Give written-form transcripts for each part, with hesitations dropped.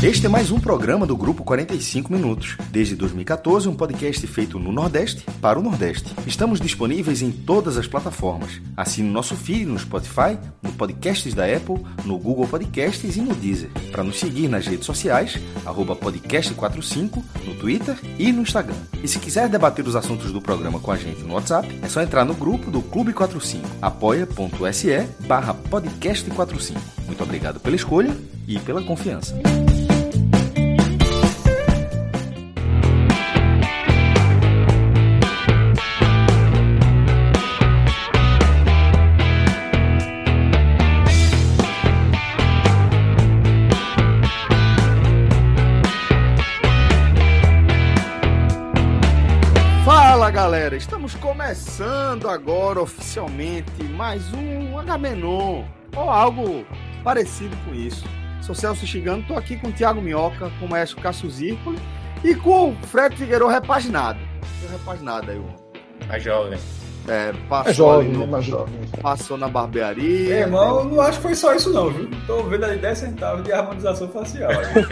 Este é mais um programa do Grupo 45 Minutos. Desde 2014, um podcast feito no Nordeste para o Nordeste. Estamos disponíveis em todas as plataformas. Assine o nosso feed no Spotify, no Podcasts da Apple, no Google Podcasts e no Deezer. Para nos seguir nas redes sociais, @podcast45, no Twitter e no Instagram. E se quiser debater os assuntos do programa com a gente no WhatsApp, é só entrar no grupo do Clube 45, apoia.se/podcast45. Muito obrigado pela escolha e pela confiança. Fala galera, estamos começando agora oficialmente mais um Agamenon, ou algo parecido com isso. Sou Celso Chigano, estou aqui com o Thiago Minhoca, com o Maestro Cássio Zirpoli e com o Fred Figueiredo repaginado. Repaginado aí, Mais jovem. Mais jovem. Passou na barbearia. Irmão, não acho que foi só isso não, viu? Tô vendo ali 10 centavos de harmonização facial.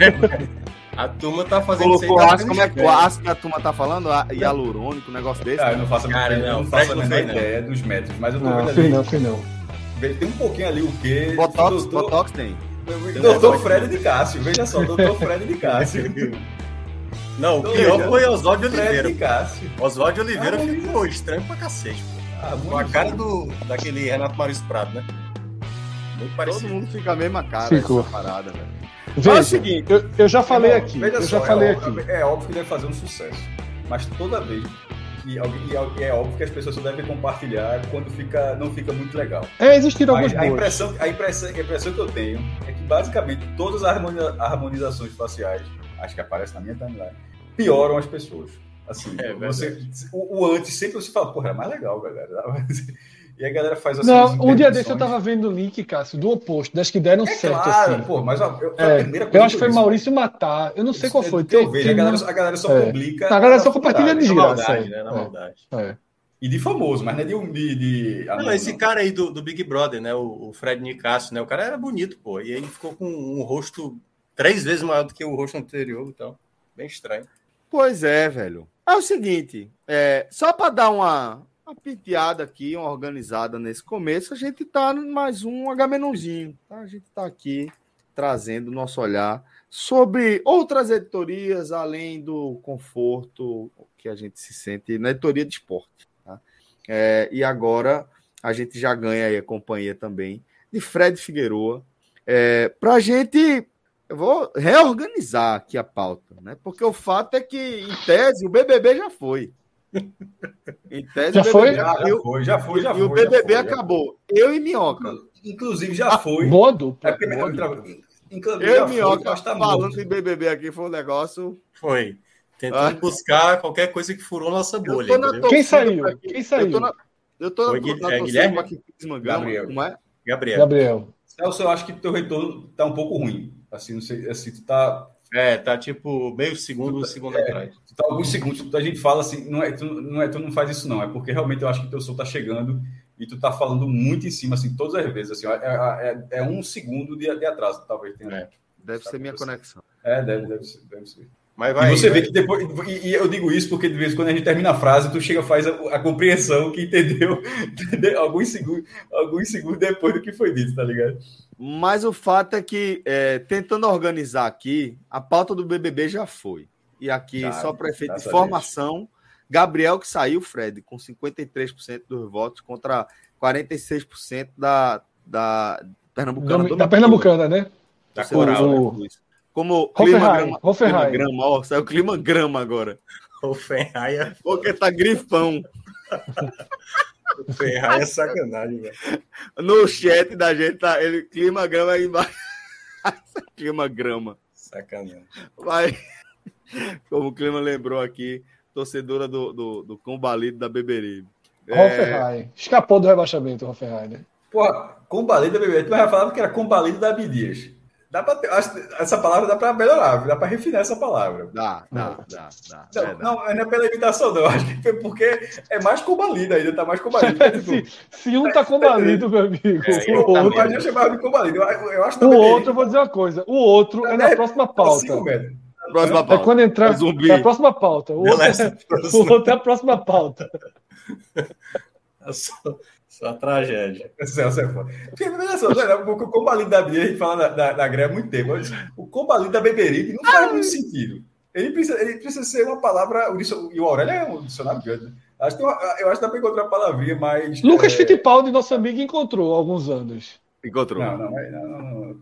A turma tá fazendo colocou aço, como é que o aço que a turma tá falando? Hialurônico, um negócio desse? Eu não faço a menor ideia dos métodos, mas eu tô vendo ali. Não. Tem um pouquinho ali o quê? Botox tem. Doutor Fred de Cássio, veja só, Doutor Fred de Cássio. Não, o pior foi Oswaldo de Fred Oliveira. de Cássio. Oswaldo de Oliveira ficou estranho pra cacete. Com a cara daquele Renato Maurício Prado, né? Muito parecido. Todo mundo fica a mesma cara. Ficou. Essa parada, velho. Veja, é o seguinte, eu já falei aqui. É óbvio que deve fazer um sucesso, mas toda vez e é óbvio que as pessoas só devem compartilhar quando não fica muito legal. Existiram alguns a impressão que eu tenho é que basicamente todas as harmonizações faciais, acho que aparece na minha timeline, pioram as pessoas. Assim, o antes sempre você fala, porra, é mais legal, galera. E a galera faz assim. Não, um dia desse eu tava vendo o link, Cássio, do oposto, das que deram certo. Claro, assim. Pô, mas a primeira coisa. Eu acho que foi Maurício Matar. Eu não sei qual foi. A galera só publica. A galera só compartilha desgraça. Na maldade. E de famoso, mas não é de não, esse cara aí do Big Brother, né? O Fred Nicásio, né? O cara era bonito, pô. E ele ficou com um rosto 3 vezes maior do que o rosto anterior, então. Bem estranho. Pois é, velho. É o seguinte, só para dar uma penteada aqui, uma organizada nesse começo, a gente tá em mais um Agamenonzinho, tá? A gente tá aqui trazendo o nosso olhar sobre outras editorias, além do conforto que a gente se sente na editoria de esporte, tá? E agora a gente já ganha aí a companhia também de Fred Figueiredo, para a gente... Eu vou reorganizar aqui a pauta, né? Porque o fato é que, em tese, o BBB já foi. Em tese, já foi? Já foi. E o BBB acabou. Eu e Minhoca. Inclusive, já foi. Boa dupla. Eu e Minhoca falando de BBB aqui foi um negócio... Foi. Tentando buscar qualquer coisa que furou nossa bolha. Quem saiu? Eu tô na Guilherme? Gabriel. Como é? Gabriel. Celso, eu acho que teu retorno tá um pouco ruim. Assim, não sei, assim, tu tá... tá tipo meio segundo atrás. Tu tá alguns segundos, a gente fala assim, tu não faz isso não, é porque realmente eu acho que teu som tá chegando e tu tá falando muito em cima, assim, todas as vezes, assim, é 1 segundo de atraso, talvez tenha. Deve ser minha conexão. Deve ser. Mas vai, e você vê que depois, e eu digo isso porque de vez em quando a gente termina a frase, tu chega faz a compreensão que entendeu alguns segundos depois do que foi dito, tá ligado? Mas o fato é que, tentando organizar aqui, a pauta do BBB já foi. E aqui, só para efeito de informação, Gabriel que saiu, Fred, com 53% dos votos contra 46% da Pernambucana. Da Pernambucana, né? Da Coral, né? Como Hoffenheim. Ó, saiu clima grama agora. Hoffenheim. Porque tá grifão. Hoffenheim é sacanagem, velho. No chat da gente tá clima grama aí embaixo. Clima grama. Sacanagem. Vai. Como o clima lembrou aqui, torcedora do Combalido da Beberibe. Hoffenheim. Escapou do rebaixamento, Hoffenheim, né? Porra, Combalido da Beberibe. Tu já falava que era Combalido da Abdias. Dá pra ter, essa palavra dá para melhorar, dá para refinar essa palavra. Dá. Não é pela imitação, não. Acho que porque é mais combalido ainda, tá mais combalido. Se um tá combalido, meu amigo, o outro vai chamar de combalido. Eu acho que o outro, eu vou dizer uma coisa, o outro é na próxima pauta. Próxima pauta. É quando entrar. É a próxima pauta. O outro é a próxima pauta. Só a tragédia. Porque, veja só, o combalido da Bia, a gente fala da Gré há muito tempo. O combalido da Beberibe não faz muito sentido. Ele precisa ser uma palavra. E o Aurélio é um dicionário grande, né? Eu acho que dá para encontrar uma palavrinha mais. Lucas Fittipaldi, nosso amigo, encontrou há alguns anos. Encontrou. Não.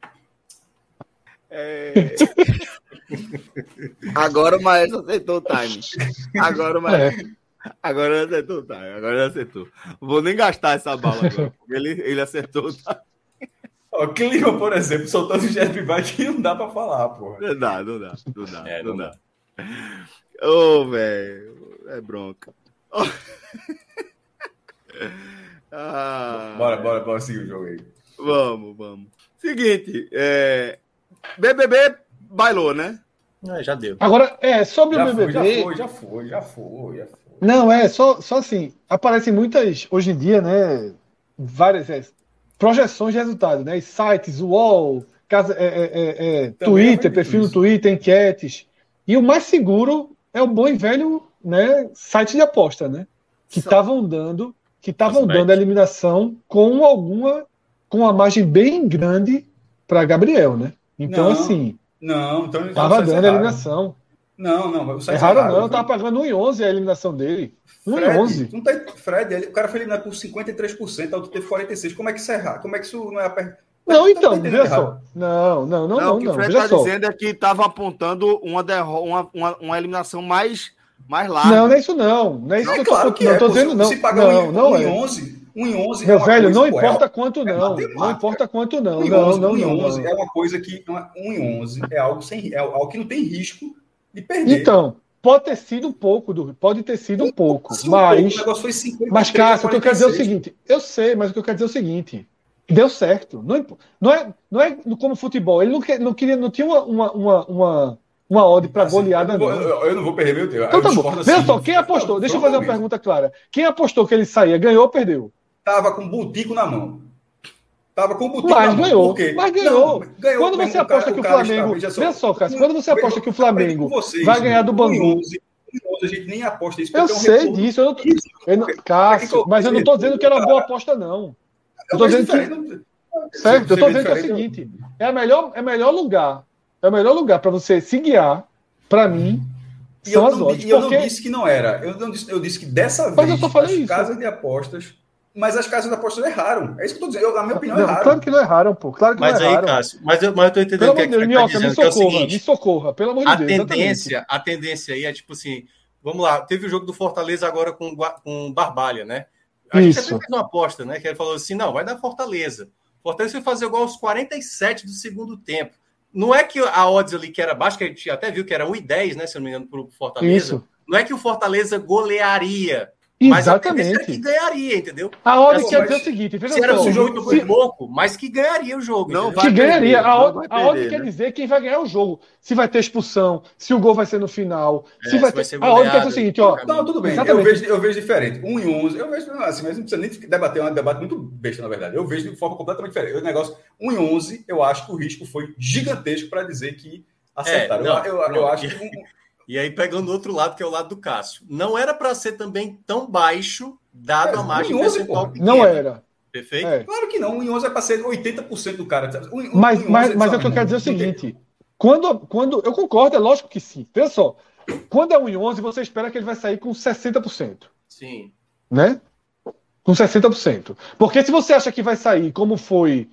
Agora o Maestro acertou o time. Agora ele acertou o time. Agora ele acertou. Vou nem gastar essa bala agora, porque ele acertou o time. O Clima, por exemplo, soltou o jet bike que não dá pra falar, porra. Não dá. Ô, velho. É bronca. Bora seguir o jogo aí. Vamos. Seguinte, BBB bailou, né? Já deu. Agora, sobre o BBB... Já foi. Não, só assim, aparecem muitas, hoje em dia, né, várias projeções de resultado, né, sites, UOL, Twitter, perfil no Twitter, enquetes, e o mais seguro é o bom e velho, né, site de aposta, né, que estavam dando a eliminação com uma margem bem grande para Gabriel, né, então assim... Não, então... Estava dando a eliminação. Não. Erraram não, eu tava pagando 1,11 a eliminação dele. 1,11. Fred, o cara foi eliminado por 53%, a outra teve 46%. Como é que isso é errado? Como é que isso não é apertado? Não, então, veja só. Não. O que o Fred está dizendo é que estava apontando uma eliminação mais larga. Não é isso não. Não é isso que eu tô dizendo, não. Se pagar 1,11... 1,11 meu velho, não importa quanto não. Não importa quanto não. 1,11 é uma coisa que... 1,11 é algo que não tem risco de perder. Então, pode ter sido um pouco, mas... O negócio foi 53, mas, Cássio, o que eu quero dizer é o seguinte... Eu sei, mas o que eu quero dizer é o seguinte... Deu certo. Não é como futebol. Ele não tinha uma odd para goleada, não. Eu não vou perder meu tempo. Então tá bom. Veja só, quem apostou? Deixa eu fazer uma pergunta clara. Quem apostou que ele saía, ganhou ou perdeu? Tava com um butico na mão. Mas ganhou. Quando você aposta que o Flamengo... Veja só, Cássio. Quando você aposta que o Flamengo vai ganhar do Bangu... A gente nem aposta isso. Eu sei disso. Cássio, mas eu não estou dizendo que era uma boa aposta, não. Eu estou dizendo que... Certo? Eu estou dizendo que é o seguinte. É o melhor lugar. É o melhor lugar para você se guiar, para mim, são as odds. E eu não disse que não era. Eu disse que dessa vez as casas de apostas... Mas as casas de apostas erraram. É isso que eu estou dizendo. Na minha opinião, erraram. Claro que não erraram, pô. Claro que não erraram. Aí, Cássio, mas eu estou entendendo o que você está dizendo, que é o seguinte... Me socorra, pelo amor de Deus. A tendência aí é tipo assim... Vamos lá, teve o jogo do Fortaleza agora com Barbalha, né? A gente até fez uma aposta, né? Que ele falou assim, não, vai dar Fortaleza. Fortaleza foi fazer gol aos 47 do segundo tempo. Não é que a odds ali que era baixa, que a gente até viu que era 1,10, né? Se eu não me engano, para o Fortaleza. Isso. Não é que o Fortaleza golearia. Exatamente. Mas a que ganharia, entendeu? A odd quer dizer o seguinte... Era um jogo muito pouco, mas que ganharia o jogo. Não que ganharia. A odd quer dizer quem vai ganhar o jogo. Se vai ter expulsão, se o gol vai ser no final. Se vai ter... A odd quer dizer o seguinte, ó... Não, tudo bem. Eu vejo diferente. 1,11. Eu vejo assim, mas não precisa nem debater. É um debate muito besta, na verdade. Eu vejo de forma completamente diferente. O negócio 1,11, eu acho que o risco foi gigantesco para dizer que acertaram. Eu acho que... E aí, pegando o outro lado, que é o lado do Cássio. Não era para ser também tão baixo, dado a margem percentual pequena. Não era. Perfeito? Claro que não. O 1,11 é para ser 80% do cara. Mas o que eu quero dizer é o seguinte. Quando eu concordo, é lógico que sim. Veja só. Quando é 1,11, você espera que ele vai sair com 60%. Sim. Né? Com 60%. Porque se você acha que vai sair como foi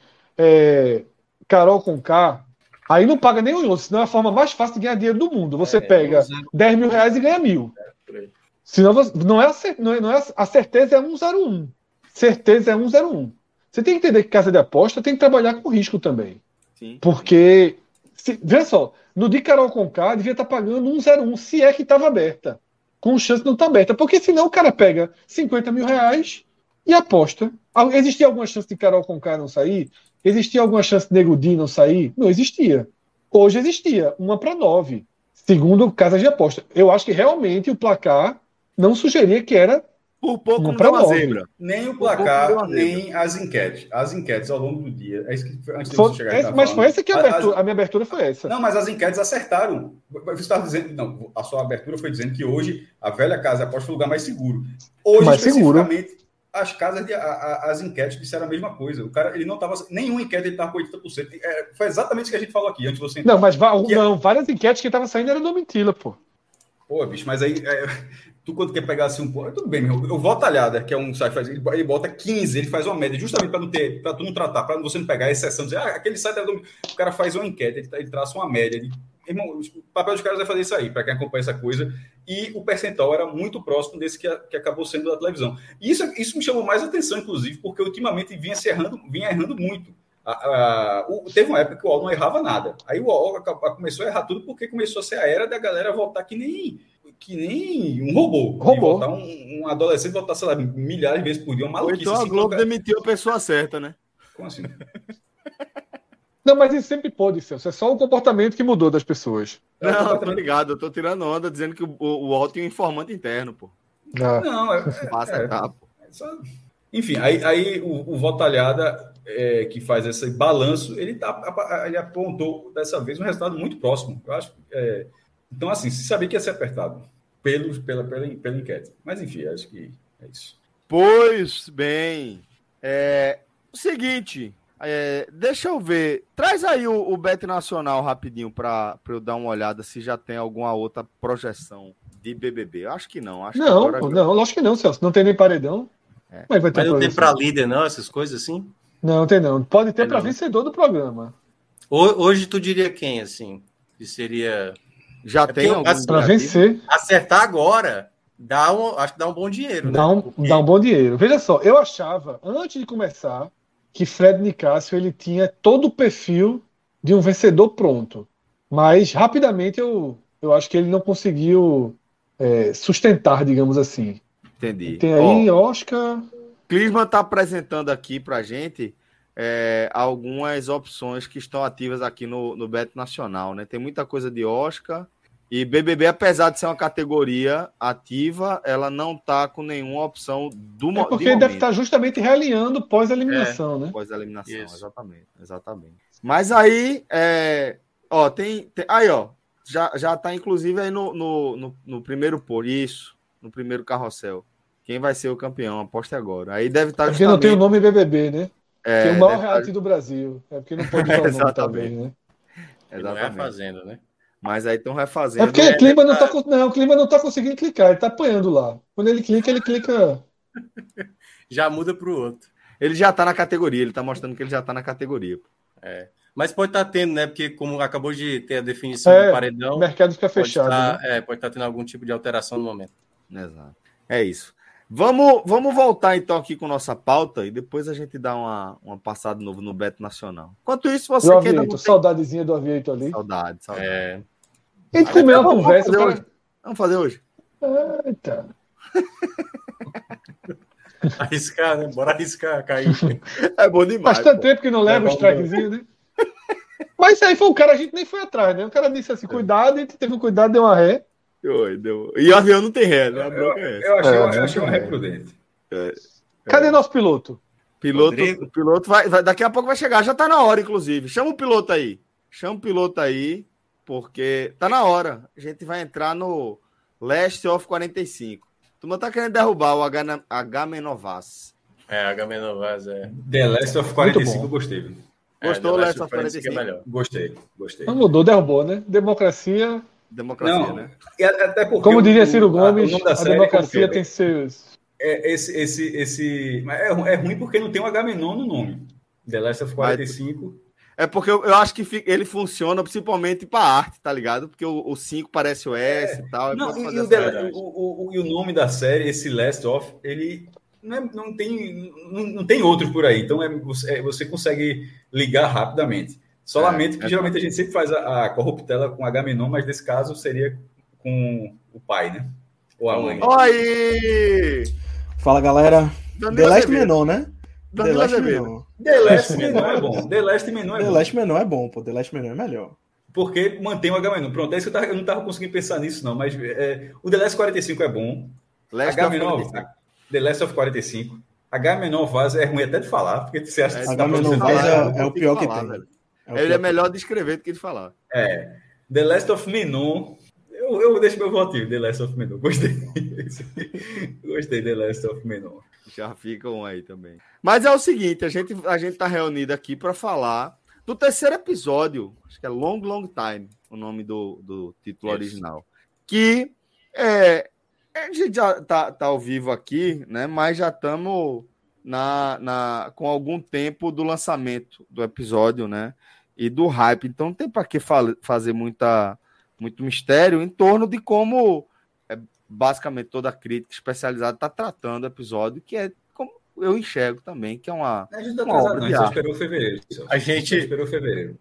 Carol Conká, aí não paga nem 1,11, senão é a forma mais fácil de ganhar dinheiro do mundo. Você pega 10 mil reais e ganha 1.000. Senão não é a certeza é 1,01. Certeza é 1,01. Você tem que entender que casa de aposta tem que trabalhar com risco também. Sim. Porque, veja só, no de Carol Conká devia estar pagando 1,01, se é que estava aberta. Com chance de não estar aberta. Porque senão o cara pega 50 mil reais e aposta. Existia alguma chance de Carol Conká não sair? Existia alguma chance de Nego Di não sair? Não existia. Hoje existia, 1-9, segundo casas de aposta. Eu acho que realmente o placar não sugeria que era por pouco não deu uma zebra. Nem o placar, nem as enquetes. As enquetes ao longo do dia. É isso que antes de você chegar mas foi essa que a minha abertura foi essa. Não, mas as enquetes acertaram. Você estava dizendo, não, a sua abertura foi dizendo que hoje a velha casa de aposta foi o lugar mais seguro. Hoje, mais especificamente, seguro. As casas, as enquetes disseram a mesma coisa. O cara, ele não estava. Nenhuma enquete ele estava com 80%. Foi exatamente isso que a gente falou aqui antes de você. Não, mas várias enquetes que estavam saindo eram do Mentira, pô. Pô, bicho, mas aí. Tu, quando quer pegar assim um pouco, tudo bem, meu. Eu Votalhada, que é um site, ele bota 15, ele faz uma média, justamente para tu não tratar, para você não pegar a exceção, dizer, aquele site é do... O cara faz uma enquete, ele traça uma média. Irmão, o papel dos caras é fazer isso aí, para quem acompanha essa coisa. E o percentual era muito próximo desse que acabou sendo da televisão. E isso me chamou mais atenção, inclusive, porque ultimamente vinha errando muito. Teve uma época que o UOL não errava nada. Aí o UOL começou a errar tudo porque começou a ser a era da galera votar que nem um robô. Votar um adolescente votar, sei lá, milhares de vezes por dia, uma maluquice. Então a Globo demitiu a pessoa certa, né? Como assim? Não, mas isso sempre pode, Celso. É só o comportamento que mudou das pessoas. Não, tô ligado. Eu tô tirando onda dizendo que o UOL tem um informante interno, pô. Não, pô. Enfim, aí o Votalhada, que faz esse balanço, ele apontou dessa vez um resultado muito próximo. Eu acho. Então, assim, se sabia que ia ser apertado pela enquete. Mas, enfim, acho que é isso. Pois bem. O seguinte, deixa eu ver. Traz aí o Bet Nacional rapidinho para eu dar uma olhada se já tem alguma outra projeção de BBB. Acho que não. Não, lógico que não, Celso. Não tem nem paredão. Mas não tem para líder, não? Essas coisas assim? Não, tem não. Pode ter para vencedor do programa. Hoje tu diria quem, assim? Que seria... Já tem algum para vencer. Acertar agora, acho que dá um bom dinheiro. Dá um bom dinheiro. Veja só, eu achava, antes de começar, que Fred Nicásio ele tinha todo o perfil de um vencedor pronto. Mas, rapidamente, eu acho que ele não conseguiu sustentar, digamos assim. Entendi. Tem aí Oscar... Clisman está apresentando aqui para gente algumas opções que estão ativas aqui no Bet Nacional, né? Tem muita coisa de Oscar e BBB, apesar de ser uma categoria ativa, ela não está com nenhuma opção do momento. Porque ele deve estar justamente realinhando pós-eliminação, né? Pós-eliminação, exatamente. Mas aí, já está inclusive aí no primeiro isso, no primeiro carrossel. Quem vai ser o campeão? Aposte agora. Aí deve estar porque não tem o nome BBB, né? Tem o maior reality do Brasil. É porque não pode falar o nome também, né? Exatamente. Não é refazendo, né? Mas aí estão refazendo. É porque o Clima não tá conseguindo clicar. Ele tá apanhando lá. Quando ele clica... Já muda pro outro. Ele já tá na categoria. Ele tá mostrando que ele já tá na categoria. Mas pode estar tendo, né? Porque como acabou de ter a definição do paredão... O mercado fica fechado. Pode estar tendo algum tipo de alteração no momento. Exato. É isso. Vamos voltar então aqui com nossa pauta e depois a gente dá uma passada de novo no Beto Nacional. Enquanto isso, você quer... Tem... Saudadezinha do Aviator ali. Saudade. A gente comeu uma conversa. Vamos fazer hoje. Eita. Arriscar, né? Bora arriscar, cair. É bom demais. Faz tanto tempo que não leva o strikezinho, né? Mas isso aí foi o cara, a gente nem foi atrás, né? O cara disse assim, cuidado, a gente teve um cuidado, deu uma ré. E o avião não tem ré, né? Eu achei uma ré prudente. Cadê nosso piloto? O piloto vai, daqui a pouco vai chegar, já tá na hora, inclusive. Chama o piloto aí, porque tá na hora. A gente vai entrar no Last of 45. Tu não tá querendo derrubar o Agamenovas. Agamenovas, The Last of 45 eu gostei. Gostou do Last of 45? É gostei. Não mudou, derrubou, né? Democracia, né? Até porque como diria Ciro Gomes, a democracia tem seus... É ruim porque não tem um Agamenon no nome. The Last of 45... É porque eu acho que ele funciona principalmente para arte, tá ligado? Porque o 5 parece o S e tal. Não, e o nome da série, esse Last of, ele não tem outros por aí. Então você consegue ligar rapidamente. Só lamento que geralmente a gente sempre faz a corruptela com Agamenon, mas nesse caso seria com o pai, né? Ou a mãe. Oi! Fala, galera. The Last Menon, né? Danilo Azevedo. The Last Menor é bom. The Last Menor é bom, pô. The Last Menor é melhor. Porque mantém o H-Menor. Pronto, é isso que eu não tava conseguindo pensar nisso, não. Mas o The Last 45 é bom. H-Menor, The Last of 45. H-Menor Vaz é ruim até de falar, porque você acha que H-Menor Vaz é o pior que tem. Ele é melhor de escrever do que de falar. The Last of Menor. Eu deixo meu votinho, The Last of Menor. Gostei. Gostei, The Last of Menor. Já fica um aí também. Mas é o seguinte, a gente tá reunido aqui para falar do terceiro episódio, acho que é Long Time, o nome do título original. Que a gente já tá ao vivo aqui, né? Mas já estamos com algum tempo do lançamento do episódio, né? E do hype. Então não tem para que fazer muito mistério em torno de como basicamente toda a crítica especializada está tratando o episódio, que é como eu enxergo também, que é uma. A gente não só esperou fevereiro. A gente esperou fevereiro.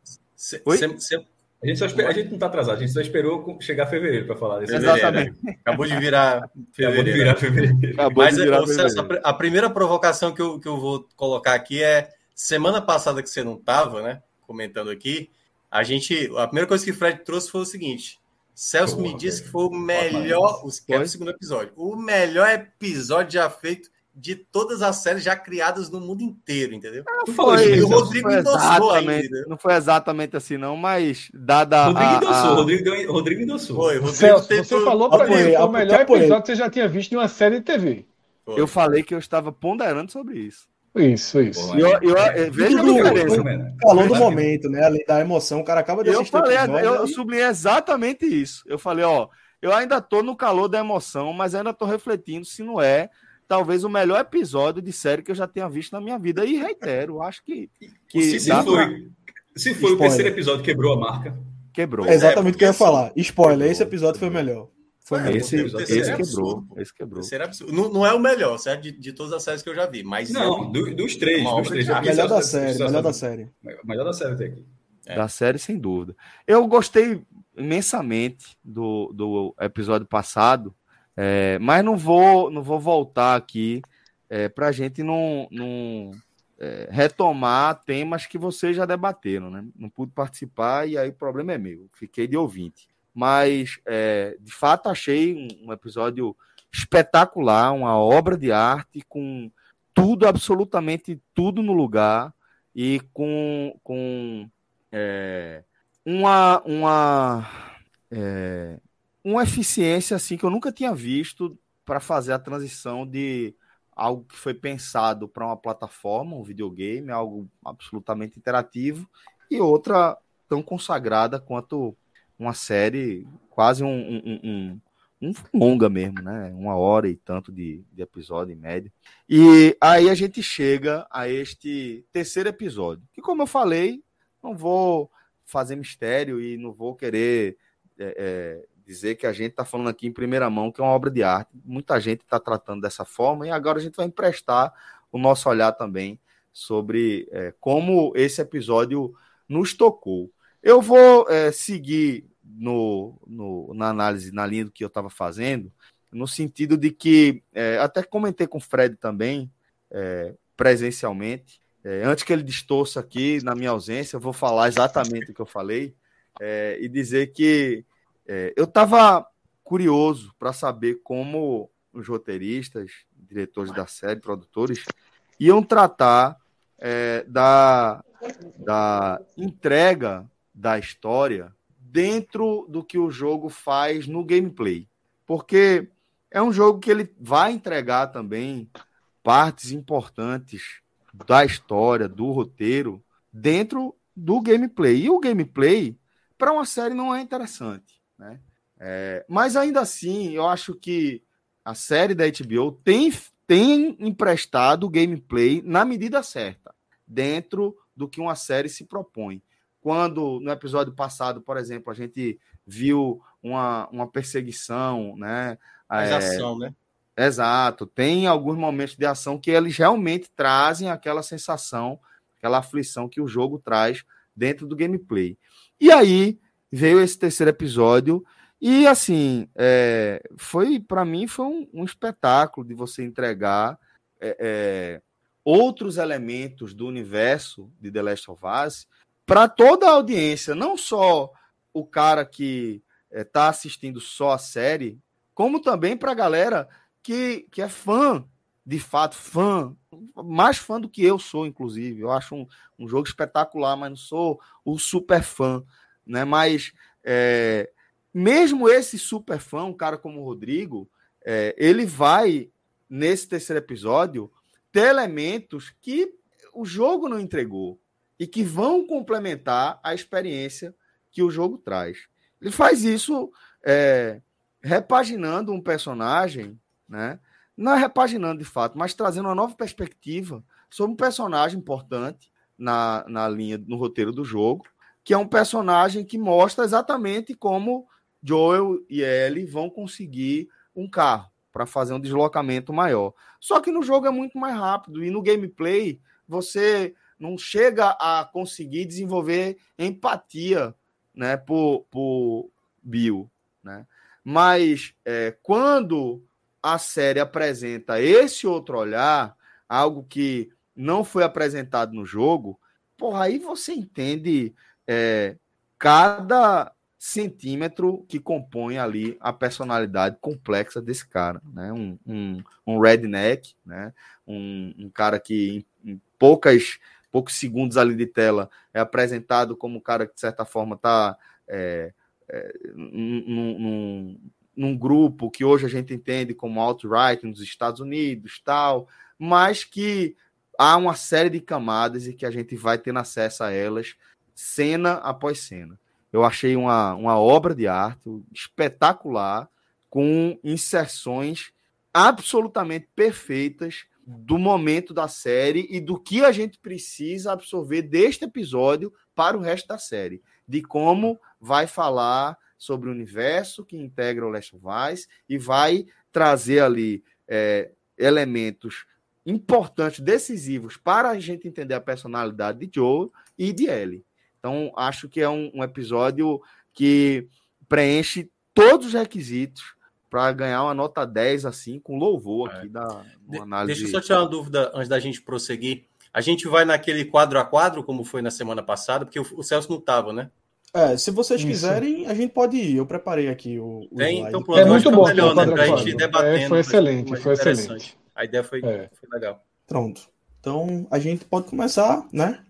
A gente não está atrasado, a gente só esperou chegar fevereiro para falar desse. Exatamente. Acabou de virar fevereiro. Mas Celso, a primeira provocação que eu vou colocar aqui é: semana passada que você não estava, né? Comentando aqui, a primeira coisa que o Fred trouxe foi o seguinte: Celso me disse que foi o melhor, o segundo episódio, o melhor episódio já feito de todas as séries já criadas no mundo inteiro, entendeu? O Rodrigo endossou ainda. Não foi exatamente assim, não, mas dada Rodrigo endossou. Celso, você falou para mim que o melhor episódio que você já tinha visto em uma série de TV. Eu falei que eu estava ponderando sobre isso. Isso. Veja a diferença. Calor do momento, né? Além da emoção, o cara acaba de assistir. Eu sublinhei exatamente isso. Eu falei, eu ainda tô no calor da emoção, mas ainda tô refletindo se não é talvez o melhor episódio de série que eu já tenha visto na minha vida. E reitero, acho que se foi o terceiro episódio, quebrou a marca. Quebrou. É exatamente o que eu ia falar. Spoiler, esse episódio foi o melhor. Esse quebrou. Não é o melhor, certo? De todas as séries que eu já vi. Mas não, dos três. Melhor da série. Melhor da série até aqui. Da série, sem dúvida. Eu gostei imensamente do episódio passado, mas não vou voltar aqui para a gente não retomar temas que vocês já debateram, né? Não pude participar e aí o problema é meu. Fiquei de ouvinte. Mas, de fato, achei um episódio espetacular, uma obra de arte, com tudo, absolutamente tudo no lugar, e com uma eficiência assim, que eu nunca tinha visto para fazer a transição de algo que foi pensado para uma plataforma, um videogame, algo absolutamente interativo, e outra tão consagrada quanto uma série, quase um longa mesmo, né? 1 hora e tanto de episódio em média. E aí a gente chega a este terceiro episódio, que, como eu falei, não vou fazer mistério e não vou querer dizer que a gente está falando aqui em primeira mão que é uma obra de arte. Muita gente está tratando dessa forma e agora a gente vai emprestar o nosso olhar também sobre como esse episódio nos tocou. Eu vou seguir na análise, na linha do que eu estava fazendo, no sentido de que, até comentei com o Fred também, presencialmente, antes que ele distorça aqui, na minha ausência, eu vou falar exatamente o que eu falei, e dizer que eu estava curioso para saber como os roteiristas, diretores da série, produtores, iam tratar da entrega da história dentro do que o jogo faz no gameplay. Porque é um jogo que ele vai entregar também partes importantes da história, do roteiro, dentro do gameplay. E o gameplay, para uma série, não é interessante, né? Mas ainda assim, eu acho que a série da HBO tem emprestado o gameplay na medida certa, dentro do que uma série se propõe. Quando, no episódio passado, por exemplo, a gente viu uma perseguição, né? Mais ação, né? Exato. Tem alguns momentos de ação que eles realmente trazem aquela sensação, aquela aflição que o jogo traz dentro do gameplay. E aí veio esse terceiro episódio e, assim, para mim, foi um espetáculo de você entregar outros elementos do universo de The Last of Us para toda a audiência, não só o cara que está assistindo só a série, como também para a galera que é fã, de fato, mais fã do que eu sou, inclusive. Eu acho um jogo espetacular, mas não sou o super fã, né? Mas mesmo esse super fã, um cara como o Rodrigo, ele vai, nesse terceiro episódio, ter elementos que o jogo não entregou e que vão complementar a experiência que o jogo traz. Ele faz isso repaginando um personagem, né? Não é repaginando de fato, mas trazendo uma nova perspectiva sobre um personagem importante na linha, no roteiro do jogo, que é um personagem que mostra exatamente como Joel e Ellie vão conseguir um carro para fazer um deslocamento maior. Só que no jogo é muito mais rápido e no gameplay você não chega a conseguir desenvolver empatia, né, por Bill, né? Mas quando a série apresenta esse outro olhar, algo que não foi apresentado no jogo, porra, aí você entende cada centímetro que compõe ali a personalidade complexa desse cara, né? Um redneck, né? Um cara que em poucos segundos ali de tela é apresentado como um cara que, de certa forma, está num grupo que hoje a gente entende como alt-right nos Estados Unidos, tal, mas que há uma série de camadas e que a gente vai tendo acesso a elas cena após cena. Eu achei uma obra de arte espetacular, com inserções absolutamente perfeitas do momento da série e do que a gente precisa absorver deste episódio para o resto da série, de como vai falar sobre o universo que integra o Last of Us e vai trazer ali elementos importantes, decisivos para a gente entender a personalidade de Joel e de Ellie. Então, acho que é um episódio que preenche todos os requisitos para ganhar uma nota 10, assim, com louvor aqui da análise. Deixa eu só tirar uma dúvida antes da gente prosseguir. A gente vai naquele quadro a quadro, como foi na semana passada, porque o Celso não estava, né? Se vocês quiserem, a gente pode ir. Eu preparei aqui o slide. Então, pronto, é muito bom, melhor, né? Pra gente debatendo. Foi excelente, foi excelente. A ideia foi legal. Pronto. Então, a gente pode começar, né?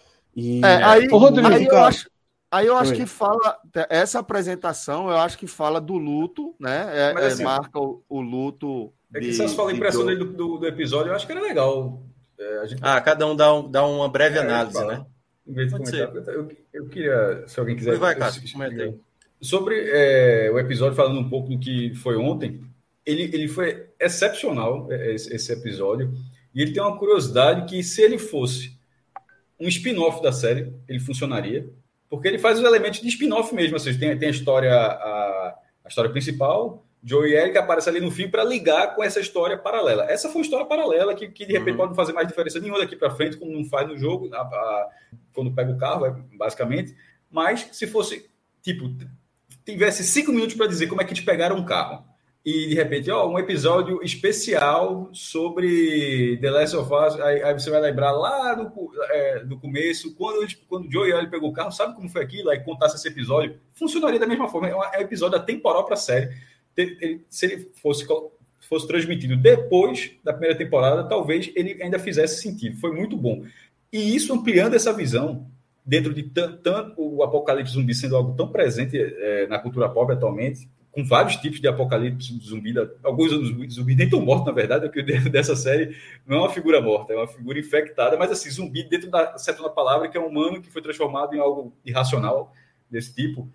Aí eu acho que fala, essa apresentação, eu acho que fala do luto, né? Assim, marca o luto. Que você falou a impressão dele do episódio, eu acho que era legal. Cada um dá uma breve análise, né? Em vez de comentar, eu queria, se alguém quiser. Vai, Cássio, comenta aí. Sobre o episódio, falando um pouco do que foi ontem, ele foi excepcional, esse episódio, e ele tem uma curiosidade que, se ele fosse um spin-off da série, ele funcionaria, porque ele faz os elementos de spin-off mesmo, ou seja, tem a história principal, Joe e Ellie, que aparece ali no fim para ligar com essa história paralela. Essa foi uma história paralela que de repente pode não fazer mais diferença nenhuma daqui para frente, como não faz no jogo, quando pega o carro, basicamente, mas se fosse, tivesse 5 minutos para dizer como é que eles pegaram um carro, e de repente, um episódio especial sobre The Last of Us, aí você vai lembrar lá do começo, quando o Joe e Ellie pegou o carro, sabe como foi aquilo? Aí contasse esse episódio, funcionaria da mesma forma, é um episódio atemporal para a série. Se ele fosse transmitido depois da primeira temporada, talvez ele ainda fizesse sentido, foi muito bom. E isso ampliando essa visão, dentro de tanto o apocalipse zumbi sendo algo tão presente na cultura pop atualmente, com vários tipos de apocalipse zumbi, alguns zumbis nem tão mortos, na verdade, porque dentro dessa série não é uma figura morta, é uma figura infectada, mas assim, zumbi dentro da certa palavra, que é um humano que foi transformado em algo irracional desse tipo.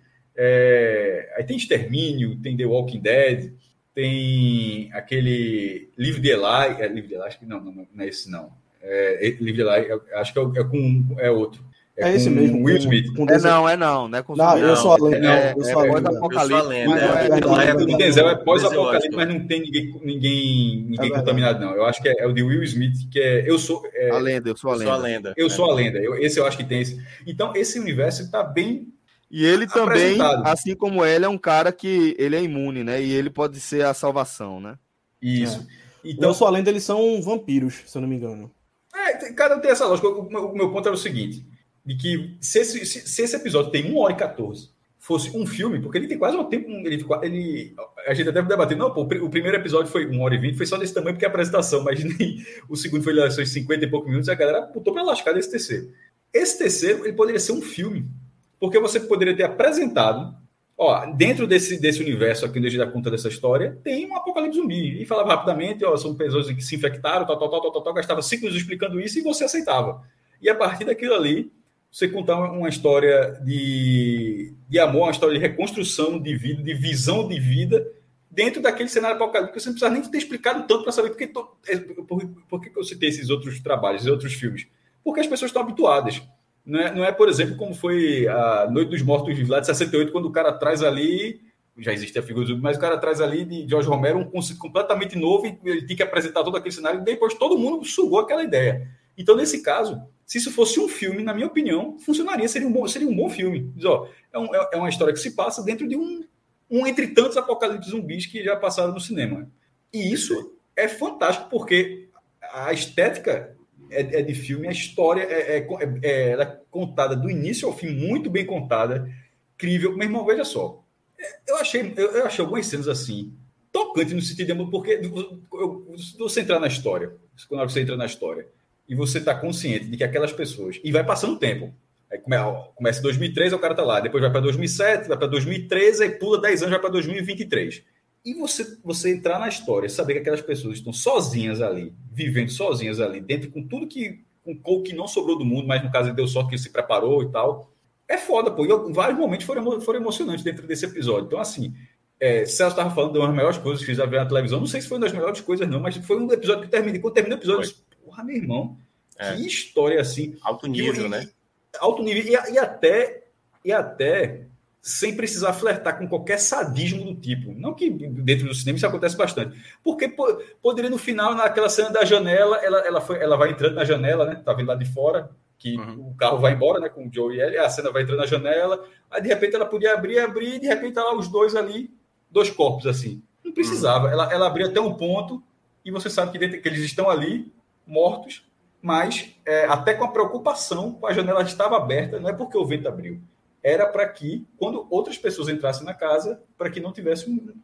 Aí tem Extermínio, tem The Walking Dead, tem aquele Live the Eli, acho que não é esse não. Live the Eli, acho que é outro. É esse mesmo, Will Smith. Não é com zumbi. Eu sou a lenda. Eu sou a lenda. O Denzel é pós-apocalipse, mas não tem ninguém contaminado, não. Eu acho que é o de Will Smith, que é... Eu sou a lenda. Eu sou a lenda. Esse eu acho que tem esse. Então, esse universo está bem... E ele também, assim como ele, é um cara que ele é imune, né? E ele pode ser a salvação, né? Isso. Então, Eu Sou a Lenda, eles são vampiros, se eu não me engano. Cada um tem essa lógica. O meu ponto era o seguinte, de que se esse episódio tem 1h14, fosse um filme, porque ele tem quase um tempo, a gente até debateu, não, pô, o primeiro episódio foi 1h20, foi só desse tamanho porque é a apresentação, mas nem o segundo foi lá, 50 e poucos minutos, e a galera botou pra lascar desse terceiro. Esse terceiro, ele poderia ser um filme, porque você poderia ter apresentado, dentro desse universo aqui, onde a gente dá conta dessa história, tem um apocalipse zumbi, e falava rapidamente, são pessoas que se infectaram, tal, gastava 5 minutos explicando isso, e você aceitava. E a partir daquilo ali, você contar uma história de amor, uma história de reconstrução de vida, de visão de vida, dentro daquele cenário apocalíptico, você não precisa nem ter explicado tanto para saber por que eu citei esses outros trabalhos, esses outros filmes. Porque as pessoas estão habituadas. Não é, por exemplo, como foi a Noite dos Mortos lá de 68, quando o cara traz ali, já existe a figura do zumbi, mas o cara traz ali de George Romero um conceito completamente novo e ele tem que apresentar todo aquele cenário e depois todo mundo sugou aquela ideia. Então, nesse caso, se isso fosse um filme, na minha opinião, funcionaria, seria um bom filme. É uma história que se passa dentro de um entre tantos apocalipses zumbis que já passaram no cinema. E isso é fantástico, porque a estética é de filme, a história ela é contada do início ao fim, muito bem contada, incrível. Meu irmão, veja só, eu achei algumas cenas assim, tocantes no sentido de amor, porque você entrar na história, quando você entra na história, e você está consciente de que aquelas pessoas... E vai passando o tempo. Aí começa em 2003, o cara está lá. Depois vai para 2007, vai para 2013, aí pula 10 anos, vai para 2023. E você entrar na história, saber que aquelas pessoas estão sozinhas ali, vivendo sozinhas ali, dentro com tudo com o que não sobrou do mundo, mas no caso deu sorte que ele se preparou e tal. É foda, pô. E vários momentos foram emocionantes dentro desse episódio. Então, assim... Celso estava falando de uma das melhores coisas que já vi na televisão. Não sei se foi uma das melhores coisas, não, mas foi um episódio que terminou. Quando terminou o episódio, eu disse, porra, meu irmão, que história assim. Alto nível, né? Alto nível. E até sem precisar flertar com qualquer sadismo do tipo. Não que dentro do cinema isso acontece bastante. Porque poderia, no final, naquela cena da janela, ela vai entrando na janela, né? Tá vindo lá de fora, que o carro vai embora, né? Com o Joe e ele, a cena vai entrando na janela, aí de repente ela podia abrir, e de repente tá lá os dois ali, 2 corpos assim. Não precisava. Ela abria até um ponto e você sabe que eles estão ali, mortos, mas até com a preocupação, a janela estava aberta, não é porque o vento abriu. Era para que, quando outras pessoas entrassem na casa, para que não tivesse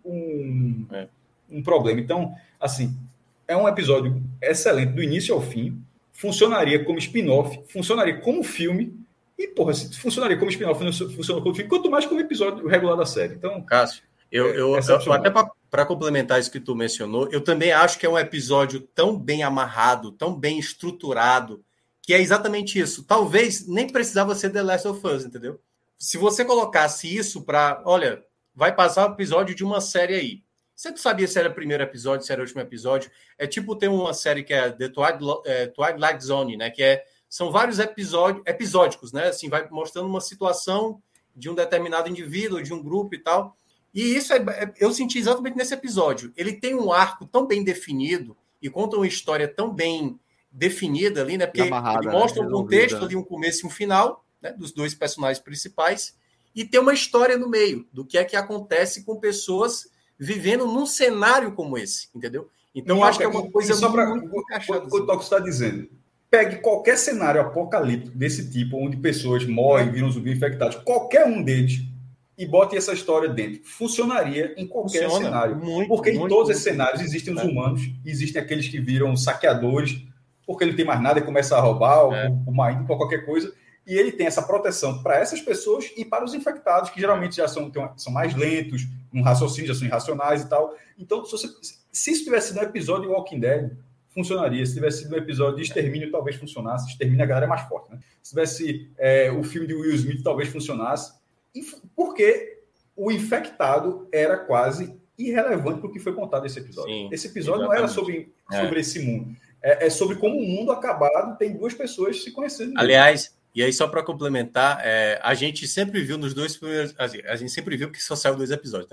um problema. Então, assim, é um episódio excelente, do início ao fim, funcionaria como spin-off, funcionaria como filme, e, porra, se funcionaria como spin-off, funcionou como filme, quanto mais como episódio regular da série. Então, Cássio, eu até para complementar isso que tu mencionou, eu também acho que é um episódio tão bem amarrado, tão bem estruturado, que é exatamente isso. Talvez nem precisava ser The Last of Us, entendeu? Se você colocasse isso para... Olha, vai passar o episódio de uma série aí. Você não sabia se era o primeiro episódio, se era o último episódio. É tipo ter uma série que é The Twilight Zone, né? Que são vários episódicos, né? Assim, vai mostrando uma situação de um determinado indivíduo, de um grupo e tal. E isso eu senti exatamente nesse episódio. Ele tem um arco tão bem definido e conta uma história tão bem definida ali, né? Porque ele mostra um contexto ali, um começo e um final, né? Dos 2 personagens principais, e tem uma história no meio do que é que acontece com pessoas vivendo num cenário como esse, entendeu? Então, eu acho que é uma coisa só muito encaixada. O que você está dizendo, pegue qualquer cenário apocalíptico desse tipo, onde pessoas morrem, viram zumbis infectados, qualquer um deles, e bote essa história dentro. Funcionaria em qualquer cenário. Porque em todos esses cenários existem os humanos, existem aqueles que viram saqueadores, porque ele não tem mais nada e começa a roubar, ou qualquer coisa, e ele tem essa proteção para essas pessoas e para os infectados, que geralmente já são mais lentos, um raciocínio, já são irracionais e tal. Então, se isso tivesse sido um episódio de Walking Dead, funcionaria. Se tivesse sido um episódio de Extermínio, talvez funcionasse. Extermínio, a galera é mais forte, né? Se tivesse o filme de Will Smith, talvez funcionasse. Porque o infectado era quase irrelevante para o que foi contado nesse episódio. Sim, esse episódio exatamente. Não era sobre esse mundo. É sobre como um mundo acabado tem 2 pessoas se conhecendo. Aliás, e aí só para complementar, a gente sempre viu nos 2 primeiros... A gente sempre viu, porque só saiu 2 episódios,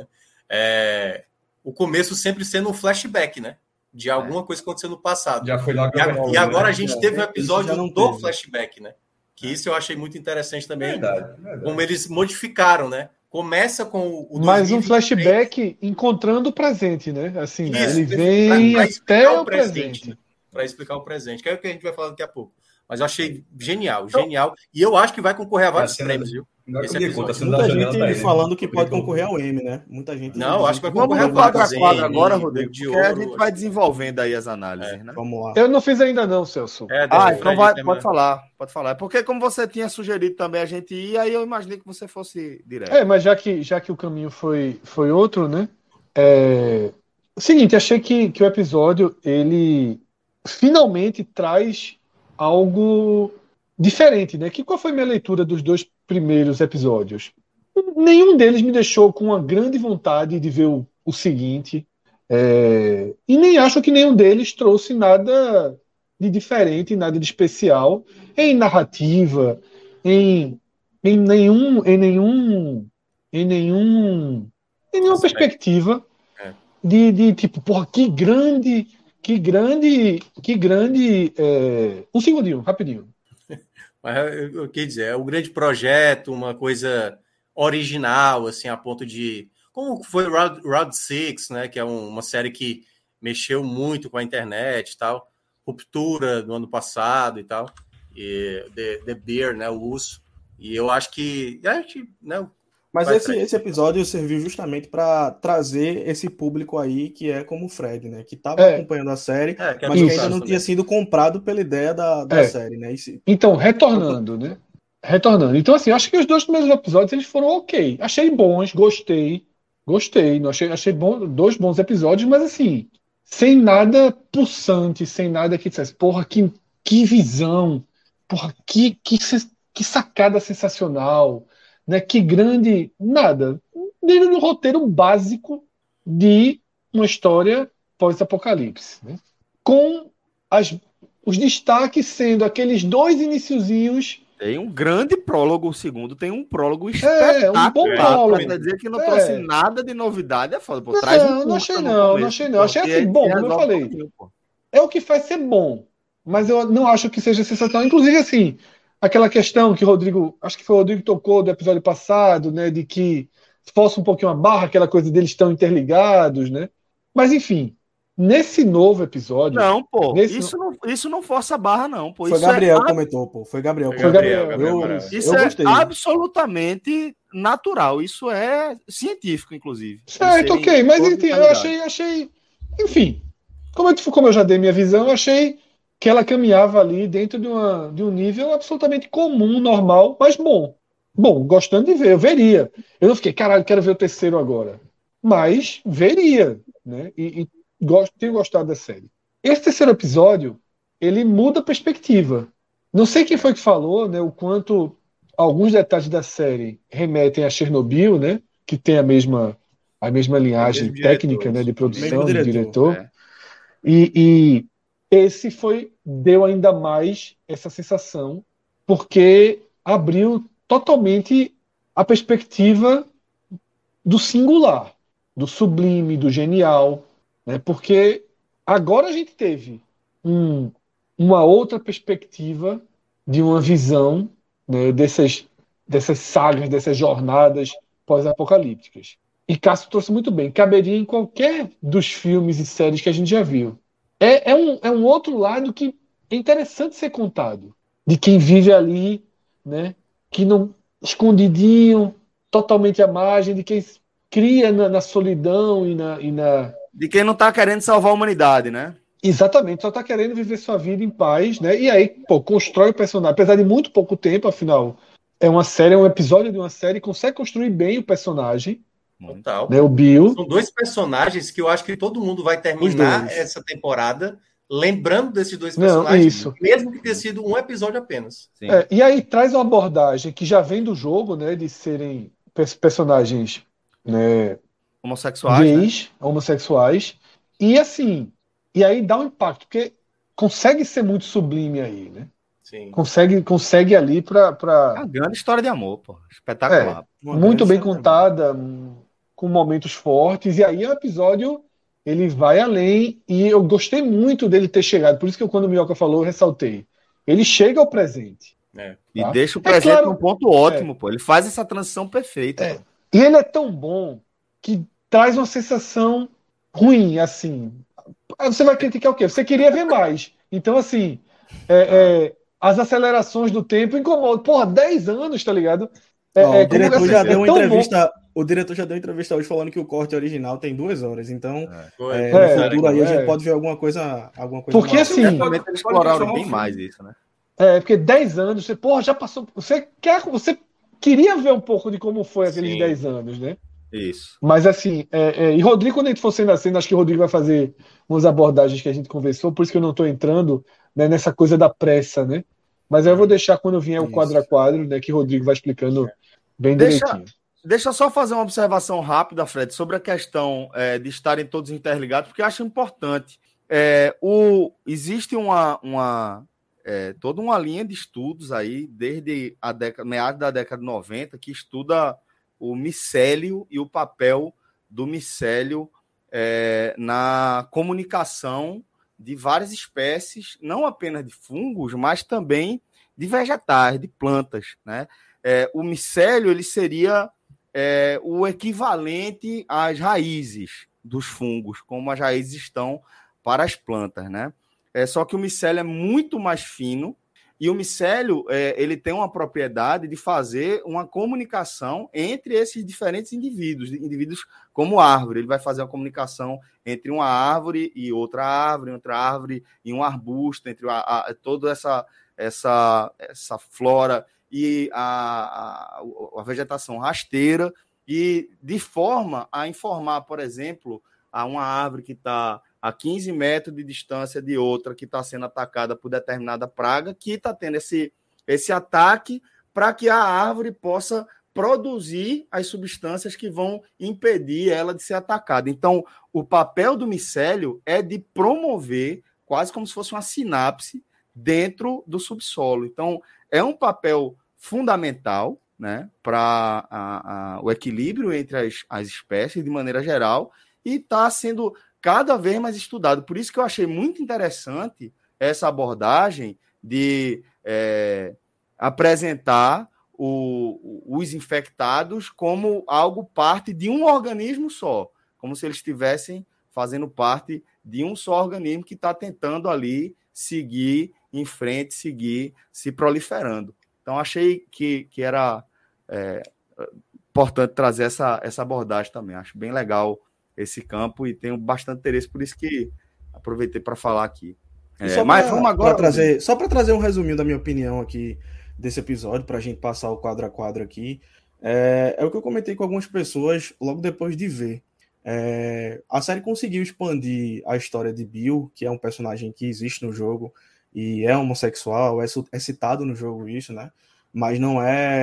né? O começo sempre sendo um flashback, né? De alguma coisa que aconteceu no passado. Já foi lá e agora a gente teve um episódio do flashback, né? Que isso eu achei muito interessante também. Verdade. Como eles modificaram, né? Começa com o mais um flashback encontrando o presente, né? Assim, isso, ele vem até o presente. para explicar o presente, que é o que a gente vai falar daqui a pouco. Mas eu achei genial. E eu acho que vai concorrer a vários prêmios, viu? Muita gente falando que pode concorrer ao Emmy, né? Muita gente. Não, acho que vai concorrer a vários. Quadro agora, Rodrigo, porque a gente vai desenvolvendo aí as análises, né? Vamos lá. Eu não fiz ainda não, Celso. Então pode falar. Porque como você tinha sugerido também a gente ir, aí eu imaginei que você fosse direto. Mas já que o caminho foi outro, né? O seguinte, achei que o episódio, ele finalmente traz algo diferente, né? Qual foi minha leitura dos 2 primeiros episódios? Nenhum deles me deixou com uma grande vontade de ver o seguinte, e nem acho que nenhum deles trouxe nada de diferente, nada de especial em narrativa, em nenhuma perspectiva de tipo, porra, que grande. Um segundinho, rapidinho. Mas eu queria dizer, é um grande projeto, uma coisa original, assim, a ponto de... Como foi Round 6, né? Que é uma série que mexeu muito com a internet e tal. Ruptura do ano passado e tal. E The Bear, né? O urso. E eu acho que... né, mas esse episódio serviu justamente para trazer esse público aí que é como o Fred, né? Que estava acompanhando a série, mas que ainda não tinha sido comprado pela ideia da série, né? Então, retornando, né? Então, assim, eu acho que os 2 primeiros episódios eles foram ok. Achei bons, gostei. Não achei 2 bons episódios, mas assim, sem nada pulsante, sem nada que dissesse, porra, que visão, porra, que sacada sensacional. Né, que grande... Nada. Dentro do roteiro básico de uma história pós-apocalipse. Né? Com os destaques sendo aqueles 2 iniciozinhos... Tem um grande prólogo, o segundo tem um prólogo espetacular. Um bom prólogo. Quer dizer que não trouxe nada de novidade. É foda. Pô, não achei não. Achei assim, bom, como eu falei. É o que faz ser bom. Mas eu não acho que seja sensacional. Inclusive, assim... Aquela questão que acho que foi o Rodrigo que tocou do episódio passado, né, de que força um pouquinho a barra, aquela coisa deles estão interligados, né? Mas enfim, nesse novo episódio... Não, pô, isso não força a barra, não. Pô. Foi Gabriel que comentou, pô. Foi Gabriel. Isso é absolutamente natural. Isso é científico, inclusive. Certo, ok. Mas eu achei... Enfim, como eu já dei minha visão, eu achei... que ela caminhava ali dentro de um nível absolutamente comum, normal, mas bom. Bom, gostando de ver, eu veria. Eu não fiquei, caralho, quero ver o terceiro agora. Mas veria, né? E tenho gostado da série. Esse terceiro episódio, ele muda a perspectiva. Não sei quem foi que falou, né? O quanto alguns detalhes da série remetem a Chernobyl, né? Que tem a mesma linhagem técnica, né? De produção, de diretor. E esse deu ainda mais essa sensação, porque abriu totalmente a perspectiva do singular, do sublime, do genial, né? Porque agora a gente teve uma outra perspectiva de uma visão, né, dessas sagas, dessas jornadas pós-apocalípticas. E Cássio trouxe muito bem, caberia em qualquer dos filmes e séries que a gente já viu. É um outro lado que é interessante ser contado, de quem vive ali, né, que não escondidinho, totalmente à margem, de quem cria na solidão e na... De quem não está querendo salvar a humanidade, né? Exatamente, só está querendo viver sua vida em paz, né? E aí, pô, constrói o personagem, apesar de muito pouco tempo, afinal, é um episódio de uma série, consegue construir bem o personagem. Total. Né, o Bill. São 2 personagens que eu acho que todo mundo vai terminar essa temporada lembrando desses 2 personagens, mesmo que tenha sido um episódio apenas. E aí traz uma abordagem que já vem do jogo, né, de serem personagens, né, homossexuais, homossexuais, e assim, e aí dá um impacto, porque consegue ser muito sublime aí, né? Sim. Consegue ali para uma grande história de amor, pô. Espetacular. Muito bem contada, com momentos fortes, e aí o episódio ele vai além, e eu gostei muito dele ter chegado, por isso que quando o Minhoca falou, eu ressaltei. Ele chega ao presente. Tá? E deixa o presente num ponto ótimo, pô. Ele faz essa transição perfeita. E ele é tão bom que traz uma sensação ruim, assim. Você vai criticar o quê? Você queria ver mais. Então, assim, as acelerações do tempo incomodam. Porra, 10 anos, tá ligado? O diretor já deu uma entrevista. O diretor já deu uma entrevista hoje falando que o corte original tem 2 horas. Então, no futuro aí a gente pode ver alguma coisa. Porque assim. Eles exploraram bem mais isso, né? Porque 10 anos, você, porra, já passou. Você queria ver um pouco de como foi aqueles 10 anos, né? Isso. Mas assim, e Rodrigo, quando a gente for sendo assim, acho que o Rodrigo vai fazer umas abordagens que a gente conversou, por isso que eu não estou entrando, né, nessa coisa da pressa, né? Mas eu vou deixar quando vier o quadro a quadro, né, que o Rodrigo vai explicando bem direitinho. Deixa eu só fazer uma observação rápida, Fred, sobre a questão de estarem todos interligados, porque eu acho importante. Existe toda uma linha de estudos aí, desde meados da década de 90, que estuda o micélio e o papel do micélio na comunicação de várias espécies, não apenas de fungos, mas também de vegetais, de plantas, né? O micélio ele seria o equivalente às raízes dos fungos, como as raízes estão para as plantas, né? Só que o micélio é muito mais fino e o micélio ele tem uma propriedade de fazer uma comunicação entre esses diferentes indivíduos como árvore. Ele vai fazer uma comunicação entre uma árvore e outra árvore e um arbusto, entre toda essa flora e a vegetação rasteira, e de forma a informar, por exemplo, a uma árvore que está a 15 metros de distância de outra que está sendo atacada por determinada praga, que está tendo esse ataque para que a árvore possa produzir as substâncias que vão impedir ela de ser atacada. Então, o papel do micélio é de promover, quase como se fosse uma sinapse, dentro do subsolo. Então, é um papel fundamental, né, para o equilíbrio entre as espécies, de maneira geral, e está sendo cada vez mais estudado. Por isso que eu achei muito interessante essa abordagem de apresentar os infectados como algo parte de um organismo só, como se eles estivessem fazendo parte de um só organismo que está tentando ali seguir em frente, seguir se proliferando. Então, achei que era importante trazer essa abordagem também. Acho bem legal esse campo e tenho bastante interesse, por isso que aproveitei para falar aqui. Mas vamos agora só para trazer um resuminho da minha opinião aqui desse episódio, para a gente passar o quadro a quadro aqui. É o que eu comentei com algumas pessoas logo depois de ver. A série conseguiu expandir a história de Bill, que é um personagem que existe no jogo e é homossexual, é citado no jogo isso, né? Mas não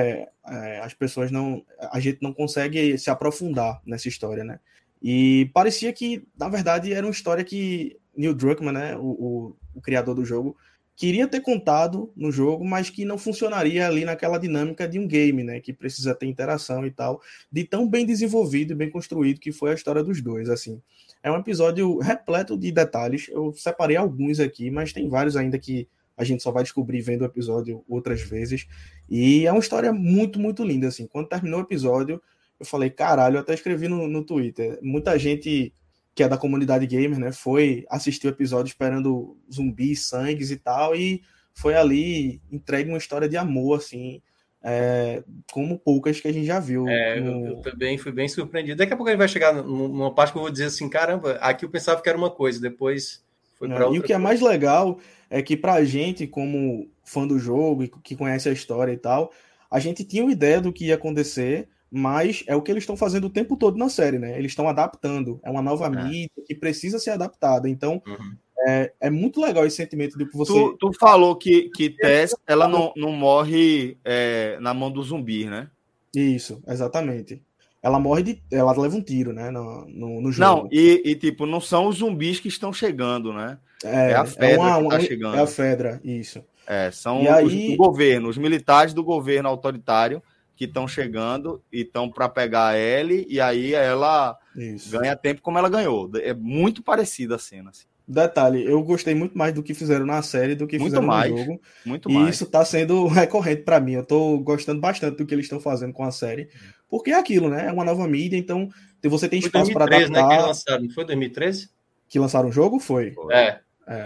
as pessoas não, a gente não consegue se aprofundar nessa história, né? E parecia que, na verdade, era uma história que Neil Druckmann, né, o criador do jogo, queria ter contado no jogo, mas que não funcionaria ali naquela dinâmica de um game, né, que precisa ter interação e tal, de tão bem desenvolvido e bem construído que foi a história dos dois, assim. É um episódio repleto de detalhes, eu separei alguns aqui, mas tem vários ainda que a gente só vai descobrir vendo o episódio outras vezes, e é uma história muito, muito linda, assim. Quando terminou o episódio, eu falei, caralho, eu até escrevi no Twitter, muita gente que é da comunidade gamer, né, foi assistir o episódio esperando zumbis, sangues e tal, e foi ali entregue uma história de amor, assim, como poucas que a gente já viu. Eu também fui bem surpreendido. Daqui a pouco a gente vai chegar numa parte que eu vou dizer assim, caramba, aqui eu pensava que era uma coisa, depois foi para outra. E o que é mais legal é que pra gente, como fã do jogo e que conhece a história e tal, a gente tinha uma ideia do que ia acontecer, mas é o que eles estão fazendo o tempo todo na série, né? Eles estão adaptando. É uma nova mídia que precisa ser adaptada. Então, é muito legal esse sentimento de que você... Tu falou que Tess, ela não morre na mão do zumbi, né? Isso, exatamente. Ela morre ela leva um tiro, né? No jogo. Não, e tipo, não são os zumbis que estão chegando, né? É a Fedra que está chegando. É a Fedra, isso. São o governo, os militares do governo autoritário que estão chegando e estão para pegar a Ellie, e aí ela ganha tempo como ela ganhou. É muito parecida a cena. Assim. Detalhe, eu gostei muito mais do que fizeram na série do que fizeram no jogo. Muito mais. Isso está sendo recorrente para mim. Eu estou gostando bastante do que eles estão fazendo com a série. Porque é aquilo, né? É uma nova mídia, então você tem espaço para adaptar. Né, que lançaram. Não foi 2013? Que lançaram o jogo? Foi.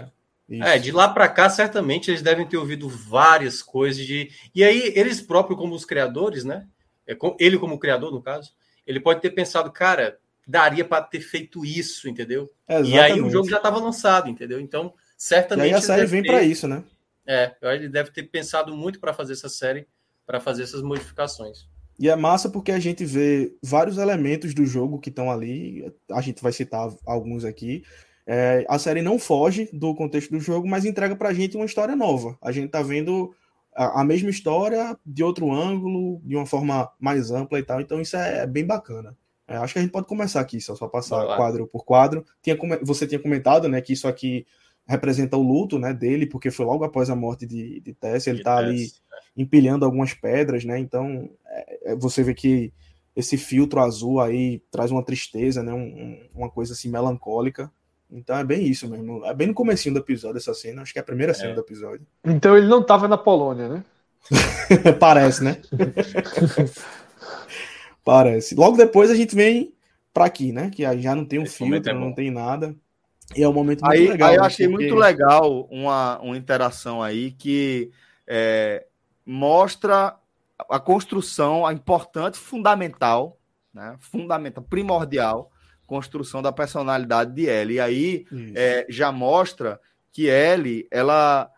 Isso. De lá para cá, certamente eles devem ter ouvido várias coisas e aí eles próprios, como os criadores, né? Ele como criador, no caso, ele pode ter pensado, cara, daria para ter feito isso, entendeu? Exatamente. E aí o jogo já estava lançado, entendeu? Então, certamente... E aí a série vem para isso, né? Ele deve ter pensado muito para fazer essa série, para fazer essas modificações. E é massa porque a gente vê vários elementos do jogo que estão ali, a gente vai citar alguns aqui. A série não foge do contexto do jogo, mas entrega pra gente uma história nova. A gente tá vendo a mesma história de outro ângulo, de uma forma mais ampla e tal, então isso é bem bacana. Acho que a gente pode começar aqui, só passar quadro por quadro. Você tinha comentado, né, que isso aqui representa o luto, né, dele, porque foi logo após a morte de Tess, ele tá ali empilhando algumas pedras, né, então você vê que esse filtro azul aí traz uma tristeza, né, uma coisa assim melancólica. Então é bem isso mesmo. É bem no comecinho do episódio essa cena. Acho que é a primeira cena do episódio. Então ele não estava na Polônia, né? Parece, né? Parece. Logo depois a gente vem pra aqui, né? Que aí já não tem um filtro, não tem nada. E é um momento muito legal. Aí eu achei muito legal uma interação aí que mostra a construção, a importante, fundamental, né? Fundamental, primordial, construção da personalidade de Ellie. E aí já mostra que Ellie, ela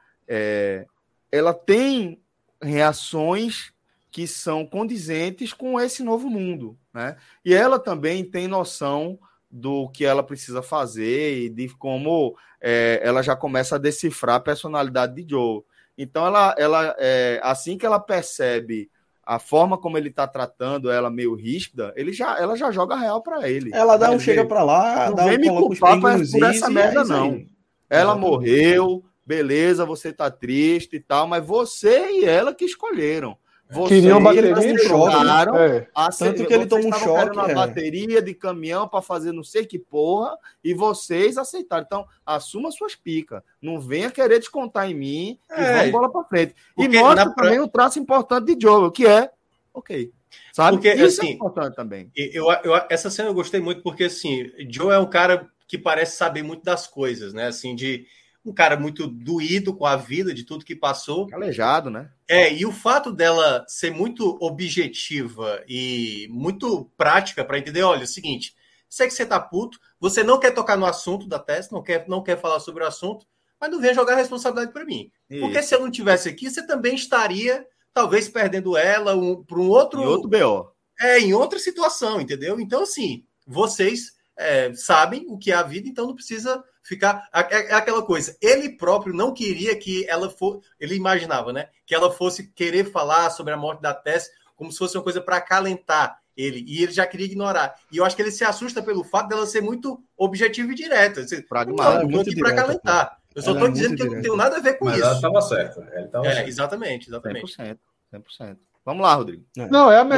tem reações que são condizentes com esse novo mundo, né? E ela também tem noção do que ela precisa fazer e de como ela já começa a decifrar a personalidade de Joe. Então, ela assim que ela percebe a forma como ele tá tratando ela meio ríspida, ela já joga real para ele. Ela dá chega para lá, não vem me culpar por essa merda, não. Ela morreu, beleza, você tá triste e tal, mas você e ela que escolheram. Queriam bater em choque. Tanto que ele tomou um choque. Uma bateria de caminhão para fazer não sei que porra, e vocês aceitaram. Então, assuma suas picas. Não venha querer descontar em mim e vamos bola para frente. E mostra também o traço importante de Joel, que é ok. Sabe? Porque, isso assim, é importante também. Essa cena eu gostei muito porque, assim, Joel é um cara que parece saber muito das coisas, né? Assim, um cara muito doído com a vida, de tudo que passou. Calejado, né? E o fato dela ser muito objetiva e muito prática para entender, olha, é o seguinte, sei que você tá puto, você não quer tocar no assunto da Tess, não quer falar sobre o assunto, mas não venha jogar a responsabilidade para mim. Isso. Porque se eu não estivesse aqui, você também estaria, talvez, perdendo ela para um outro... Em outro BO. Em outra situação, entendeu? Então, assim, vocês sabem o que é a vida, então não precisa ficar... É aquela coisa, ele próprio não queria que ela fosse... Ele imaginava, né? Que ela fosse querer falar sobre a morte da Tess como se fosse uma coisa para acalentar ele. E ele já queria ignorar. E eu acho que ele se assusta pelo fato dela ser muito objetiva e direta. Pragmática. Eu tô aqui para acalentar. Eu só estou dizendo que eu não tenho nada a ver com isso. Ela estava certa. Exatamente. 100%. Vamos lá, Rodrigo. Não, é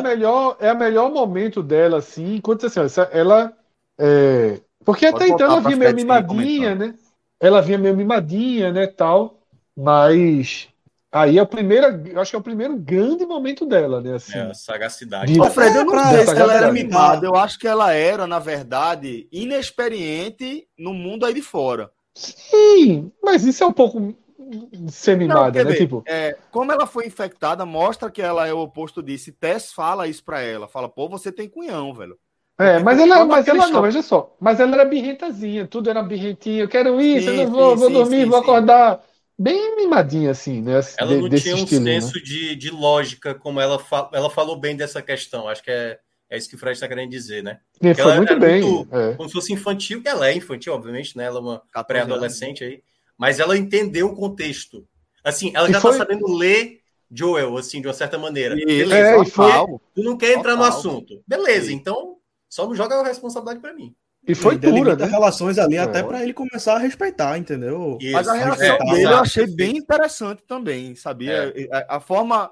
a melhor momento dela, assim, enquanto assim, ela... Porque até então ela vinha meio mimadinha, né? Ela vinha meio mimadinha, né, tal. Mas aí eu acho que é o primeiro grande momento dela, né? Assim, a sagacidade. Alfredo, eu não sei se ela era mimada. Eu acho que ela era, na verdade, inexperiente no mundo aí de fora. Sim, mas isso é um pouco ser mimada, né? Tipo... como ela foi infectada, mostra que ela é o oposto disso. E Tess fala isso pra ela. Fala, pô, você tem cunhão, velho. Mas ela não, veja só. Mas ela era birrentazinha, tudo era birrentinha. Eu quero isso, eu não vou dormir, vou acordar. Bem mimadinha, assim, né? Ela não tinha um senso de lógica, como ela falou bem dessa questão. Acho que é isso que o Fred está querendo dizer, né? E foi muito bem. Como se fosse infantil, que ela é infantil, obviamente, né? Ela é uma pré-adolescente aí. Mas ela entendeu o contexto. Assim, ela já está sabendo ler Joel, assim, de uma certa maneira. Beleza, tu não quer entrar no assunto. Beleza, então... Só não joga a responsabilidade para mim. E foi dura, né? Relações ali até para ele começar a respeitar, entendeu? Isso. Mas a reação dele eu achei bem interessante também, sabia? A forma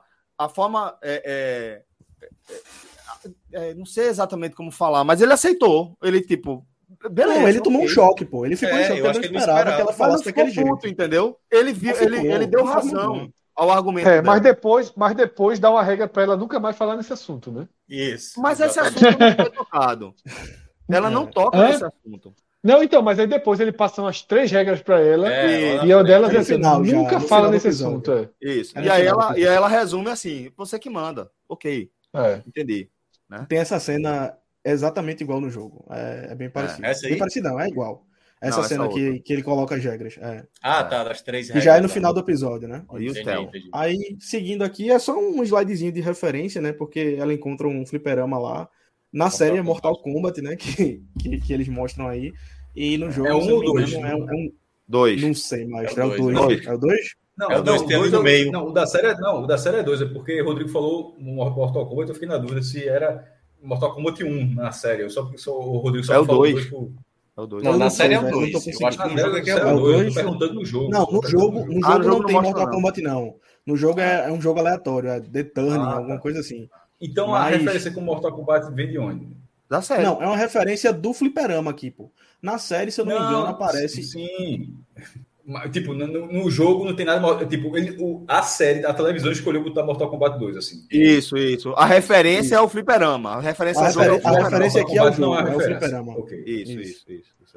não sei exatamente como falar, mas ele aceitou. Ele, tipo... Beleza, não, ele tomou um choque, pô. Ele ficou em choque, eu acho que ele não esperava que ela falasse daquele jeito. Entendeu? Ele deu razão ao argumento mas depois dá uma regra para ela nunca mais falar nesse assunto, né? Isso. Mas exatamente. Esse assunto não foi tocado. Ela não toca nesse assunto. Não, então, mas aí depois ele passa umas 3 regras para ela e uma delas é assim, nunca fala nesse assunto. Isso. E aí ela resume assim, você que manda. Ok. Entendi. Né? Tem essa cena exatamente igual no jogo. É bem parecido. Essa aí? Bem parecido não, é igual. Essa cena que ele coloca as regras. Tá, das 3 regras. Que já é no final do episódio, né? Entendi. Aí, seguindo aqui, é só um slidezinho de referência, né? Porque ela encontra um fliperama lá. Na série Mortal Kombat, né? Que eles mostram aí. E no jogo. É 1 ou 2? É um 2. Não sei, mas é o 2. É o 2? Não, é o 2 tem no meio. Não, o da série é 2, é porque o Rodrigo falou no Mortal Kombat, eu fiquei na dúvida se era Mortal Kombat 1 na série. O Rodrigo só falou 2. É o 2. Não, na série é o 2. Eu acho que no jogo é o 2. Eu tô perguntando no jogo. Não, no jogo não tem Mortal Kombat, não. No jogo é um jogo aleatório, é The Turning, alguma coisa assim. Então a referência com Mortal Kombat vem de onde? Da série. Não, é uma referência do fliperama aqui, pô. Na série, se eu não me engano, aparece. Sim. Tipo, no jogo não tem nada. Tipo, a série, a televisão escolheu botar Mortal Kombat 2, assim. Isso. A referência é o fliperama. A referência aqui é o jogo, é o fliperama. Okay. Isso.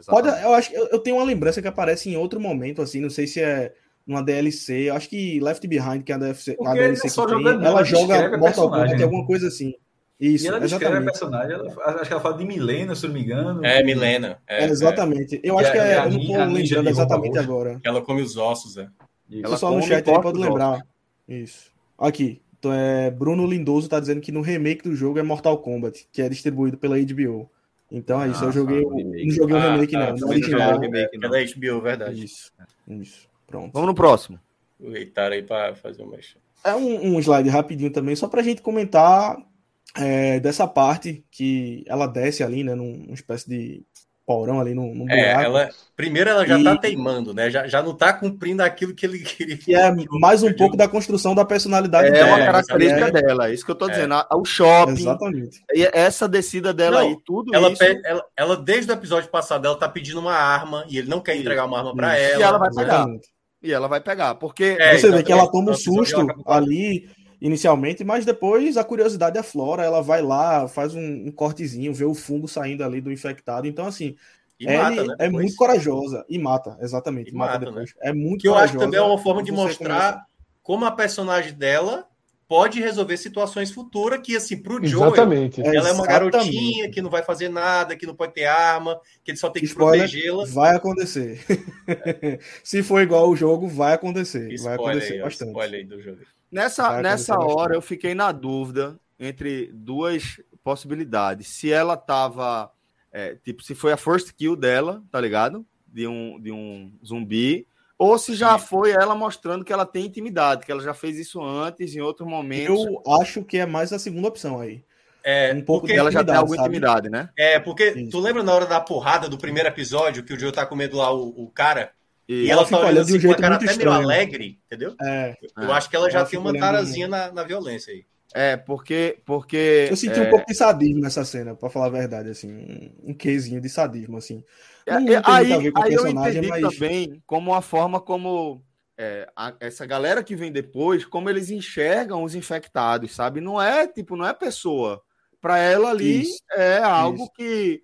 Eu tenho uma lembrança que aparece em outro momento, assim, não sei se é numa DLC. Eu acho que Left Behind, que é a DLC que tem, ela joga Mortal Kombat, alguma coisa assim. Isso, e ela descreve a personagem, acho que ela fala de Milena, se não me engano. Milena. Exatamente. Eu acho que eu não tô lembrando exatamente agora. Ela come os ossos, Ela só no chat aí pode lembrar. Isso. Aqui. Então, Bruno Lindoso tá dizendo que no remake do jogo é Mortal Kombat, que é distribuído pela HBO. Então é isso, eu joguei. Não joguei o remake, não. Não original. É da HBO, verdade. Isso. Pronto. Vamos no próximo. Aproveitar aí para fazer uma. É um slide rapidinho também, só pra gente comentar. Dessa parte que ela desce ali, né, numa espécie de porão ali num buraco. Primeiro ela já tá teimando, né? Já não tá cumprindo aquilo que ele queria. Que é mais um pouco da construção da personalidade dela. É uma característica dela, é isso que eu tô dizendo. O shopping. Exatamente. E essa descida dela aí, tudo isso. Ela, desde o episódio passado, ela tá pedindo uma arma e ele não quer entregar uma arma pra ela. E ela vai pegar. E ela vai pegar, porque... Você vê que ela toma um susto ali... inicialmente, mas depois a curiosidade aflora, ela vai lá, faz um cortezinho, vê o fungo saindo ali do infectado, então assim, mata, né, é muito corajosa, e mata, exatamente, mata depois. Né? É muito que corajosa. Eu acho que também é uma forma de mostrar como a personagem dela pode resolver situações futuras que, assim, pro Joel, ela é uma garotinha que não vai fazer nada, que não pode ter arma, que ele só tem que protegê-la. Vai acontecer. Se for igual o jogo, vai acontecer. Vai acontecer aí, bastante. Spoiler aí do jogo. Nessa hora eu fiquei na dúvida entre duas possibilidades. Se ela tava, se foi a first kill dela, tá ligado? De um zumbi, ou se já foi ela mostrando que ela tem intimidade, que ela já fez isso antes, em outros momentos. Eu acho que é mais a segunda opção aí. Um pouco porque ela já tem alguma intimidade, né? Porque tu lembra na hora da porrada do primeiro episódio, que o Joe tá com medo lá, o cara... E ela fica olhando de um jeito muito estranho. Meio alegre, entendeu? Eu acho que ela já tem uma tarazinha na violência aí. Porque... Eu senti um pouco de sadismo nessa cena, pra falar a verdade, assim. Um quesinho de sadismo, assim. Aí eu entendi também como a forma como essa galera que vem depois, como eles enxergam os infectados, sabe? Não é pessoa. Pra ela ali algo que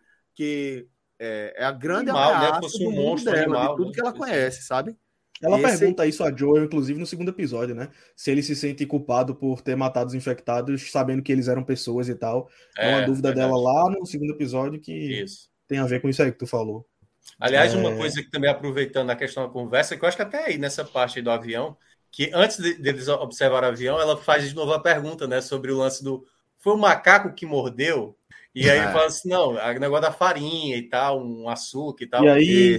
é a grande ameaça do mundo dela, de tudo que ela conhece, sabe? Ela pergunta isso a Joel, inclusive, no segundo episódio, né? Se ele se sente culpado por ter matado os infectados, sabendo que eles eram pessoas e tal. É uma dúvida dela lá no segundo episódio que tem a ver com isso aí que tu falou. Aliás, uma coisa que também, aproveitando a questão da conversa, que eu acho que até aí, nessa parte aí do avião, que antes deles observar o avião, ela faz de novo a pergunta, né? Sobre o lance do... Foi o macaco que mordeu? E aí fala assim, não, o negócio da farinha e tal, um açúcar e tal. E aí,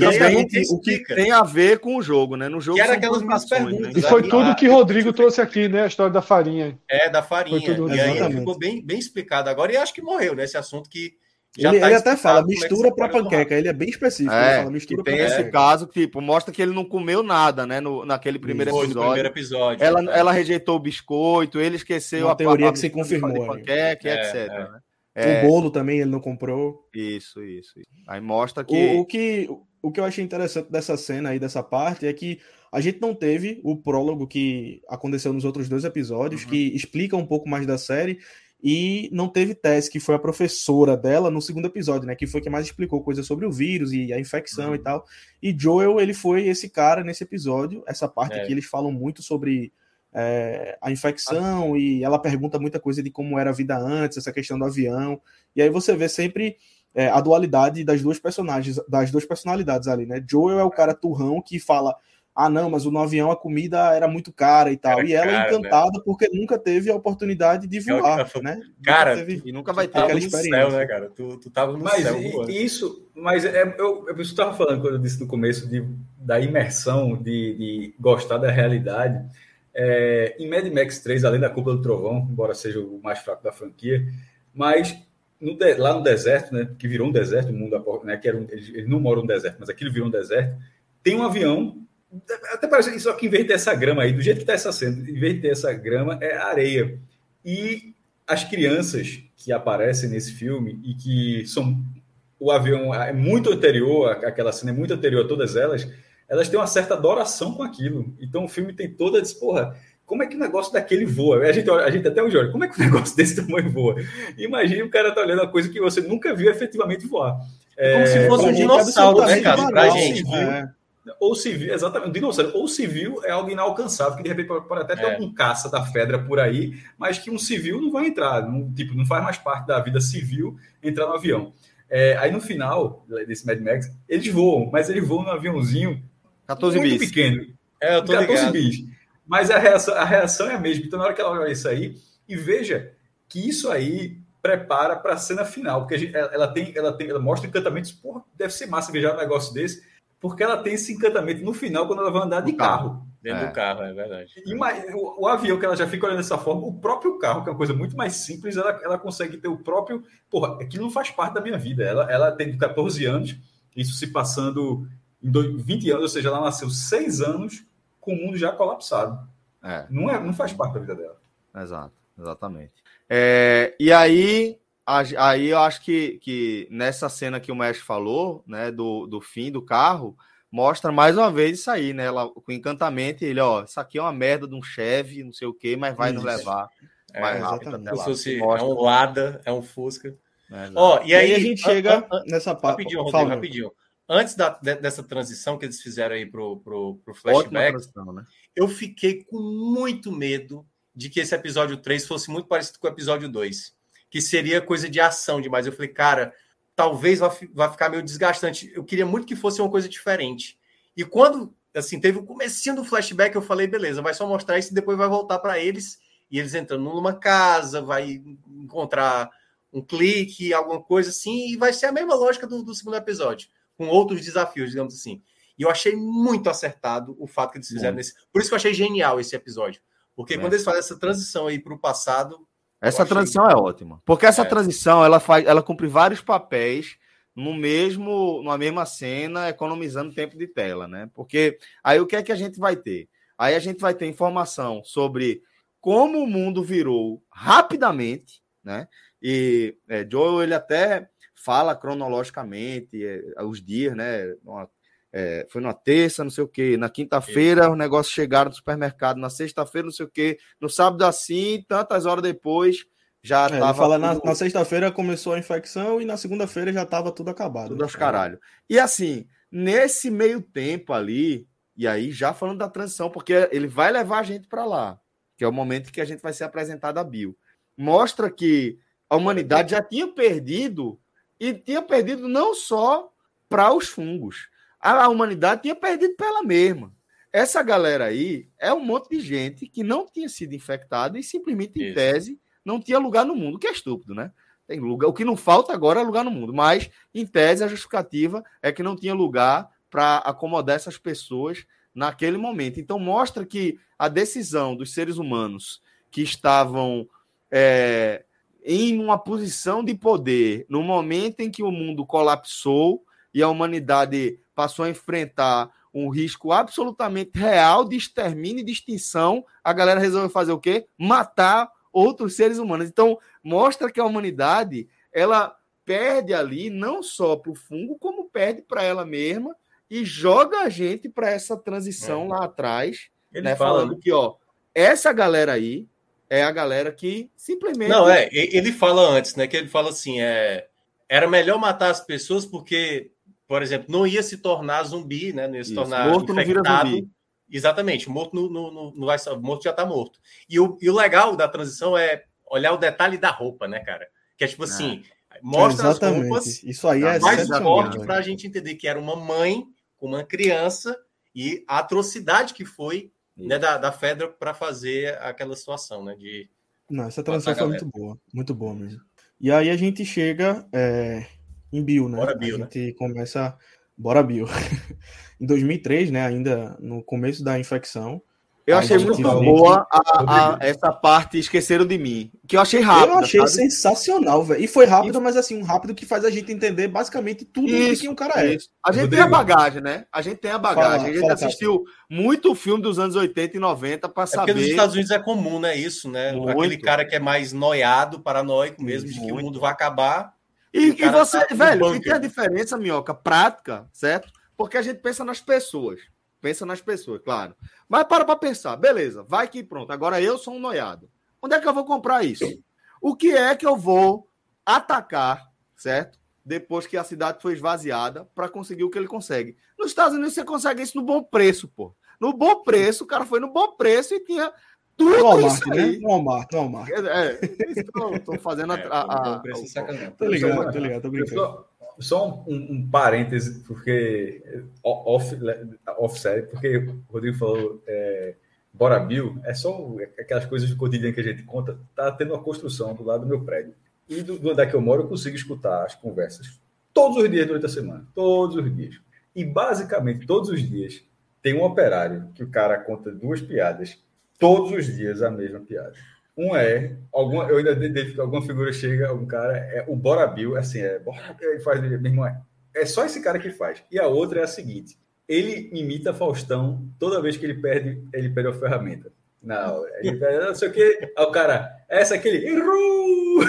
o que tem a ver com o jogo, né? No jogo que era aquelas perguntas. E foi tudo que o Rodrigo trouxe aqui, né? A história da farinha. Da farinha. E aí ficou bem explicado agora. E acho que morreu nesse assunto que ele até fala, mistura pra panqueca. Ele é bem específico. Ele fala, mistura pra panqueca. Tem esse caso, tipo, mostra que ele não comeu nada, né? Naquele primeiro episódio. Ela rejeitou o biscoito, ele esqueceu a teoria que se confirmou. De panqueca, etc. Né? O bolo também ele não comprou. Isso. Aí mostra que... O que eu achei interessante dessa cena aí, dessa parte, é que a gente não teve o prólogo que aconteceu nos outros 2 episódios, que explica um pouco mais da série, e não teve Tess, que foi a professora dela no segundo episódio, né? Que foi quem mais explicou coisas sobre o vírus e a infecção e tal. E Joel, ele foi esse cara nesse episódio, essa parte que eles falam muito sobre a infecção, e ela pergunta muita coisa de como era a vida antes, essa questão do avião. E aí você vê sempre a dualidade das duas personalidades ali, né? Joel é o cara turrão que fala: ah, não, mas no avião a comida era muito cara e tal. E ela é encantada, né? Porque nunca teve a oportunidade de voar, né? Cara, e nunca vai ter aquela experiência. Céu, né, cara? Tu tava no céu. Mas eu estava falando, quando eu disse no começo, da imersão, de gostar da realidade. Em Mad Max 3, além da Cúpula do Trovão, embora seja o mais fraco da franquia, mas lá no deserto, né, que virou um deserto, o mundo, né, que eles não moram no deserto, mas aquilo virou um deserto, tem um avião, até parece, só que em vez de ter essa grama aí, do jeito que está essa cena, em vez de ter essa grama, é areia. E as crianças que aparecem nesse filme e que são... O avião é muito anterior, aquela cena é muito anterior a todas elas têm uma certa adoração com aquilo. Então o filme tem toda essa, porra, como é que o negócio daquele voa? A gente até hoje olha, como é que o negócio desse tamanho voa? Imagina o cara tá olhando uma coisa que você nunca viu efetivamente voar. Como se fosse um dinossauro, né, cara? Pra gente. Ou civil, exatamente, um dinossauro. Ou civil é algo inalcançável, que de repente pode até ter algum caça da Fedra por aí, mas que um civil não vai entrar, não faz mais parte da vida civil entrar no avião. Aí no final desse Mad Max, eles voam, mas eles voam num aviãozinho 14 muito bis. pequeno. Eu tô 14 ligado. Bis. Mas a reação é a mesma. Então, na hora que ela olha isso aí, e veja que isso aí prepara para a cena final, porque ela mostra encantamentos. Porra, deve ser massa viajar um negócio desse, porque ela tem esse encantamento no final quando ela vai andar de carro. Dentro do carro, é verdade. E o avião, que ela já fica olhando dessa forma, o próprio carro, que é uma coisa muito mais simples, ela consegue ter o próprio... Porra, aquilo não faz parte da minha vida. Ela tem 14 anos, isso se passando em 20 anos, ou seja, ela nasceu 6 anos com o mundo já colapsado. Não faz parte da vida dela. Exatamente. E aí eu acho que nessa cena que o mestre falou, né, do fim do carro, mostra mais uma vez isso aí, né? Ela, com encantamento, ele, isso aqui é uma merda de um Chevy, não sei o quê, mas vai nos levar mais rápido até lá. É um Lada, é um Fusca. E aí a gente chega nessa parte. Rapidinho, Rodrigo, rapidinho. Antes dessa transição que eles fizeram aí pro flashback, né? Eu fiquei com muito medo de que esse episódio 3 fosse muito parecido com o episódio 2, que seria coisa de ação demais. Eu falei, cara, talvez vai ficar meio desgastante. Eu queria muito que fosse uma coisa diferente. E quando, assim, teve o comecinho do flashback, eu falei, beleza, vai só mostrar isso e depois vai voltar para eles, e eles entrando numa casa, vai encontrar um clique, alguma coisa assim, e vai ser a mesma lógica do segundo episódio, com outros desafios, digamos assim. E eu achei muito acertado o fato que eles fizeram nesse... Por isso que eu achei genial esse episódio. Porque quando eles fazem essa transição aí para o passado... Essa transição é ótima. Porque essa transição, ela cumpre vários papéis numa mesma cena, economizando tempo de tela, né? Porque aí o que é que a gente vai ter? Aí a gente vai ter informação sobre como o mundo virou rapidamente, né? E Joel, ele até fala cronologicamente os dias, né? Foi na terça, não sei o quê. Na quinta-feira, os negócios chegaram no supermercado. Na sexta-feira, não sei o quê. No sábado, assim, tantas horas depois, já estava... Ele fala, na sexta-feira começou a infecção e na segunda-feira já estava tudo acabado. Tudo aos caralho. E assim, nesse meio tempo ali, e aí já falando da transição, porque ele vai levar a gente para lá, que é o momento que a gente vai ser apresentado a Bill. Mostra que a humanidade já tinha perdido, e tinha perdido não só para os fungos, a humanidade tinha perdido para ela mesma. Essa galera aí é um monte de gente que não tinha sido infectada e simplesmente, em tese, não tinha lugar no mundo, que é estúpido, né? Tem lugar, o que não falta agora é lugar no mundo, mas, em tese, a justificativa é que não tinha lugar para acomodar essas pessoas naquele momento. Então, mostra que a decisão dos seres humanos que estavam em uma posição de poder, no momento em que o mundo colapsou e a humanidade passou a enfrentar um risco absolutamente real de extermínio e de extinção, a galera resolveu fazer o quê? Matar outros seres humanos. Então, mostra que a humanidade, ela perde ali não só para o fungo, como perde para ela mesma e joga a gente para essa transição lá atrás, né, falando que, essa galera aí é a galera que simplesmente... Não, ele fala antes, né? Que ele fala assim, era melhor matar as pessoas porque, por exemplo, não ia se tornar zumbi, né? Não ia se tornar morto infectado. Não vira zumbi. Exatamente, morto não vai, morto já tá morto. E o legal da transição é olhar o detalhe da roupa, né, cara? Que é tipo assim, mostra as roupas. Isso aí é mais forte para a gente entender que era uma mãe com uma criança e a atrocidade que foi, né, da Fedra para fazer aquela situação, né? Não, essa transição foi muito boa mesmo. E aí a gente chega em Bill, né? Bora Bill, a gente começa... Bora Bill. Em 2003, né? Ainda no começo da infecção. Eu achei muito boa essa parte Esqueceram de Mim. Que eu achei rápido. Eu achei sensacional, velho. E foi rápido, mas assim, um rápido que faz a gente entender basicamente tudo de quem o cara é. A gente tem a bagagem, né? A gente tem a bagagem. A gente assistiu muito filme dos anos 80 e 90 para saber. Porque nos Estados Unidos é comum, né? Isso, né? Muito. Aquele cara que é mais noiado, paranoico mesmo, de que o mundo vai acabar. E você, velho, e tem a diferença, Minhoca, prática, certo? Porque a gente pensa nas pessoas. Pensa nas pessoas, claro. Mas para pensar. Beleza, vai que pronto. Agora eu sou um noiado. Onde é que eu vou comprar isso? O que é que eu vou atacar, certo? Depois que a cidade foi esvaziada para conseguir o que ele consegue. Nos Estados Unidos você consegue isso no bom preço, pô. No bom preço, o cara foi no bom preço e tinha tudo isso aí. No Walmart. Estou fazendo bom preço sacanagem. Tô ligado, tô brincando. Só um parêntese, porque off-série, porque o Rodrigo falou Bora Bill, é só aquelas coisas do cotidiano que a gente conta, tá tendo uma construção do lado do meu prédio. E do andar que eu moro, eu consigo escutar as conversas todos os dias durante a semana. Todos os dias. E basicamente, todos os dias, tem um operário que o cara conta 2 piadas, todos os dias a mesma piada. Eu ainda identifico, alguma figura chega, um cara, o Bora Bill, assim, ele faz, meu irmão, é só esse cara que faz. E a outra é a seguinte, ele imita Faustão toda vez que ele perde a ferramenta. Não, ele perde, não sei o que, aí o cara, essa aqui, ele errou!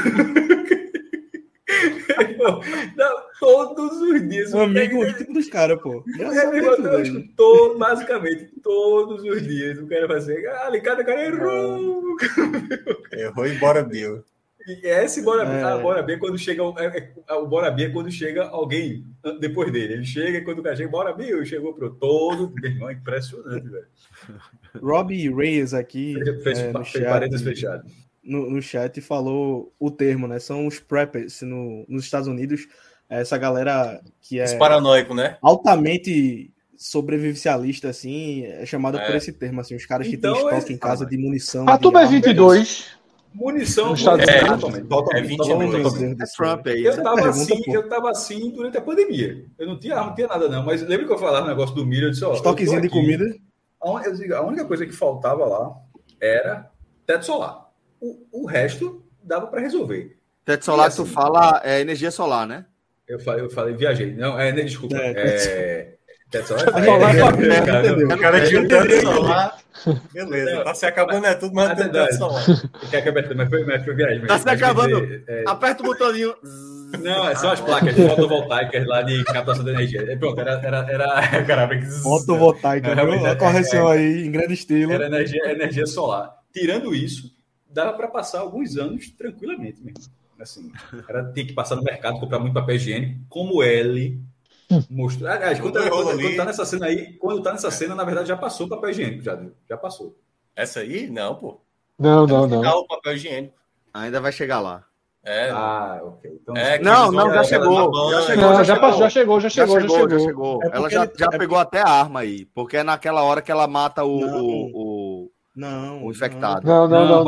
Não, todos os dias. Um amigo íntimo dos caras, pô. Basicamente, todos os dias. O cara vai ser, cada cara errou. Errou e Bora Bill. E esse Bora Bill, quando chega o Bora Bill, quando chega alguém depois dele. Ele chega e quando o cara chega, Bora Bill, chegou pro todo. Meu irmão, é impressionante, velho. Robbie Reyes aqui. Fez paredes fechadas. No chat falou o termo, né? São os preppers nos Estados Unidos. Essa galera que é... Os paranoicos, né? Altamente sobrevivencialista, assim, é chamada por esse termo, assim. Os caras que têm estoque em casa de munição. A turma é 22. Munição. É 22. É Trump aí. Eu tava assim durante a pandemia. Eu não tinha arma, não tinha nada, não. Mas lembra que eu falava o negócio do milho? Eu disse, estoquezinho de comida. A única coisa que faltava lá era teto solar. O resto dava para resolver. Teto solar, assim, tu fala energia solar, né? Eu falei, viajei. Não, desculpa. Teto solar. O cara tinha teto solar. Beleza, tá se acabando tudo, mas tem teto solar. Mas foi viagem. Tá se acabando. Aperta o botãozinho. Não, são as placas fotovoltaicas lá de captação de energia. Pronto, era caramba. Fotovoltaica, a correção aí, em grande estilo. Era energia solar. Tirando isso, dava para passar alguns anos tranquilamente mesmo. Assim, tinha que passar no mercado, comprar muito papel higiênico, como ele mostrou. Aliás, quando tá nessa cena aí, na verdade, já passou o papel higiênico, já passou. Essa aí? Não, pô. Não. O papel higiênico. Ainda vai chegar lá. Ok. Então, já chegou. Já chegou. Ela já pegou até a arma aí, porque é naquela hora que ela mata o infectado. Não.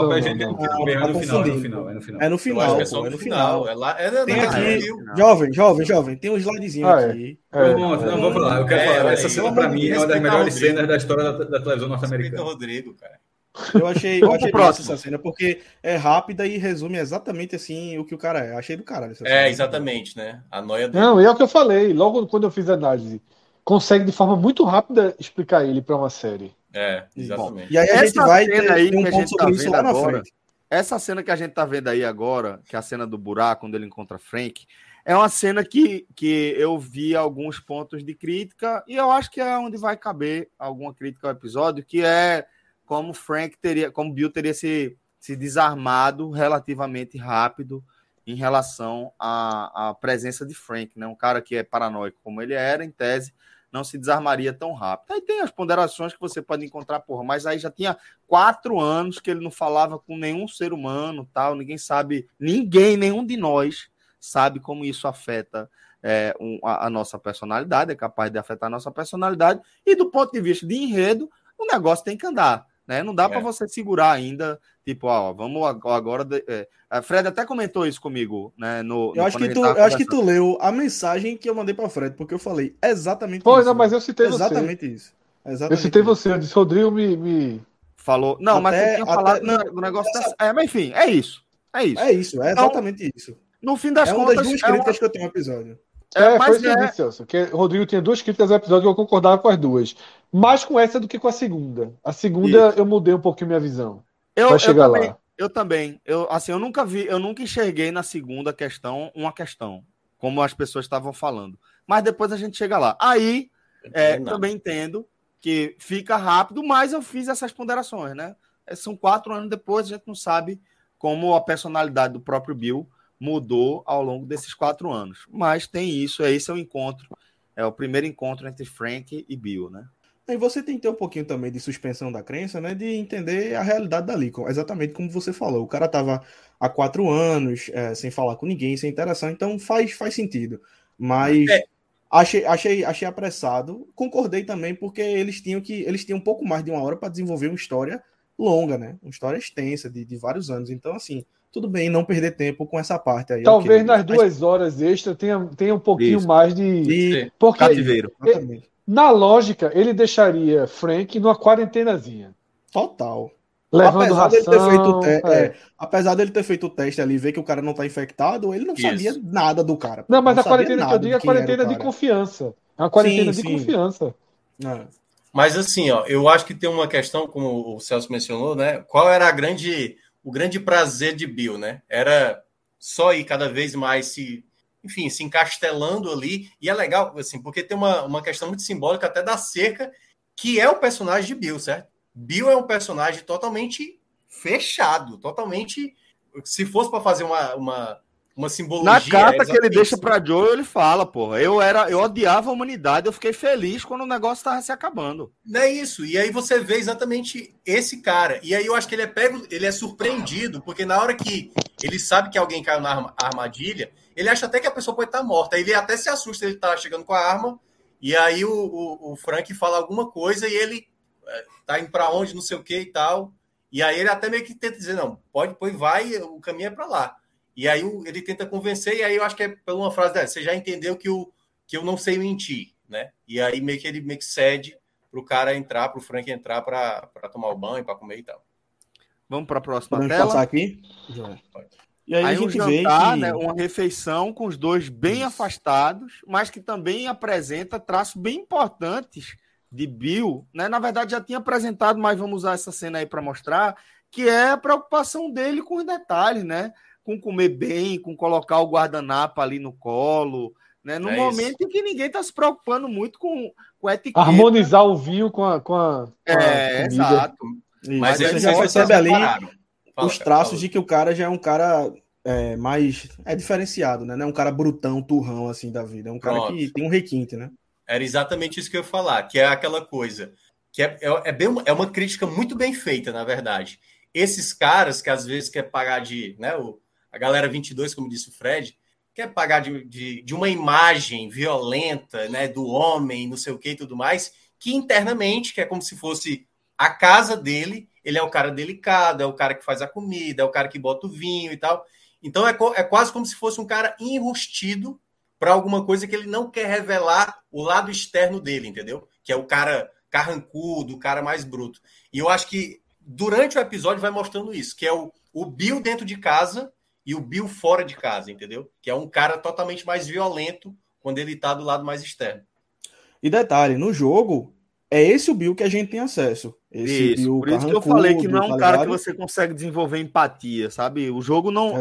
É no final. É no final. Tem aqui, jovem, tem um slidezinho aqui. Não, vou falar. Eu quero falar. Essa cena, pra mim, é uma das melhores cenas da história da televisão norte-americana. Rodrigo, cara. Eu achei massa essa cena, porque é rápida e resume exatamente assim o que o cara é. Achei do caralho essa cena. Exatamente, né? A noia dele. Não, e é o que eu falei, logo quando eu fiz a análise. Consegue de forma muito rápida explicar ele para uma série. Exatamente. Bom, e aí a gente vai ter um ponto sobre isso lá na frente. Essa cena que a gente tá vendo aí agora, que é a cena do buraco, quando ele encontra Frank, é uma cena que eu vi alguns pontos de crítica, e eu acho que é onde vai caber alguma crítica ao episódio, que é como Bill teria se se desarmado relativamente rápido em relação à presença de Frank, né? Um cara que é paranoico como ele era, em tese, não se desarmaria tão rápido. Aí tem as ponderações que você pode encontrar, porra, mas aí já tinha 4 anos que ele não falava com nenhum ser humano, tal, ninguém sabe, nenhum de nós sabe como isso afeta a nossa personalidade, é capaz de afetar a nossa personalidade, e do ponto de vista de enredo, o negócio tem que andar, né? Não dá para você segurar ainda, tipo, vamos agora... A Fred até comentou isso comigo, né? Eu acho que tu leu a mensagem que eu mandei para Fred, porque eu falei exatamente isso. Pois, mas eu citei exatamente você. Isso. Eu citei você, eu disse, Rodrigo me... Falou... Não, mas você tinha falado do negócio mas enfim, é isso. É exatamente isso. No fim das contas... É uma das 2 críticas que eu tenho no episódio. Foi isso que eu disse, Celso, que o Rodrigo tinha 2 críticas ao episódio que eu concordava com as 2. Mais com essa do que com a segunda. A segunda eu mudei um pouquinho minha visão. Vai chegar lá. Eu também. Eu nunca enxerguei na segunda questão uma questão, como as pessoas estavam falando. Mas depois a gente chega lá. Aí, também entendo que fica rápido, mas eu fiz essas ponderações, né? São 4 anos depois, a gente não sabe como a personalidade do próprio Bill mudou ao longo desses 4 anos. Mas tem isso, esse é o encontro. É o primeiro encontro entre Frank e Bill, né? E você tem que ter um pouquinho também de suspensão da crença, né? De entender a realidade dali, exatamente como você falou. O cara tava há 4 anos sem falar com ninguém, sem interação, então faz sentido. Mas achei apressado. Concordei também, porque eles tinham um pouco mais de 1 hora para desenvolver uma história longa, né? Uma história extensa, de vários anos. Então, assim, tudo bem não perder tempo com essa parte aí. Talvez nas 2 horas extras tenha um pouquinho mais de cativeiro. Na lógica, ele deixaria Frank numa quarentenazinha. Total. Levando ração. Apesar dele ter feito o teste ali e ver que o cara não tá infectado, ele não sabia nada do cara. Não, mas a quarentena que eu digo é a quarentena de confiança. É uma quarentena de confiança. Mas assim, eu acho que tem uma questão, como o Celso mencionou, né? Qual era o grande prazer de Bill, né? Era só ir cada vez mais se encastelando ali. E é legal, assim, porque tem uma questão muito simbólica até da cerca, que é o personagem de Bill, certo? Bill é um personagem totalmente fechado, totalmente... Se fosse para fazer uma simbologia... Na carta que ele deixa para Joe, ele fala, porra, eu odiava a humanidade, eu fiquei feliz quando o negócio estava se acabando. Não é isso. E aí você vê exatamente esse cara. E aí eu acho que ele é surpreendido, porque na hora que ele sabe que alguém caiu na armadilha, ele acha até que a pessoa pode estar morta. Ele até se assusta, ele tá chegando com a arma, e aí o Frank fala alguma coisa e ele tá indo para onde, não sei o que e tal. E aí ele até meio que tenta dizer, não, vai, o caminho é para lá. E aí ele tenta convencer, e aí eu acho que é por uma frase dessa, você já entendeu que eu não sei mentir, né? E aí ele meio que cede pro cara entrar, pro Frank entrar para tomar o banho, para comer e tal. Vamos para a próxima tela. Podemos passar aqui? E aí a gente vê que... né, uma refeição com os dois bem afastados, mas que também apresenta traços bem importantes de Bill, né? Na verdade já tinha apresentado, mas vamos usar essa cena aí para mostrar, que é a preocupação dele com os detalhes, né? Com comer bem, com colocar o guardanapo ali no colo, né? No momento em que ninguém está se preocupando muito com etiqueta. Harmonizar o vinho com a comida. Exato. Mas você já percebe ali os traços de que o cara já é um cara mais diferenciado, né? Não é um cara brutão, turrão assim da vida. É um cara que tem um requinte, né? Era exatamente isso que eu ia falar, que é aquela coisa, que é uma crítica muito bem feita, na verdade. Esses caras que às vezes quer pagar de, né, a galera 22, como disse o Fred, quer pagar de uma imagem violenta, né, do homem, não sei o que e tudo mais, que internamente, que é como se fosse a casa dele, ele é o cara delicado, é o cara que faz a comida, é o cara que bota o vinho e tal. Então é quase como se fosse um cara enrustido para alguma coisa que ele não quer revelar o lado externo dele, entendeu? Que é o cara carrancudo, o cara mais bruto. E eu acho que durante o episódio vai mostrando isso, que é o Bill dentro de casa e o Bill fora de casa, entendeu? Que é um cara totalmente mais violento quando ele tá do lado mais externo. E detalhe, no jogo, é esse o Bill que a gente tem acesso. Esse Bill por isso que eu falei que não é um cara que você consegue desenvolver empatia, sabe? O jogo não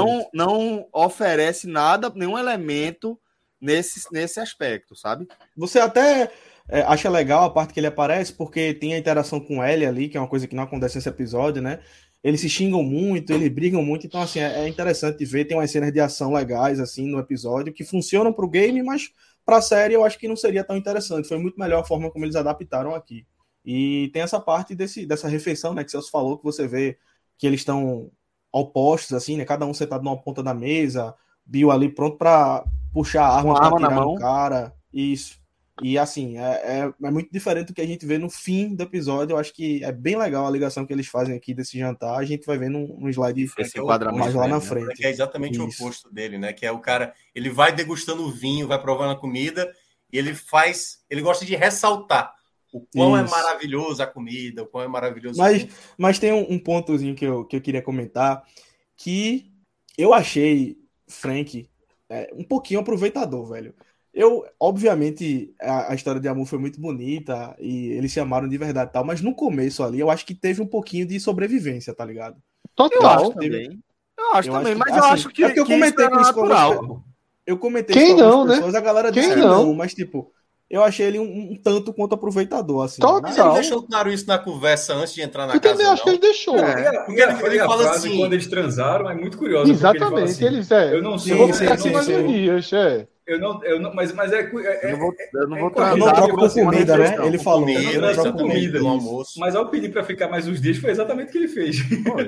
oferece nada, nenhum elemento nesse aspecto, sabe? Você até acha legal a parte que ele aparece, porque tem a interação com Ellie ali, que é uma coisa que não acontece nesse episódio, né? eles se xingam muito, eles brigam muito, então assim, é interessante ver, tem umas cenas de ação legais assim no episódio, que funcionam pro game, mas pra série eu acho que não seria tão interessante, foi muito melhor a forma como eles adaptaram aqui. E tem essa parte dessa refeição, né, que o Celso falou, que você vê que eles estão opostos, assim, né, cada um sentado numa ponta da mesa, Bill ali pronto pra puxar a arma pra tirar no cara, isso. E assim, é muito diferente do que a gente vê no fim do episódio. Eu acho que é bem legal a ligação que eles fazem aqui desse jantar. A gente vai ver num slide mais lá na frente. Que é exatamente o oposto dele, né? Que é o cara, ele vai degustando o vinho, vai provando a comida, e ele gosta de ressaltar o quão é maravilhoso a comida, o quão é maravilhoso mas tem um pontozinho que eu queria comentar, que eu achei Frank um pouquinho aproveitador, velho. Obviamente, a história de amor foi muito bonita e eles se amaram de verdade e tal, mas no começo ali, eu acho que teve um pouquinho de sobrevivência, tá ligado? Total. Eu acho também, mas eu acho que... É porque eu comentei com isso com algumas... Eu comentei com algumas pessoas, a galera disse que não, mas tipo... Eu achei ele um tanto quanto aproveitador, assim. Mas ele deixou claro isso na conversa antes de entrar na casa. Eu também acho que ele deixou. Porque ele fala assim... Quando eles transaram, é muito curioso. Exatamente. Eles eu não sei. Eu vou ficar aqui mais dias, Eu não, mas eu não vou troco por comida, né? Ele falou. Eu não troco comida no almoço. Mas ao pedir para ficar mais uns dias, foi exatamente o que ele fez.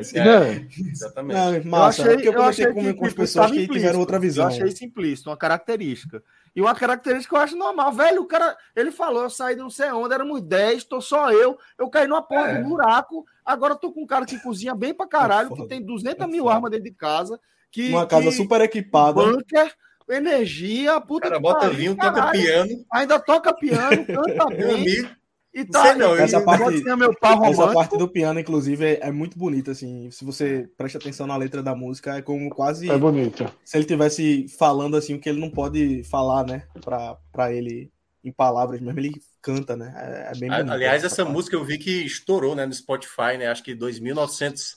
Exatamente. Massa. Eu comecei com as pessoas que tiveram outra visão. Eu achei isso implícito, uma característica. E uma característica que eu acho normal. Velho, o cara, ele falou, eu saí de não sei onde, éramos 10, tô só eu caí numa porta de buraco, agora tô com um cara que cozinha bem pra caralho, que tem 200 mil armas dentro de casa. Uma casa super equipada. Bunker, energia, puta que bota pariu, vinho, caralho, toca piano. Ainda toca piano, canta bem. E tá, não, essa parte do piano, inclusive, é muito bonita, assim. Se você presta atenção na letra da música, é como quase... É bonito. Se ele estivesse falando, assim, o que ele não pode falar, né? Pra ele, em palavras mesmo, ele canta, né? É bem bonito. Aliás, essa música eu vi que estourou, né? No Spotify, né? Acho que 2.900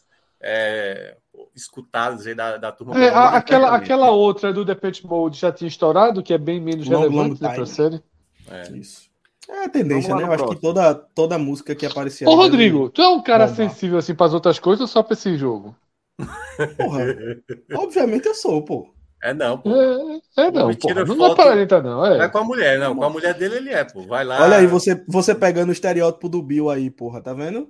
escutados aí da turma. Aquela outra do Depeche Mode já tinha estourado, que é bem menos relevante pra série. Isso. É a tendência, né? Eu acho que toda música que aparecia... Ô, Rodrigo, tu é um cara sensível assim para as outras coisas ou só para esse jogo? Porra, obviamente eu sou, pô. Não, pô. Não, pô. Não é parenta, não. Vai com a mulher, não. Com a mulher dele ele é, pô. Vai lá. Olha aí, você pegando o estereótipo do Bill aí, porra, tá vendo?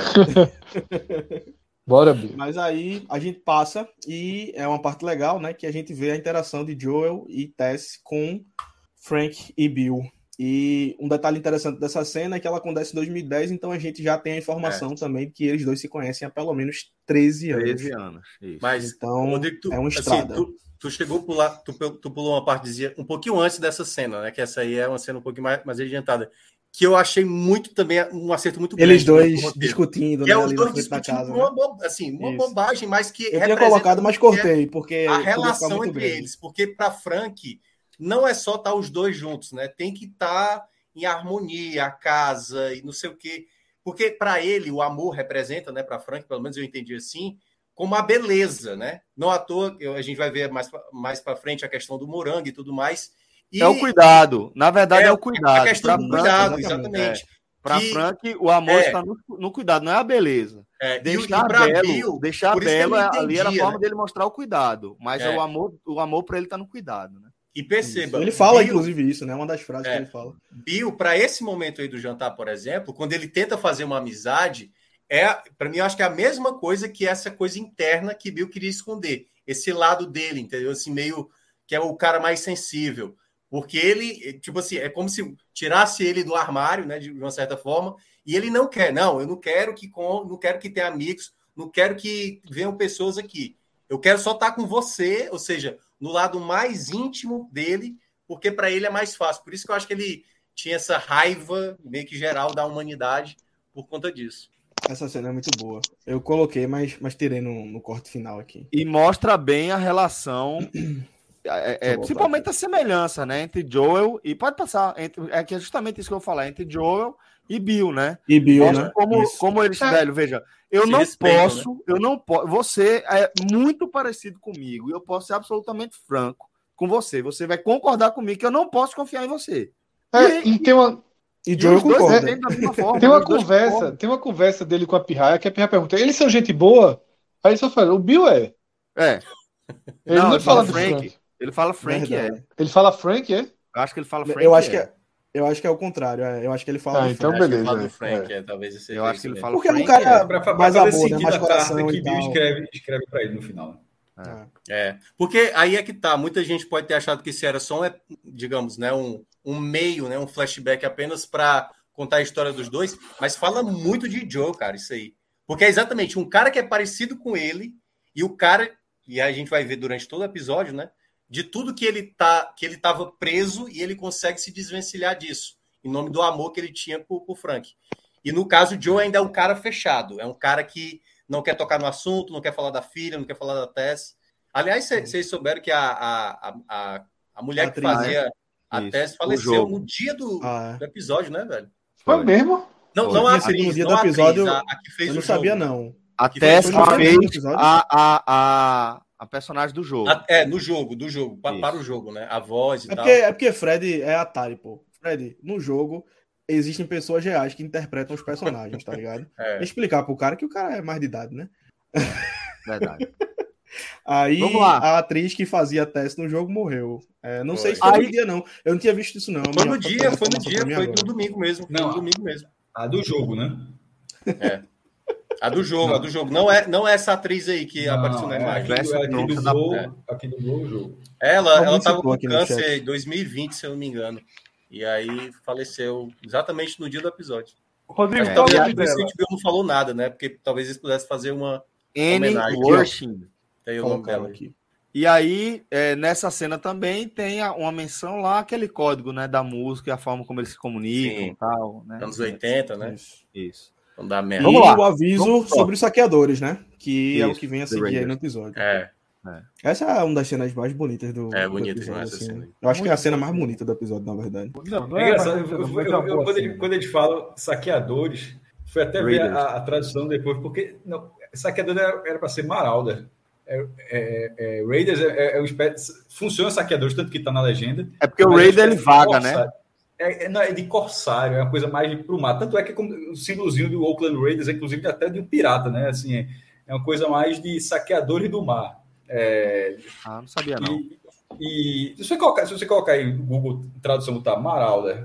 Bora, Bill. Mas aí a gente passa e é uma parte legal, né? Que a gente vê a interação de Joel e Tess com Frank e Bill. E um detalhe interessante dessa cena é que ela acontece em 2010, então a gente já tem a informação também de que eles dois se conhecem há pelo menos 13 anos. 13 anos, isso. Mas, então, é uma estrada. Assim, tu chegou por lá, tu pulou uma parte, dizia, um pouquinho antes dessa cena, né? Que essa aí é uma cena um pouquinho mais adiantada. Que eu achei muito também um acerto muito grande. Eles dois discutindo, né? Os dois discutindo casa, uma bobagem, mas que eu tinha colocado, mas cortei, porque a relação entre eles. Porque para Frank... não é só estar os dois juntos, né? Tem que estar em harmonia, a casa e não sei o quê. Porque para ele o amor representa, né? Para Frank, pelo menos eu entendi assim, como a beleza, né? Não à toa, a gente vai ver mais para frente a questão do morango e tudo mais. E é o cuidado. Na verdade, é o cuidado. A questão do cuidado, exatamente. Para Frank, o amor está no cuidado, não é a beleza. Deixar belo ali era a forma dele mostrar o cuidado. Mas o amor para ele está no cuidado, né? E perceba... Isso. Ele fala, Bill, inclusive, isso, né? Uma das frases que ele fala. Bill, para esse momento aí do jantar, por exemplo, quando ele tenta fazer uma amizade, para mim, eu acho que é a mesma coisa que essa coisa interna que Bill queria esconder. Esse lado dele, entendeu? Assim, meio que é o cara mais sensível. Porque ele, tipo assim, é como se tirasse ele do armário, né? De uma certa forma, e ele não quer. Não, eu não quero que tenha amigos, não quero que venham pessoas aqui. Eu quero só estar com você, ou seja... no lado mais íntimo dele, porque para ele é mais fácil. Por isso que eu acho que ele tinha essa raiva meio que geral da humanidade por conta disso. Essa cena é muito boa. Eu coloquei, mas tirei no corte final aqui. E mostra bem a relação, principalmente a semelhança, né, entre Joel e pode passar, que é justamente isso que eu vou falar, entre Joel e Bill, né? E Bill, né? Como eles, velho, veja, eu não posso, você é muito parecido comigo e eu posso ser absolutamente franco com você. Você vai concordar comigo que eu não posso confiar em você. E Joe concorda. Tem uma conversa dele com a Pirraia, que a Pirraia pergunta, eles são gente boa? Aí ele só fala, o Bill é. Ele não fala do Frank. Ele fala Frank, Ele fala Frank, é? Eu acho que ele fala Frank. Eu acho que é o contrário. Eu acho que ele fala do então Frank. Beleza. Fala do Frank, talvez esse eu acho que ele fala porque Frank. Porque o cara mais amor, né? Mais coração que Bill escreve pra ele no final. Porque aí é que tá. Muita gente pode ter achado que isso era só digamos, né, um meio, né, um flashback apenas para contar a história dos dois, mas fala muito de Joe, cara, isso aí. Porque é exatamente um cara que é parecido com ele e o cara, e aí a gente vai ver durante todo o episódio, né, de tudo que ele tava preso e ele consegue se desvencilhar disso, em nome do amor que ele tinha por Frank. E no caso, o Joe ainda é um cara fechado, é um cara que não quer tocar no assunto, não quer falar da filha, não quer falar da Tess. Aliás, vocês souberam que a mulher que fazia a Tess faleceu no dia do episódio, né, velho? Foi mesmo? Não a atriz, no dia do episódio, a que fez eu não o sabia, jogo. não. A Tess fez a personagem do jogo. No jogo, para o jogo, né? A voz e tal. É porque Fred é Atari, pô. Fred, no jogo, existem pessoas reais que interpretam os personagens, tá ligado? Explicar pro cara que o cara é mais de idade, né? Verdade. Aí a atriz que fazia Tess no jogo morreu. Não sei se foi no dia, não. Eu não tinha visto isso, não. Foi no dia, foi no domingo mesmo. No domingo mesmo. A do jogo, né? A do jogo. Não é essa atriz aí que apareceu na imagem. Aqui do jogo. Ela tava com câncer em 2020, se eu não me engano. E aí faleceu exatamente no dia do episódio. Rodrigo, talvez o HBO não falou nada, né? Porque talvez eles pudessem fazer uma homenagem. Tem o nome dela aqui. E aí, nessa cena também tem uma menção lá, aquele código, né, da música e a forma como eles se comunicam e tal. Né? Anos 80, né? Isso. Não dá merda. E o aviso sobre os saqueadores, né? Que é o que vem a seguir aí no episódio. Essa é uma das cenas mais bonitas do bonita episódio. Essa cena. Eu acho que é a cena mais bonita do episódio, na verdade. Quando eles falam saqueadores, foi até ver a tradução depois, porque saqueador era para ser Marauder. Raiders é um espécie. Funciona saqueadores, tanto que está na legenda. É porque o Raider ele vaga, né? É de corsário, é uma coisa mais pro mar. Tanto é que o símbolozinho do Oakland Raiders é inclusive até de um pirata, né? Assim, é uma coisa mais de saqueadores do mar. Não sabia não. E se você colocar aí no Google tradução, botar Marauder,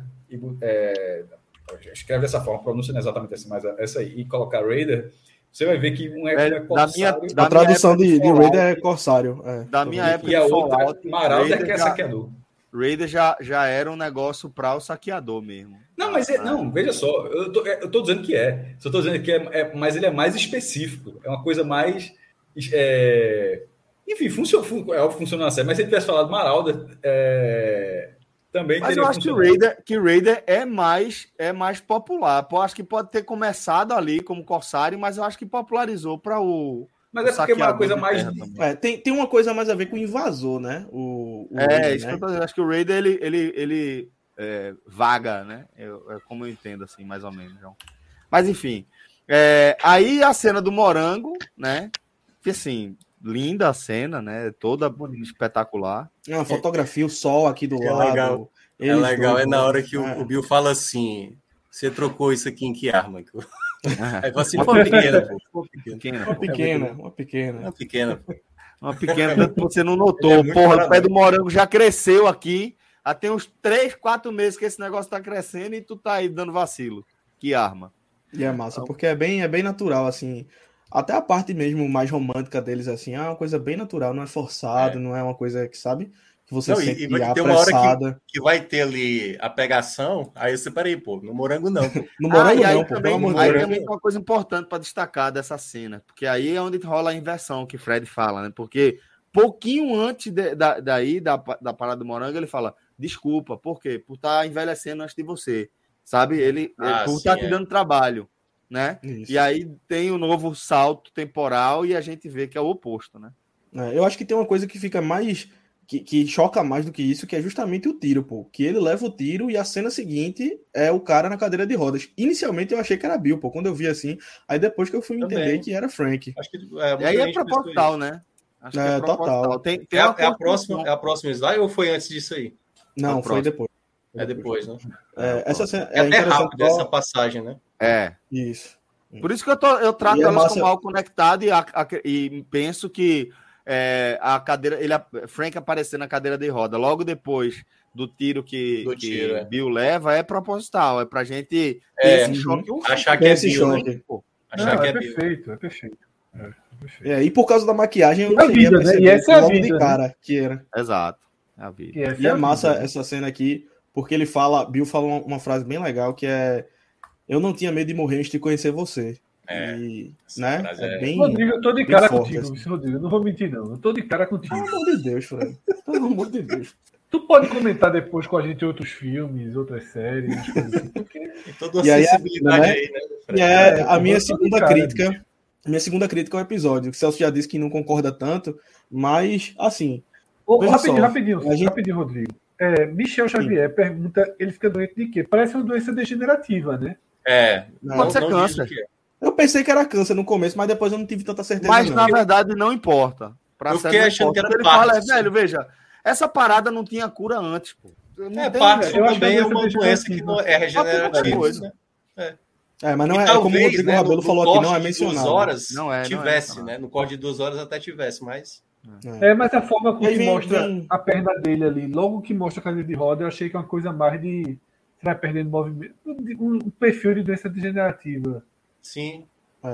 escreve dessa forma, pronúncia não é exatamente assim, mas essa aí, e colocar Raider, você vai ver que um é corsário. A tradução de Raider é corsário. Da minha época, e a outra, Marauder, que é saqueador. Raider já era um negócio para o saqueador mesmo. Não, mas veja só, eu tô dizendo que é. Só tô dizendo que mas ele é mais específico. É uma coisa mais. Enfim, funciona na série. Mas se ele tivesse falado Marauder, também mas teria eu acho que Raider é mais popular. Eu acho que pode ter começado ali como corsário, mas eu acho que popularizou para o. Mas porque é uma coisa mais. Tem uma coisa mais a ver com o invasor, né? Raider, isso que eu tô dizendo. Acho que o Raider ele vaga, né? Como eu entendo, assim, mais ou menos. Então. Mas enfim. Aí a cena do morango, né? Que assim, linda a cena, né? Toda espetacular. A fotografia, o sol aqui do lado. Legal. Legal, na hora que o Bill fala assim: você trocou isso aqui em que arma? Aí fala assim, uma pequena. Tanto que você não notou. Porra, o pé do morango já cresceu aqui. Há tem uns 3-4 meses que esse negócio tá crescendo e tu tá aí dando vacilo. Que arma. E é massa, porque é bem natural, assim. Até a parte mesmo mais romântica deles, assim, é uma coisa bem natural, não é forçado, não é uma coisa que, sabe, que você sente e vai ter uma hora que vai ter ali a pegação, aí você, peraí, pô, no morango não. Pô. No morango não, pô, pelo amor de Deus. Aí também tem uma coisa importante para destacar dessa cena, porque aí é onde rola a inversão que Fred fala, né, porque pouquinho antes da parada do morango, ele fala, desculpa, por quê? Por estar envelhecendo antes de você, sabe, por estar te dando trabalho. Né? Isso. E aí tem o novo salto temporal e a gente vê que é o oposto, né? Eu acho que tem uma coisa que fica mais que choca mais do que isso, que é justamente o tiro, pô. Que ele leva o tiro e a cena seguinte é o cara na cadeira de rodas. Inicialmente eu achei que era Bill, pô, quando eu vi assim, aí depois que eu fui entender que era Frank. Acho que e aí é proposital, né? Acho que é total. É a próxima slide ou foi antes disso aí? Não, foi depois. É depois, né? Essa cena é até rápido essa passagem, né? Isso. Por isso que eu trato elas como mal conectado e penso que a cadeira, Frank aparecer na cadeira de roda logo depois do tiro que Bill leva é proposital, é pra gente ter esse choque. Achar que é Bill, né? Achar que é perfeito, é perfeito. E por causa da maquiagem, eu não queria perceber logo de cara que era. Exato. É a vida. E é massa essa cena aqui, porque Bill fala uma frase bem legal que é: eu não tinha medo de morrer antes de conhecer você. Né? Bem, Rodrigo, eu tô de cara forte, contigo, assim. Rodrigo, eu não vou mentir, não. Eu tô de cara contigo. Pelo amor de Deus, Fred. Pelo amor de Deus. Tu pode comentar depois com a gente outros filmes, outras séries, coisas assim, porque... E aí, né? A minha segunda crítica. Minha segunda crítica ao episódio, que o Celso já disse que não concorda tanto, mas, assim... Rapidinho, Rodrigo. Michel Xavier pergunta, ele fica doente de quê? Parece uma doença degenerativa, né? Pode ser câncer. Eu pensei que era câncer no começo, mas depois eu não tive tanta certeza. Mas, na verdade, não importa. Eu fiquei achando que era ele fala, velho, veja, essa parada não tinha cura antes, pô. Parkinson também é uma doença que não é regenerativa. Mas não é como o Rodrigo Rabelo falou aqui, não é mencionado. 2 horas não tivesse, né? No corte de 2 horas até tivesse, mas... Mas a forma como mostra a perna dele ali, logo que mostra a cadeira de roda, eu achei que é uma coisa mais de... Você vai perdendo movimento. Um perfil de doença degenerativa. Sim.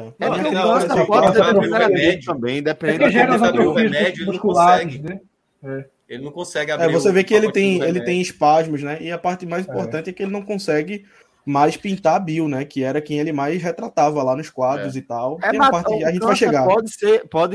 Pode ter remédio também, dependendo do remédio, ele não consegue. Né? Ele não consegue abrir. Você vê que ele tem espasmos, né? E a parte mais importante é que ele não consegue mais pintar a Bill, né? Que era quem ele mais retratava lá nos quadros e tal. A gente vai chegar. Pode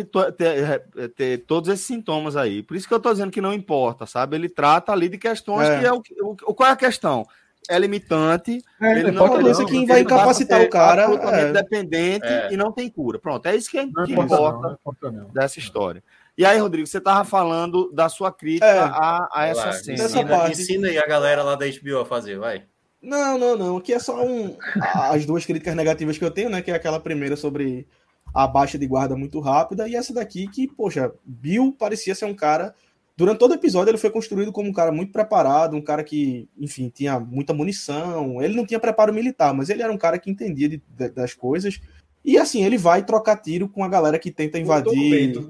ter todos esses sintomas aí. Por isso que eu tô dizendo que não importa, sabe? Ele trata ali de questões que qual é a questão? É limitante. Ele não quem vai incapacitar o cara dependente e não tem cura. Pronto, é isso que importa dessa história. E aí, Rodrigo, você estava falando da sua crítica a essa cena. Ensina aí a galera lá da HBO a fazer, vai. Não. Aqui é só as duas críticas negativas que eu tenho, né? Que é aquela primeira sobre a baixa de guarda muito rápida e essa daqui que, poxa, Bill parecia ser um cara... Durante todo o episódio ele foi construído como um cara muito preparado, um cara que, enfim, tinha muita munição. Ele não tinha preparo militar, mas ele era um cara que entendia das coisas. E assim, ele vai trocar tiro com a galera que tenta invadir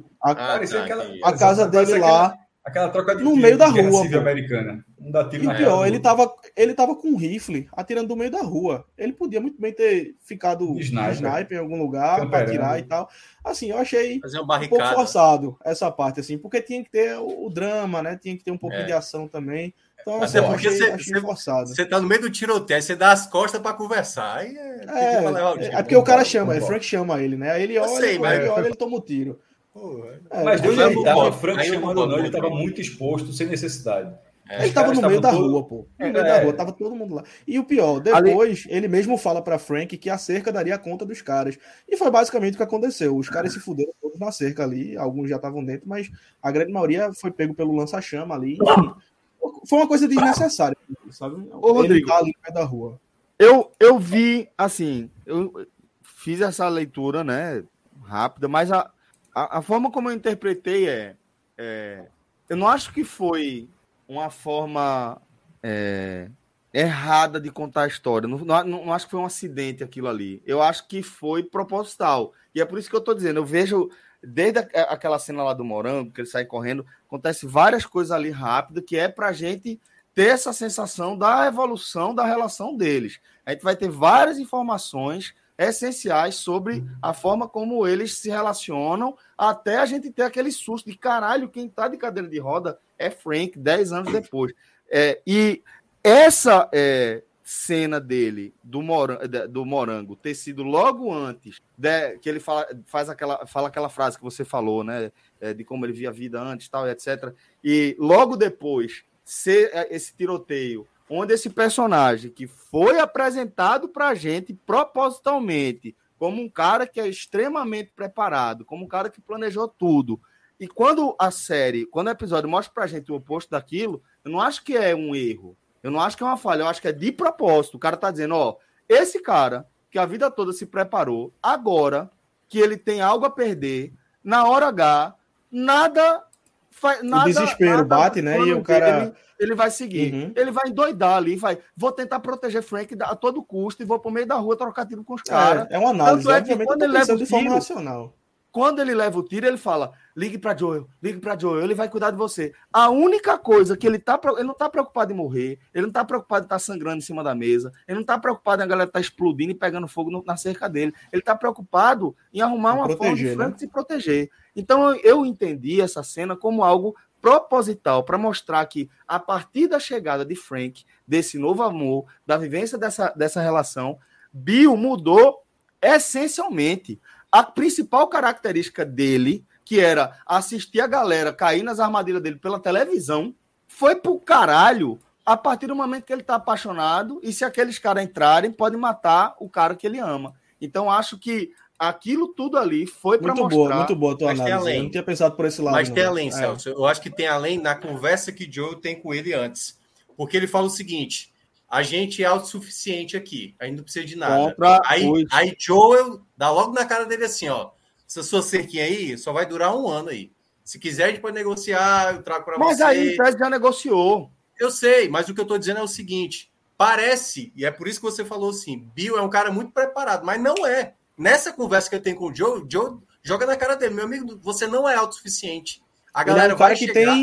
a casa dele lá. Aquela troca de no meio da rua. Americana. E pior, ele tava com um rifle atirando no meio da rua. Ele podia muito bem ter ficado de sniper em algum lugar para atirar e tal. Assim, eu achei um pouco forçado essa parte, assim, porque tinha que ter o drama, né? Tinha que ter um pouquinho de ação também. Então, até porque achei forçado. Você tá no meio do tiroteio, você dá as costas para conversar. Aí é porque o cara chama, Frank chama ele, né? Aí ele olha, ele toma o tiro. Mas Deus ele tava, Frank chamando ou não, ele estava muito exposto, sem necessidade. Ele estava no meio da rua, pô. No meio da rua, tava todo mundo lá. E o pior, depois ele mesmo fala pra Frank que a cerca daria conta dos caras. E foi basicamente o que aconteceu. Os caras se fuderam todos na cerca ali, alguns já estavam dentro, mas a grande maioria foi pego pelo lança-chama ali. Enfim, foi uma coisa desnecessária, sabe? Rodrigo, tá ali no meio da rua. Eu vi, assim, eu fiz essa leitura, né, rápida, mas a forma como eu interpretei eu não acho que foi uma forma errada de contar a história. Não acho que foi um acidente aquilo ali. Eu acho que foi proposital. E é por isso que eu estou dizendo. Eu vejo, desde aquela cena lá do Morango, que ele sai correndo, acontece várias coisas ali rápido, que é para a gente ter essa sensação da evolução da relação deles. A gente vai ter várias informações essenciais sobre a forma como eles se relacionam, até a gente ter aquele susto de caralho, quem tá de cadeira de roda é Frank, 10 anos depois. E essa cena dele, do Morango, ter sido logo antes, que ele fala aquela frase que você falou, né, de como ele via a vida antes, tal, etc. E logo depois, ser esse tiroteio, onde esse personagem que foi apresentado para a gente propositalmente como um cara que é extremamente preparado, como um cara que planejou tudo. E quando o episódio mostra para a gente o oposto daquilo, eu não acho que é um erro, eu não acho que é uma falha, eu acho que é de propósito. O cara tá dizendo, esse cara que a vida toda se preparou, agora que ele tem algo a perder, na hora H, nada nada, o desespero bate, né? E o cara... Ele vai seguir. Ele vai endoidar ali, vou tentar proteger Frank a todo custo e vou pro meio da rua trocar tiro com os caras. É uma análise, tanto é que quando ele leva o tiro, forma racional. Quando ele leva o tiro, ele fala, ligue pra Joel, ele vai cuidar de você. A única coisa que ele não tá preocupado em morrer, ele não tá preocupado em estar sangrando em cima da mesa, ele não tá preocupado em a galera estar explodindo e pegando fogo na cerca dele. Ele tá preocupado em arrumar uma forma de Frank se proteger. Então eu entendi essa cena como algo proposital, para mostrar que, a partir da chegada de Frank, desse novo amor, da vivência dessa relação, Bill mudou essencialmente. A principal característica dele, que era assistir a galera cair nas armadilhas dele pela televisão, foi pro caralho a partir do momento que ele tá apaixonado, e se aqueles caras entrarem, pode matar o cara que ele ama. Então, acho que aquilo tudo ali foi para mostrar... Muito boa a tua análise. Eu não tinha pensado por esse lado. Mas tem além, Celso. Eu acho que tem além na conversa que Joe tem com ele antes. Porque ele fala o seguinte, a gente é autossuficiente aqui, a gente não precisa de nada. Aí Joel dá logo na cara dele assim, ó, essa sua cerquinha aí só vai durar 1 ano aí. Se quiser, a gente pode negociar, eu trago para você. Mas aí o Pérez já negociou. Eu sei, mas o que eu tô dizendo é o seguinte, parece, e é por isso que você falou assim, Bill é um cara muito preparado, mas não é. Nessa conversa que eu tenho com o Joe joga na cara dele, meu amigo, você não é autossuficiente. A galera vai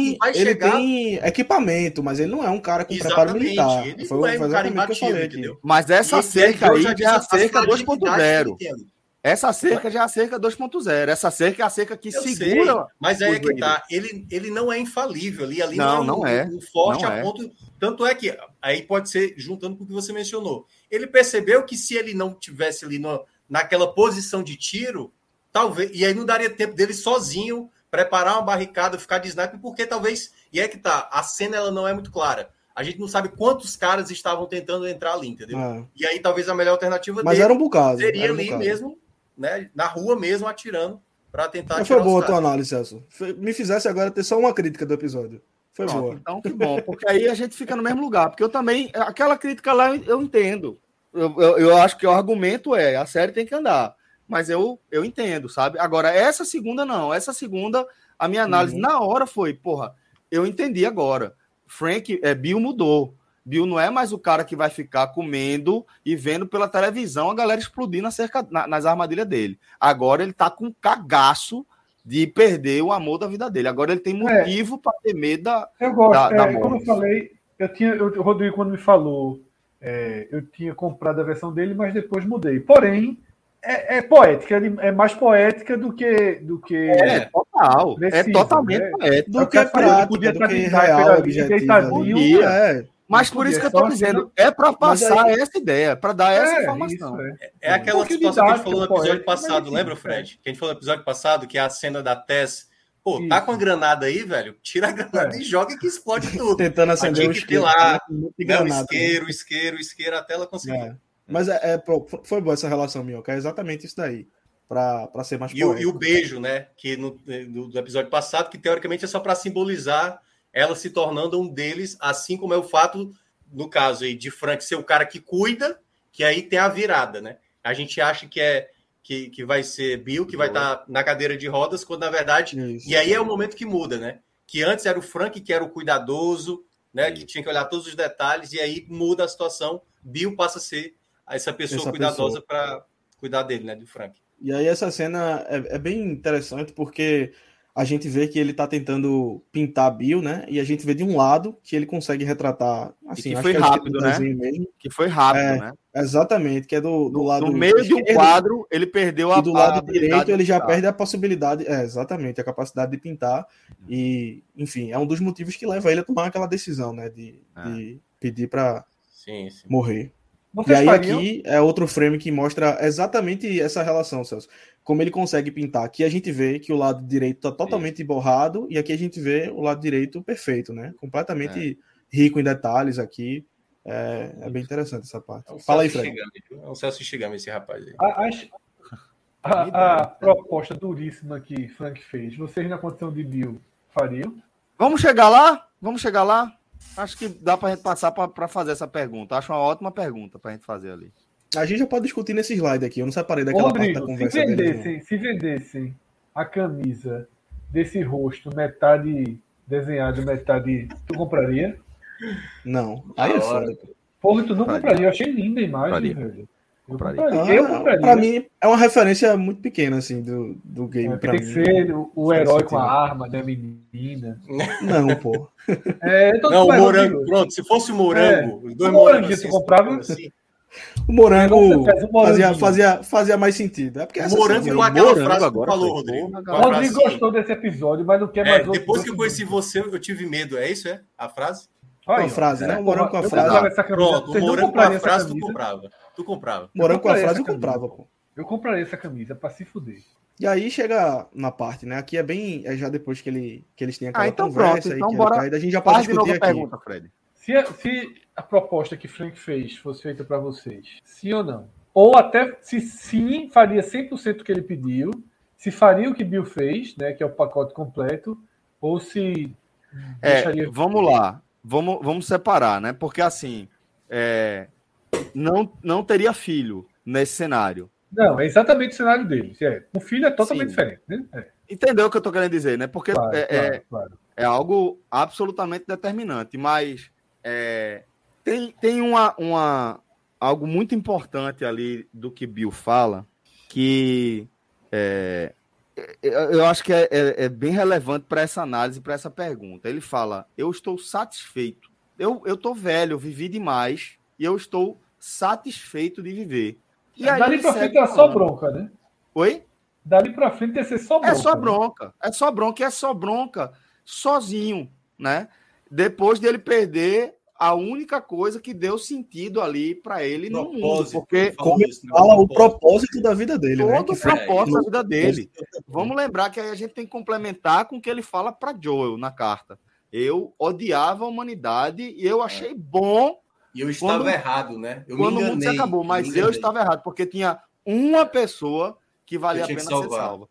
tem equipamento, mas ele não é um cara com preparo militar. Ele não é um cara imbatível, entendeu? Mas essa cerca aí já é a cerca 2.0. Essa cerca já é a cerca 2.0. Essa cerca é a cerca que segura. Sei, mas aí é que tá. Ele não é infalível ali. Não é um forte a ponto. Tanto é que aí pode ser juntando com o que você mencionou. Ele percebeu que se ele não tivesse ali naquela posição de tiro, talvez, e aí não daria tempo dele sozinho preparar uma barricada, ficar de sniper, porque talvez, e é que tá, a cena ela não é muito clara. A gente não sabe quantos caras estavam tentando entrar ali, entendeu? E aí talvez a melhor alternativa era um bocado, seria ali mesmo, né, na rua mesmo, atirando para tentar atirar. Foi boa a tua análise, Celso. Me fizesse agora ter só uma crítica do episódio. Foi boa. Então que bom, porque aí a gente fica no mesmo lugar, porque eu também, aquela crítica lá eu entendo. Eu acho que o argumento a série tem que andar. Mas eu entendo, sabe? Agora, essa segunda não. Essa segunda, a minha análise na hora foi, eu entendi agora. Bill mudou. Bill não é mais o cara que vai ficar comendo e vendo pela televisão a galera explodindo nas armadilhas dele. Agora ele tá com cagaço de perder o amor da vida dele. Agora ele tem motivo para ter medo da morte. Como eu falei, o Rodrigo, quando me falou, eu tinha comprado a versão dele, mas depois mudei. Porém, é poética, é mais poética do que total. Preciso, totalmente poética. Do que prática, do que real, objetivo. Mas por isso que eu estou dizendo, para passar essa ideia, para dar essa informação. É aquela situação que a gente falou no episódio passado, lembra, Fred? Que a gente falou no episódio passado, que é a cena da Tess. Pô, tá com a granada aí, velho? Tira a granada e joga que explode tudo. Tentando acender o isqueiro. Isqueiro, até ela conseguir. Mas foi boa essa relação, Minhoca. É exatamente isso daí. Pra ser mais poético. E o beijo, né? Que do episódio passado, que teoricamente é só para simbolizar ela se tornando um deles, assim como é o fato, no caso aí, de Frank ser o cara que cuida, que aí tem a virada, né? A gente acha que vai ser Bill, que vai estar na cadeira de rodas, quando na verdade... Isso. E aí é o momento que muda, né? Que antes era o Frank que era o cuidadoso, né? Que tinha que olhar todos os detalhes, e aí muda a situação. Bill passa a ser essa pessoa cuidadosa para cuidar dele, né? Do Frank. E aí essa cena é bem interessante, porque a gente vê que ele tá tentando pintar Bill, né? E a gente vê de um lado que ele consegue retratar, assim, que foi rápido, né? Mesmo. Que foi rápido, né? Exatamente, que é do lado... No meio de um quadro, ele perdeu a... E do lado direito, ele já perde a possibilidade... exatamente, a capacidade de pintar. E, enfim, é um dos motivos que leva ele a tomar aquela decisão, né? De pedir para morrer. E aí aqui é outro frame que mostra exatamente essa relação, Celso. Como ele consegue pintar. Aqui a gente vê que o lado direito está totalmente borrado e aqui a gente vê o lado direito perfeito, né? Completamente rico em detalhes aqui. É bem interessante essa parte. Fala aí, Fred. É um Celso Shigami esse rapaz aí. A proposta duríssima que Frank fez, vocês na condição de Bill fariam? Vamos chegar lá? Acho que dá para a gente passar para fazer essa pergunta. Acho uma ótima pergunta para a gente fazer ali. A gente já pode discutir nesse slide aqui. Eu não separei daquela parte da conversa. Se vendessem a camisa desse rosto, metade desenhado metade, tu compraria? Não. Aí é foda. Porra, tu não compraria. Eu achei linda a imagem, velho. Eu compraria. Pra mim, é uma referência muito pequena, assim, do game. Tem que ser o herói com a arma, né, menina. Não, pô. Não, o morango, pronto. Se fosse o morango, os dois morangos assim, tu comprava assim. O morango fazia mais sentido. É porque o morango com aquela frase que tu falou, Rodrigo. O Rodrigo gostou desse episódio, mas não quer mais outro. Depois que eu conheci você, eu tive medo. É isso, é? A frase? Com a frase, né? O morango com a frase. Pronto, o morango com a frase tu comprava. Morango com a frase eu comprava, pô. Eu compraria essa camisa pra se fuder. E aí chega na parte, né? Aqui é já depois que eles têm aquela então conversa. Pronto, então bora. A gente já pode discutir aqui. Pergunta, Fred. Se a proposta que Frank fez fosse feita para vocês, sim ou não? Ou até se sim, faria 100% o que ele pediu, se faria o que Bill fez, né, que é o pacote completo, ou se deixaria... Vamos lá, vamos separar, né? Porque assim, não teria filho nesse cenário. Não, é exatamente o cenário dele. O filho é totalmente diferente, né? Entendeu o que eu tô querendo dizer, né? Porque claro. É algo absolutamente determinante, mas tem algo muito importante ali do que Bill fala, que eu acho que é bem relevante para essa análise, para essa pergunta. Ele fala, eu estou satisfeito. Eu estou velho, eu vivi demais, e eu estou satisfeito de viver. E aí dali pra frente é só bronca, né? Oi? Dali pra frente ia ser só bronca. É só bronca. Né? É só bronca sozinho, né? Depois dele perder a única coisa que deu sentido ali para ele no mundo. Porque, como ele fala, o propósito da vida dele, né? Todo o propósito da vida dele. Vamos lembrar que aí a gente tem que complementar com o que ele fala para Joel na carta. Eu odiava a humanidade e eu achei bom. E eu estava errado, né? Quando o mundo se acabou, mas eu estava errado, porque tinha uma pessoa que valia a pena ser salva.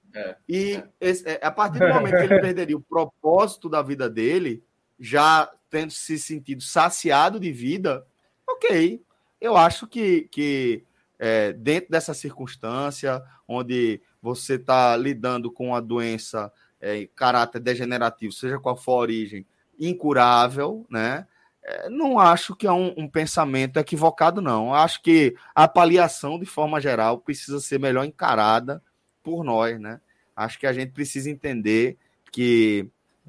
A partir do momento que ele perderia o propósito da vida dele, já tendo se sentido saciado de vida, ok. Eu acho que dentro dessa circunstância, onde você está lidando com uma doença caráter degenerativo, seja qual for a origem, incurável, né? Não acho que é um pensamento equivocado, não. Acho que a paliação, de forma geral, precisa ser melhor encarada por nós, né? Acho que a gente precisa entender que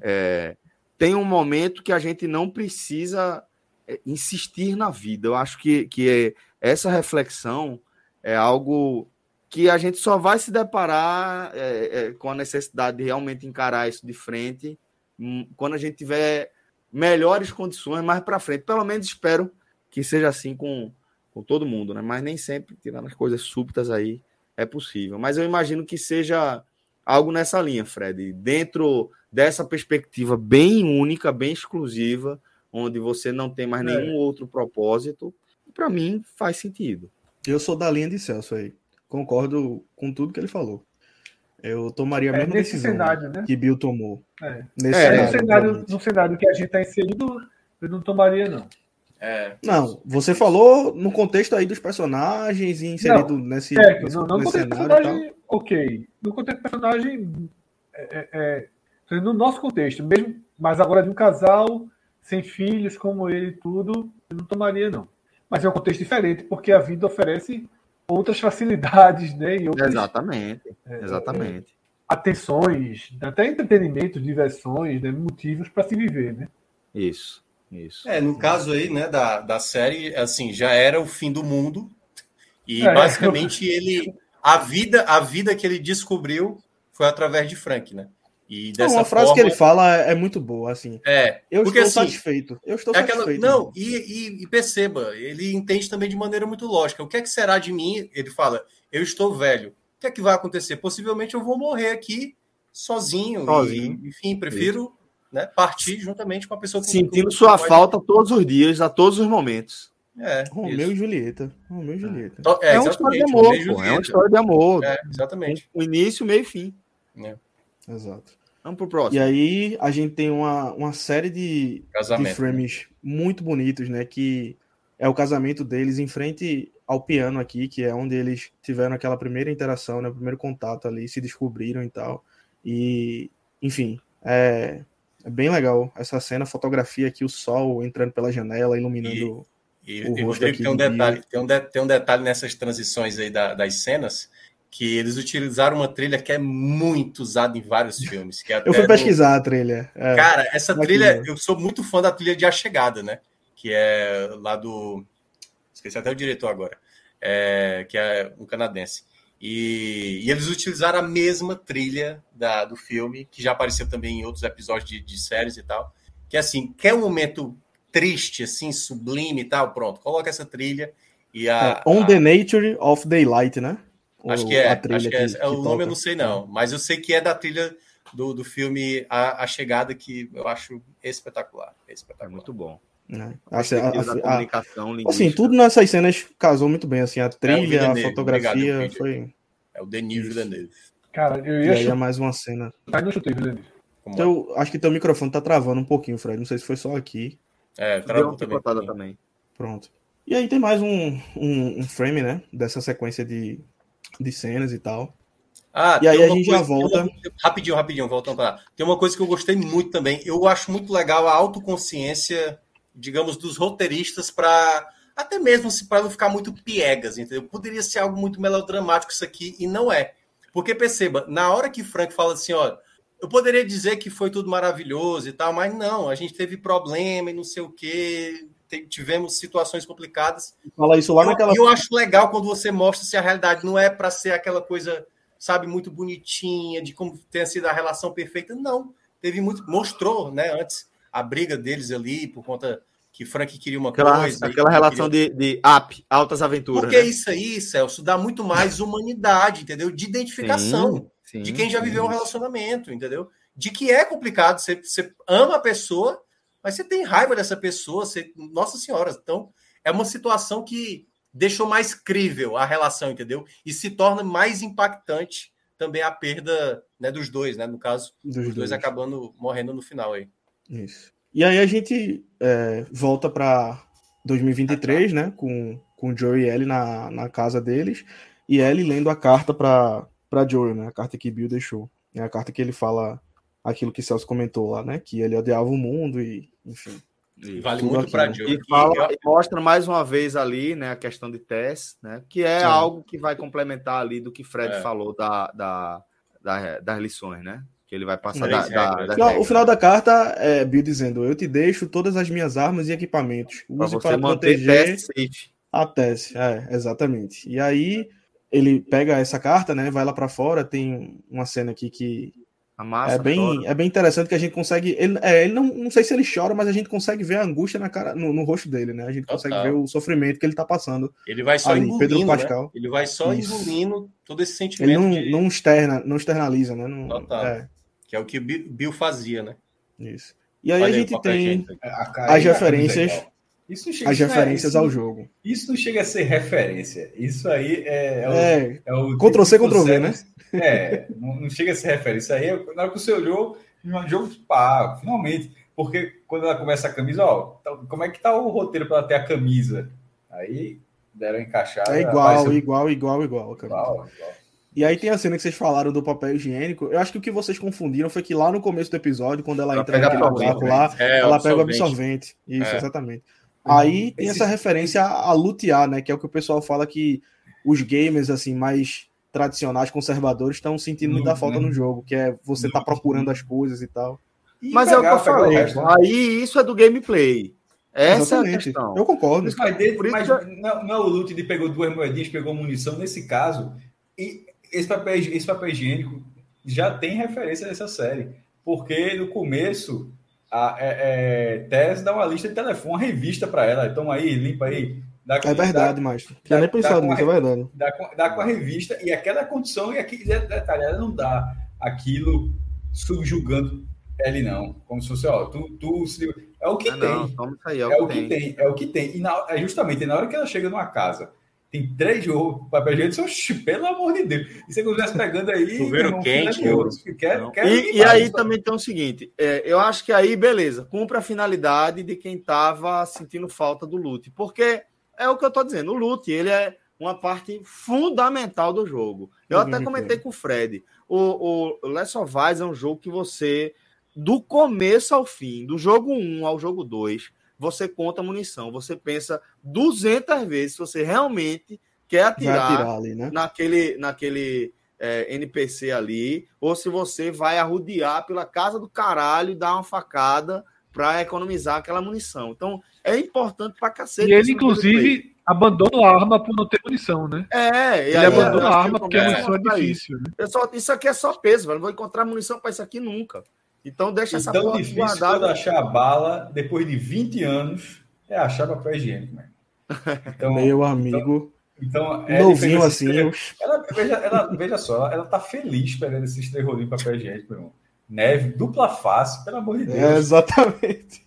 tem um momento que a gente não precisa insistir na vida. Eu acho que essa reflexão é algo que a gente só vai se deparar com a necessidade de realmente encarar isso de frente quando a gente tiver melhores condições mais para frente. Pelo menos espero que seja assim com todo mundo, né? Mas nem sempre, tirando as coisas súbitas aí, é possível. Mas eu imagino que seja algo nessa linha, Fred. Dentro dessa perspectiva bem única, bem exclusiva, onde você não tem mais nenhum outro propósito, para mim faz sentido. Eu sou da linha de Celso aí. Concordo com tudo que ele falou. Eu tomaria a mesma decisão cenário, né? que Bill tomou. No cenário que a gente está inserido, eu não tomaria, não. Não, você falou no contexto aí dos personagens e inserido nesse contexto do personagem, ok. No contexto do personagem, no nosso contexto, mesmo, mas agora de um casal, sem filhos, como ele e tudo, eu não tomaria, não. Mas é um contexto diferente, porque a vida oferece outras facilidades, né? E outras, exatamente. Atenções, até entretenimento, diversões, né? Motivos para se viver, né? Isso. No caso aí, né, da série, assim, já era o fim do mundo e basicamente a vida que ele descobriu foi através de Frank, né? E dessa uma frase que ele fala é muito boa, assim. Eu porque, estou satisfeito. Eu estou satisfeito. Não, e perceba, ele entende também de maneira muito lógica. O que é que será de mim? Ele fala, eu estou velho. O que é que vai acontecer? Possivelmente eu vou morrer aqui sozinho. E, enfim, prefiro partir juntamente com a pessoa que sentindo sua falta todos os dias, a todos os momentos. Romeu e Julieta. É uma história de amor, é uma história de amor. Exatamente. O início, meio e fim. Exato. Vamos pro próximo. E aí a gente tem uma série de frames muito bonitos, né? Que é o casamento deles em frente ao piano aqui, que é onde eles tiveram aquela primeira interação, né? O primeiro contato ali, se descobriram e tal. E, enfim, É bem legal essa cena, a fotografia aqui, o sol entrando pela janela, iluminando o rosto Rodrigo, tem um detalhe nessas transições aí das cenas, que eles utilizaram uma trilha que é muito usada em vários filmes. Que é eu fui pesquisar a trilha. Cara, essa trilha, eu sou muito fã da trilha de A Chegada, né? Que é lá do... Esqueci até o diretor agora. Que é um canadense. E eles utilizaram a mesma trilha do filme, que já apareceu também em outros episódios de séries e tal. Que assim, quer um momento triste, assim, sublime e tal, pronto, coloca essa trilha e On the Nature of Daylight, né? Acho que é. O nome eu não sei não, mas eu sei que é da trilha do filme A Chegada, que eu acho espetacular. É muito bom. A comunicação assim, tudo nessas cenas casou muito bem, assim, a trilha, a fotografia, obrigado, foi... É o Denis Villeneuve. Cara, eu ia... E aí é mais uma cena. Mas não chutei, Villeneuve. Então, acho que teu microfone tá travando um pouquinho, Fred, não sei se foi só aqui. Travou também. Pronto. E aí tem mais um frame, né, dessa sequência de cenas e tal. E aí a gente já volta... Rapidinho, voltando para lá. Tem uma coisa que eu gostei muito também. Eu acho muito legal a autoconsciência, digamos, dos roteiristas para... Até mesmo para não ficar muito piegas, entendeu? Poderia ser algo muito melodramático isso aqui, e não é. Porque, perceba, na hora que Frank fala assim, ó, eu poderia dizer que foi tudo maravilhoso e tal, mas não, a gente teve problema e não sei o quê, tivemos situações complicadas. Fala isso lá naquela... E eu acho legal quando você mostra se a realidade não é para ser aquela coisa, sabe, muito bonitinha, de como tenha sido a relação perfeita. Não, teve muito... Mostrou, né, antes, a briga deles ali, por conta... que Frank queria uma coisa... Aquela relação de altas aventuras. Porque isso aí, Celso, dá muito mais humanidade, entendeu? De identificação de quem já viveu um relacionamento, entendeu? De que é complicado, você ama a pessoa, mas você tem raiva dessa pessoa, Nossa Senhora, então é uma situação que deixou mais crível a relação, entendeu? E se torna mais impactante também a perda, né, dos dois, né? No caso, os dois acabando morrendo no final aí. Isso. E aí a gente volta para 2023, né? Com Joe e Ellie na casa deles. E Ellie lendo a carta para Joe, né? A carta que Bill deixou. É a carta que ele fala aquilo que Celso comentou lá, né? Que ele odiava o mundo e, enfim. Vale muito para Joe. E mostra mais uma vez ali, né? A questão de Tess, né? Que é algo que vai complementar ali do que Fred falou das lições, né? Que ele vai passar o final da carta é Bill dizendo: eu te deixo todas as minhas armas e equipamentos. Use para proteger a Tess. Exatamente. E aí ele pega essa carta, né? Vai lá para fora. Tem uma cena aqui que é bem interessante, que a gente consegue... Ele não sei se ele chora, mas a gente consegue ver a angústia na cara, no rosto dele, né? A gente consegue ver o sofrimento que ele tá passando. Ele vai só engolindo, Pedro Pascal. Né? Ele vai só engolindo todo esse sentimento. Ele não externaliza, né? Que é o que Bill fazia, né? Isso. E aí a gente tem as referências... As referências ao jogo. Isso não chega a ser referência. Isso aí é o Ctrl-C, Ctrl-V, né? Não chega a ser referência. Isso aí, na hora que você olhou, um jogo finalmente. Porque quando ela começa a camisa, como é que tá o roteiro para ela ter a camisa? Aí deram encaixada. É igual. E aí tem a cena que vocês falaram do papel higiênico. Eu acho que o que vocês confundiram foi que lá no começo do episódio, quando ela entra naquele buraco lá, ela pega o absorvente. Isso, exatamente. Aí tem essa referência a lutear, né? Que é o que o pessoal fala que os gamers, assim, mais tradicionais, conservadores, estão sentindo muita falta no jogo, que é você tá procurando as coisas e tal. Mas é o que eu falei. Aí isso é do gameplay. Essa é a questão. Eu concordo. Mas não é o loot de pegou 2 moedinhas, pegou munição. Nesse caso, e esse papel higiênico já tem referência nessa série. Porque no começo... Tess dá uma lista de telefone, uma revista para ela. Então aí, limpa aí. É verdade, Márcio. Já nem pensado nisso, é verdade. Dá com a revista e aquela condição, e aqui, detalhe, ela não dá aquilo subjugando ele, não. Como se fosse, é o que tem. É o que tem. E justamente na hora que ela chega numa casa, tem 3 papel higiênico, pelo amor de Deus. E você começa pegando aí... Chuveiro quente. E aí também tem o seguinte, eu acho que aí, beleza, cumpre a finalidade de quem estava sentindo falta do loot. Porque é o que eu estou dizendo, o loot, ele é uma parte fundamental do jogo. Eu até comentei com o Fred. O Last of Us é um jogo que você do começo ao fim, do jogo 1 ao jogo 2, você conta munição, você pensa 200 vezes se você realmente quer atirar ali, né? naquele NPC ali, ou se você vai arrodear pela casa do caralho e dar uma facada para economizar aquela munição. Então, é importante pra cacete. E ele, inclusive, abandona a arma por não ter munição, né? Ele abandona a arma porque a munição é difícil. Né? Isso aqui é só peso, velho. Não vou encontrar munição para isso aqui nunca. Então, deixa essa porra difícil guardada. Quando achar a bala, depois de 20 anos, é achar papel higiênico, né? Então, meu amigo... Então, novinho assim. Veja só, ela tá feliz pegando esses 3 rolinhos de papel higiênico, meu irmão. Neve, dupla face, pelo amor de Deus. Exatamente.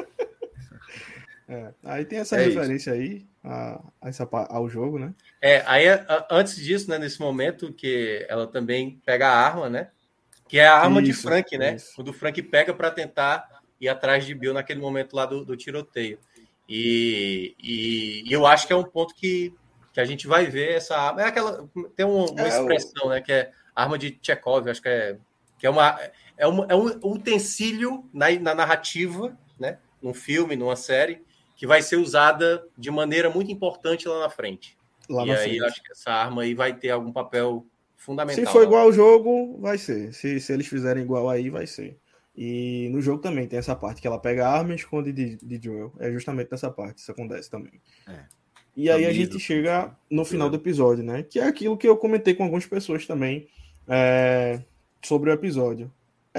Aí tem essa referência aí ao jogo, né? Aí antes disso, né, nesse momento que ela também pega a arma, né? Que é a arma de Frank, né? Quando o Frank pega para tentar ir atrás de Bill naquele momento lá do tiroteio. E eu acho que é um ponto que a gente vai ver essa arma. Tem uma expressão, né? Que é arma de Chekhov, acho que é um utensílio na narrativa, né? Num filme, numa série, que vai ser usada de maneira muito importante lá na frente. Acho que essa arma aí vai ter algum papel fundamental. Se for igual ao jogo, vai ser. Se eles fizerem igual aí, vai ser. E no jogo também tem essa parte que ela pega a arma e esconde de Joel. É justamente nessa parte, isso acontece também. E aí a gente chega no final do episódio, né? Que é aquilo que eu comentei com algumas pessoas também sobre o episódio.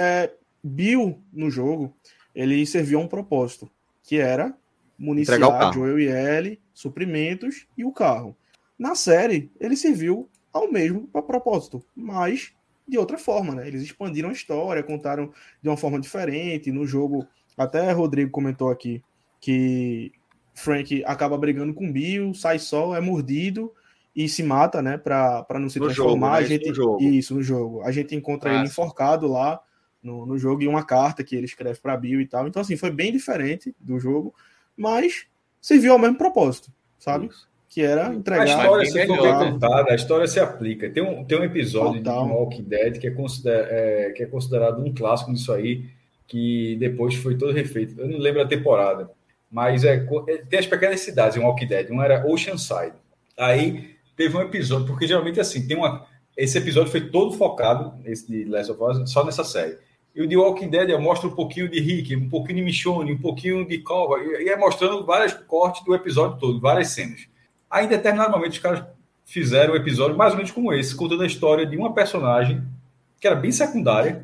Bill, no jogo, ele serviu a um propósito, que era municiar Joel e Ellie, suprimentos e o carro. Na série, ele serviu ao mesmo propósito, mas de outra forma, né? Eles expandiram a história, contaram de uma forma diferente. No jogo, até Rodrigo comentou aqui que Frank acaba brigando com Bill, sai só, é mordido e se mata, né? Pra não se transformar. Isso, no jogo. A gente encontra ele enforcado lá no jogo e uma carta que ele escreve para Bill e tal. Então, assim, foi bem diferente do jogo, mas serviu ao mesmo propósito, sabe? Isso. Que era entregar... A história, se for bem contada, a história se aplica. Tem um episódio de Walking Dead que é considerado um clássico disso aí, que depois foi todo refeito. Eu não lembro a temporada, mas tem as pequenas cidades em Walking Dead. Um era Oceanside. Aí teve um episódio, porque geralmente assim, esse episódio foi todo focado, esse de Last of Us, só nessa série. E o de Walking Dead mostra um pouquinho de Rick, um pouquinho de Michonne, um pouquinho de Cova, e mostrando vários cortes do episódio todo, várias cenas. Aí, em determinado momento, os caras fizeram um episódio mais ou menos como esse, contando a história de uma personagem que era bem secundária,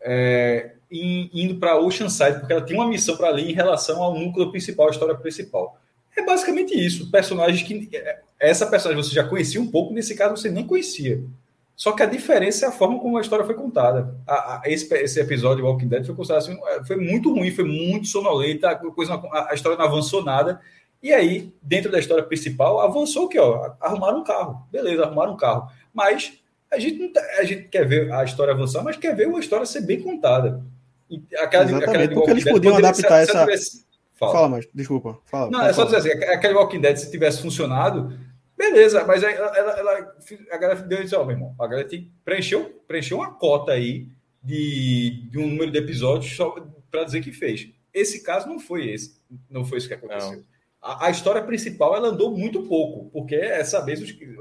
indo para Oceanside, porque ela tinha uma missão para ali em relação ao núcleo principal, a história principal. É basicamente isso. Personagens que... Essa personagem você já conhecia um pouco, nesse caso você nem conhecia. Só que a diferença é a forma como a história foi contada. Esse episódio de Walking Dead foi considerado assim, foi muito ruim, foi muito sonolenta, a história não avançou nada. E aí, dentro da história principal, avançou o quê? Arrumaram um carro. Beleza, arrumaram um carro. Mas a gente quer ver a história avançar, mas quer ver uma história ser bem contada. Exatamente, porque eles podiam adaptar essa... Fala, mas desculpa. Fala, não, é só dizer assim, aquele Walking Dead, se tivesse funcionado, beleza, mas a galera deu isso, meu irmão, a galera preencheu uma cota aí de um número de episódios só para dizer que fez. Esse caso não foi isso que aconteceu. Não. A história principal, ela andou muito pouco, porque é saber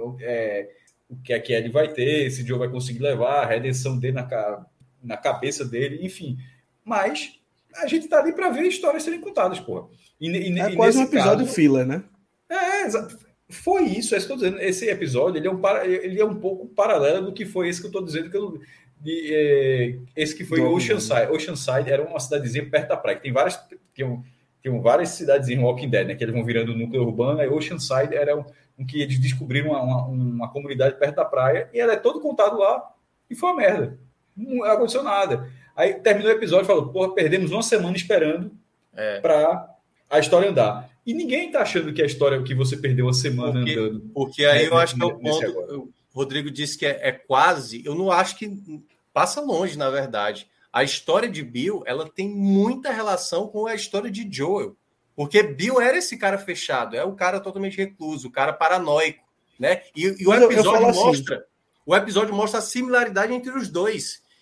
o que a Kelly vai ter, se o Joe vai conseguir levar, a redenção dele na cabeça dele, enfim. Mas a gente tá ali para ver histórias serem contadas, porra. É quase um episódio filler, né? Foi isso, é isso que eu tô dizendo. Esse episódio, ele é um pouco paralelo do que foi esse que eu tô dizendo, esse que foi Oceanside. Oceanside era uma cidadezinha perto da praia, que tem várias... Tinham várias cidades em Walking Dead, né? Que eles vão virando núcleo urbano. E Oceanside era um que eles descobriram uma comunidade perto da praia. E ela é todo contado lá. E foi uma merda. Não aconteceu nada. Aí terminou o episódio e falou, porra, perdemos uma semana esperando para a história andar. E ninguém tá achando que a história que você perdeu uma semana andando. Porque aí eu acho que é o ponto... O Rodrigo disse que é quase... Eu não acho que... Passa longe, na verdade. A história de Bill, ela tem muita relação com a história de Joel. Porque Bill era esse cara fechado, é o cara totalmente recluso, o cara paranoico, né? E o episódio mostra... Assim. O episódio mostra a similaridade entre os dois.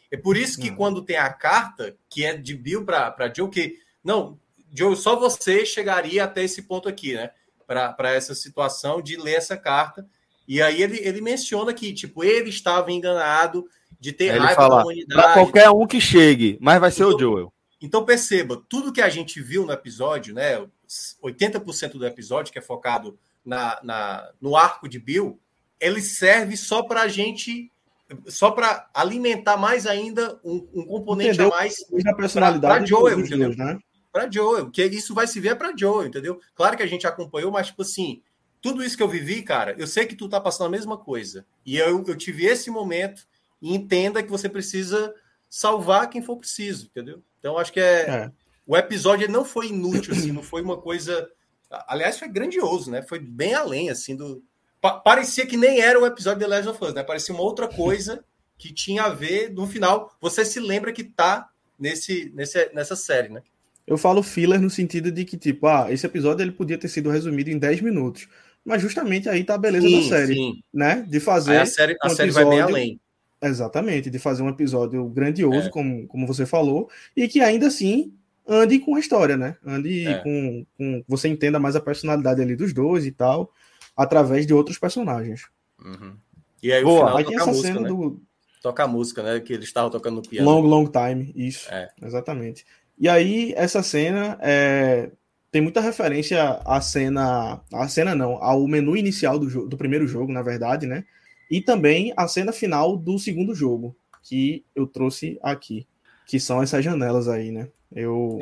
É por isso que quando tem a carta, que é de Bill para Joe, que... Não, Joe, só você chegaria até esse ponto aqui, né? Para essa situação de ler essa carta. E aí ele menciona que, tipo, ele estava enganado de ter raiva da humanidade. Para qualquer um que chegue, mas vai ser o Joel. Então, perceba, tudo que a gente viu no episódio, né? 80% do episódio, que é focado no arco de Bill, ele serve só para a gente... Só para alimentar mais ainda um componente entendeu? A mais da personalidade para Joel, entendeu? Né? Para Joel, que isso vai se ver para Joel, entendeu? Claro que a gente acompanhou, mas tipo assim, tudo isso que eu vivi, cara, eu sei que tu tá passando a mesma coisa. E eu tive esse momento e entenda que você precisa salvar quem for preciso, entendeu? Então acho que o episódio não foi inútil, assim, não foi uma coisa... Aliás, foi grandioso, né? Foi bem além, assim, do... Parecia que nem era o episódio de The Last of Us, né? Parecia uma outra coisa que tinha a ver, no final, você se lembra que tá nessa série, né? Eu falo filler no sentido de que, tipo, esse episódio ele podia ter sido resumido em 10 minutos. Mas justamente aí tá a beleza da série, né? De fazer a série vai bem além. Exatamente, de fazer um episódio grandioso, como você falou, e que ainda assim ande com a história, né? Ande com... Você entenda mais a personalidade ali dos dois e tal, através de outros personagens. Uhum. E aí, aí tem essa cena, né? Toca a música, né? Que eles estavam tocando no piano. Long Time, isso. Exatamente. E aí, essa cena tem muita referência à cena... ao menu inicial do primeiro jogo, na verdade, né? E também a cena final do segundo jogo, que eu trouxe aqui. Que são essas janelas aí, né? Eu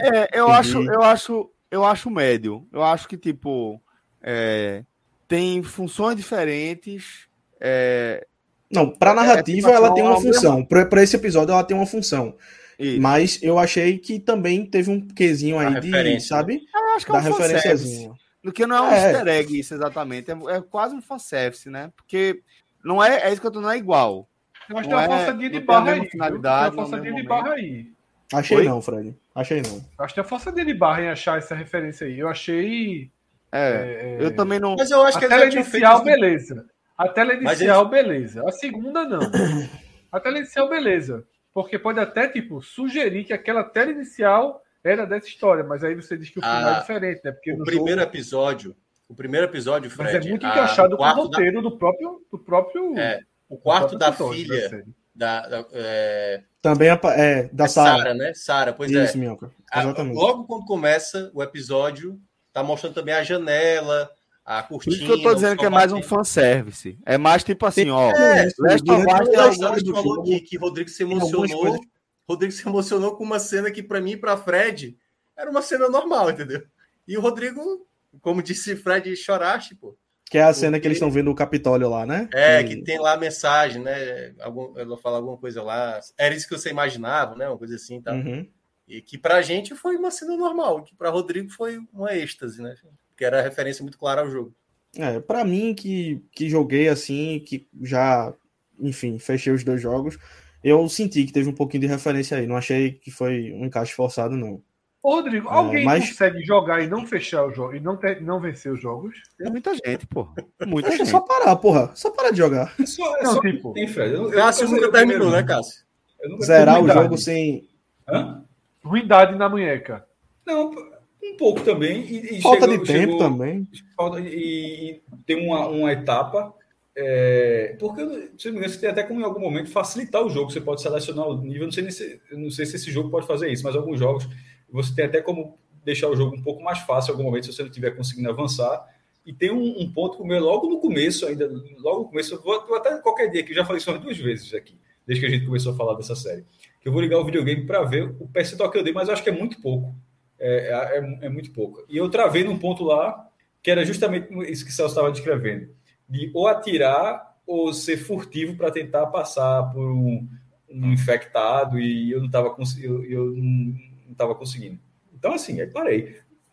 acho médio. Eu acho que, tipo... tem funções diferentes. Não, para narrativa ela tem uma função. Para esse episódio ela tem uma função. Isso. Mas eu achei que também teve um quezinho aí de, sabe? Eu acho que da referenciazinha. Do que não é um easter egg isso exatamente. É quase um fanservice, né? Porque não é isso que eu tô, não é igual. Eu acho que tem uma forçadinha de barra aí. Tem uma forçadinha de barra aí. Achei não, Fred. Achei não. Acho que tem uma forçadinha de barra em achar essa referência aí. Eu achei... eu também não... Mas eu acho que a tela inicial, beleza. A tela inicial, beleza. A segunda, não. A tela inicial, beleza. Porque pode até, tipo, sugerir que aquela tela inicial era dessa história, mas aí você diz que o final é diferente, né? Porque o primeiro episódio, Fred... Mas é muito encaixado com o roteiro do próprio... o quarto da filha... Também da Sarah, né? Sarah, pois isso, Minhoca. Exatamente. Logo quando começa o episódio, tá mostrando também a janela, a cortina... Por isso que eu tô dizendo que é mais um fanservice. É mais tipo assim, ó... que Rodrigo se emocionou. Rodrigo se emocionou com uma cena que, para mim e para Fred, era uma cena normal, entendeu? E o Rodrigo, como disse Fred, choraste, pô. Que é a cena que eles estão vendo o Capitólio lá, né? Que tem lá a mensagem, né? Ela fala alguma coisa lá. Era isso que você imaginava, né? Uma coisa assim, tá? Uhum. E que pra gente foi uma cena normal, que pra Rodrigo foi uma êxtase, né? Que era a referência muito clara ao jogo. Pra mim, que joguei assim, que já, enfim, fechei os dois jogos, eu senti que teve um pouquinho de referência aí. Não achei que foi um encaixe forçado, não. Ô, Rodrigo, alguém consegue jogar e não fechar o jogo e não vencer os jogos? É muita gente, pô. Muita gente. É só parar, porra. Só parar de jogar. Tipo... Tem, Fred. Cássio nunca terminou, né, Cássio? Zerar o jogo sem... Ruindade na munheca. Não, um pouco também. E falta de tempo também. E tem uma etapa... porque, se não me engano, você tem até como em algum momento facilitar o jogo. Você pode selecionar o nível. Não sei se esse jogo pode fazer isso, mas alguns jogos você tem até como deixar o jogo um pouco mais fácil em algum momento, se você não estiver conseguindo avançar. E tem um ponto logo no começo, logo no começo, eu vou até qualquer dia, que eu já falei isso umas 2 vezes aqui, desde que a gente começou a falar dessa série, que eu vou ligar o videogame para ver o percentual que eu dei, mas eu acho que é muito pouco. É muito pouco. E eu travei num ponto lá, que era justamente isso que o Celso estava descrevendo, de ou atirar ou ser furtivo para tentar passar por um infectado, e eu não estava conseguindo. Então, assim, aí parei.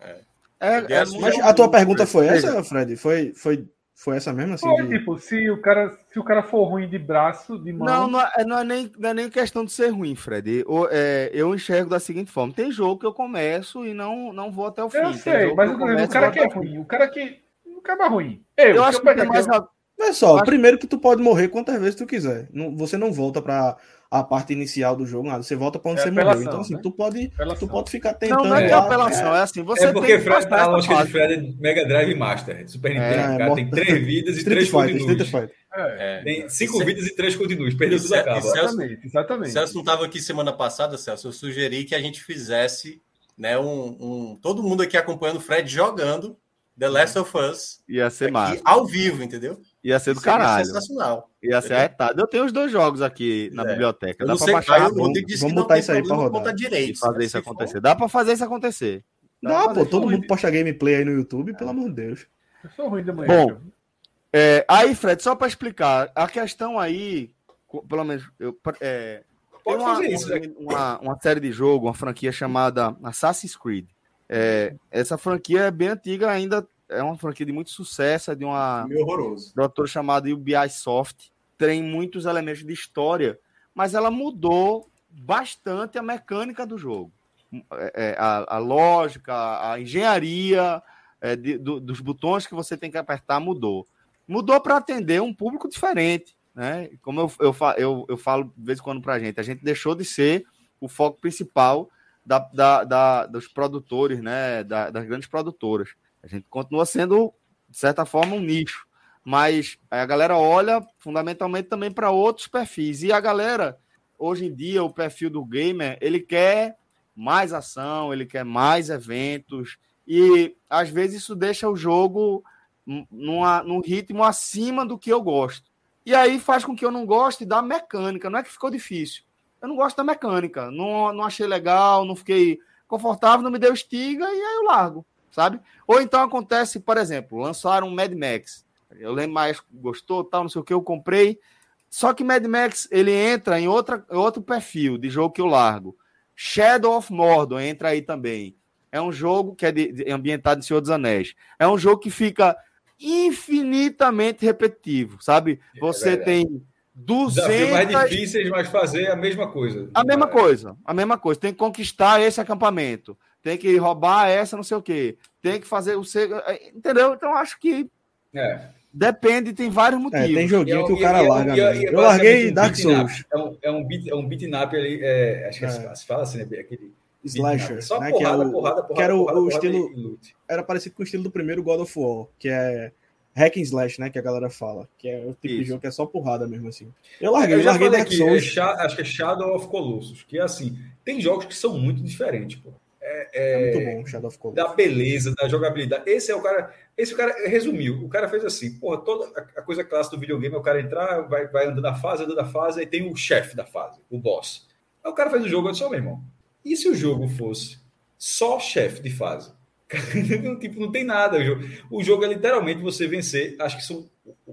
Mas a tua pergunta foi essa, Fred? Foi essa mesmo? Assim, tipo, se o cara for ruim de braço, de mão... Não é nem questão de ser ruim, Fred. Eu enxergo da seguinte forma. Tem jogo que eu começo e não vou até o fim. Eu sei, mas o cara que é ruim, o cara é ruim. Eu acho que tem mais... Olha só, primeiro que tu pode morrer quantas vezes tu quiser. Você não volta pra a parte inicial do jogo, nada. Você volta para onde você morreu. Então, assim, né? tu pode ficar tentando. Não é apelação, é assim. Você porque Fred, a lógica de Fred é Mega Drive Master. Super Nintendo. Cara, tem 3 vidas e 3 continuos. Tem 5 vidas e 3 continuos. Perdeu tudo a cabo. Exatamente. Celso não estava aqui semana passada, Celso. Eu sugeri que a gente fizesse, né, todo mundo aqui acompanhando o Fred jogando The Last of Us. Ia ser massa. Ao vivo, entendeu? Ia ser do caralho. Sensacional. Ia ser arretado. Eu tenho os 2 jogos aqui na biblioteca. Eu não sei, vamos botar isso aí para rodar. Direito, fazer isso acontecer. Dá para fazer isso acontecer. Dá, pô. Todo mundo posta gameplay aí no YouTube, pelo amor de Deus. Eu sou ruim da manhã. Bom, aí, Fred, só para explicar, a questão aí, pelo menos, tem uma série de jogo, uma franquia chamada Assassin's Creed. Essa franquia é bem antiga ainda, é uma franquia de muito sucesso, é de uma autor chamada Ubisoft, tem muitos elementos de história, mas ela mudou bastante a mecânica do jogo. A lógica, a engenharia dos botões que você tem que apertar mudou. Mudou para atender um público diferente, né? Como eu falo de vez em quando para a gente deixou de ser o foco principal dos produtores, né? Das grandes produtoras. A gente continua sendo, de certa forma, um nicho, mas a galera olha fundamentalmente também para outros perfis. E a galera, hoje em dia, o perfil do gamer, ele quer mais ação, ele quer mais eventos, e às vezes isso deixa o jogo num ritmo acima do que eu gosto. E aí faz com que eu não goste da mecânica. Não é que ficou difícil. Eu não gosto da mecânica. Não achei legal, não fiquei confortável, não me deu estiga, e aí eu largo, sabe? Ou então acontece, por exemplo, lançaram um Mad Max. Eu lembro mais, gostou, tal, não sei o que, eu comprei. Só que Mad Max, ele entra em outro perfil de jogo que eu largo. Shadow of Mordor entra aí também. É um jogo que é ambientado em Senhor dos Anéis. É um jogo que fica infinitamente repetitivo, sabe? Você tem 200... Desafios mais difíceis, mas fazer a mesma coisa. A mesma coisa. Tem que conquistar esse acampamento. Tem que roubar essa não sei o quê. Tem que fazer entendeu? Então, acho que depende, tem vários motivos. Tem joguinho que o cara larga. Eu larguei Dark Souls. É um beat'em up ali, acho que se fala assim, né? Aquele slasher, só né? porrada, que era o estilo, era parecido com o estilo do primeiro God of War, que é hack and slash, né, que a galera fala, que é o tipo de jogo que é só porrada mesmo assim. Eu larguei Dark aqui, Souls. Acho que é Shadow of Colossus, que é assim, tem jogos que são muito diferentes, pô. É muito bom, Shadow of Colossus. Da beleza, da jogabilidade. Esse cara resumiu. O cara fez assim, porra, toda a coisa clássica do videogame é o cara entrar, vai andando a fase, e tem o chefe da fase, o boss. Aí o cara fez o jogo, eu disse, meu irmão, e se o jogo fosse só chefe de fase? Tipo, não tem nada. O jogo é literalmente você vencer, acho que são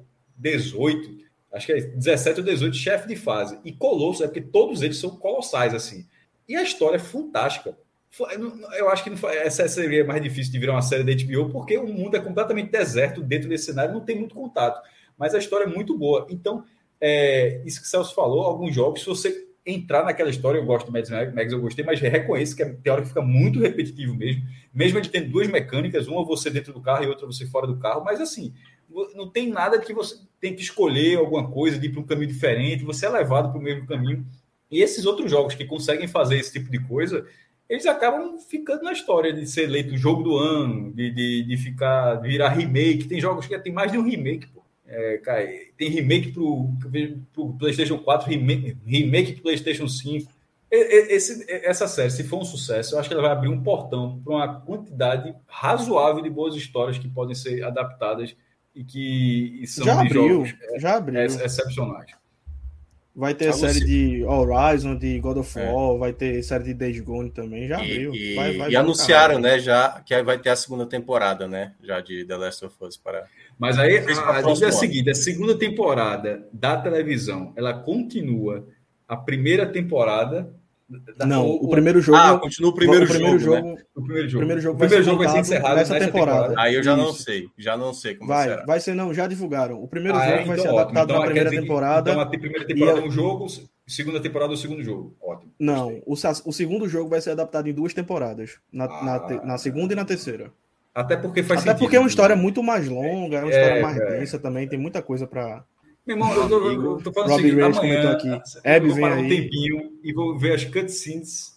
18, acho que é 17 ou 18 chefes de fase. E Colossus é porque todos eles são colossais, assim. E a história é fantástica. Eu acho que essa seria mais difícil de virar uma série da HBO, porque o mundo é completamente deserto dentro desse cenário, não tem muito contato. Mas a história é muito boa. Então, isso que o Celso falou, alguns jogos, se você entrar naquela história, eu gosto do Mad Max, eu gostei, mas reconheço que tem hora que fica muito repetitivo mesmo ele tendo 2 mecânicas, uma você dentro do carro e outra você fora do carro, mas assim, não tem nada que você tem que escolher alguma coisa, de ir para um caminho diferente, você é levado para o mesmo caminho, e esses outros jogos que conseguem fazer esse tipo de coisa, eles acabam ficando na história de ser eleito o jogo do ano, de virar remake, tem jogos que tem mais de um remake, pô. Cara, tem remake pro PlayStation 4, remake pro PlayStation 5. Essa série, se for um sucesso, eu acho que ela vai abrir um portão para uma quantidade razoável de boas histórias que podem ser adaptadas e que são jogos excepcionais. Vai ter série de Horizon, de God of War, vai ter série de Days Gone também, já abriu. E anunciaram, né, já que vai ter a segunda temporada, né, já de The Last of Us para... Mas aí a dúvida é a seguinte, a segunda temporada da televisão, ela continua a primeira temporada... o primeiro jogo... continua o primeiro jogo, né? O primeiro jogo vai ser encerrado nessa temporada. Aí eu já não sei como será. Vai ser, não, já divulgaram. O primeiro jogo vai ser adaptado na primeira temporada. Então a primeira temporada é um jogo, segunda temporada é o segundo jogo. Ótimo. Não, o segundo jogo vai ser adaptado em 2 temporadas, na segunda e na terceira. Até porque faz sentido. Até porque é uma história muito mais longa, é uma história mais densa também, tem muita coisa para Meu irmão, eu tô falando o seguinte, amanhã eu vou parar um tempinho e vou ver as cutscenes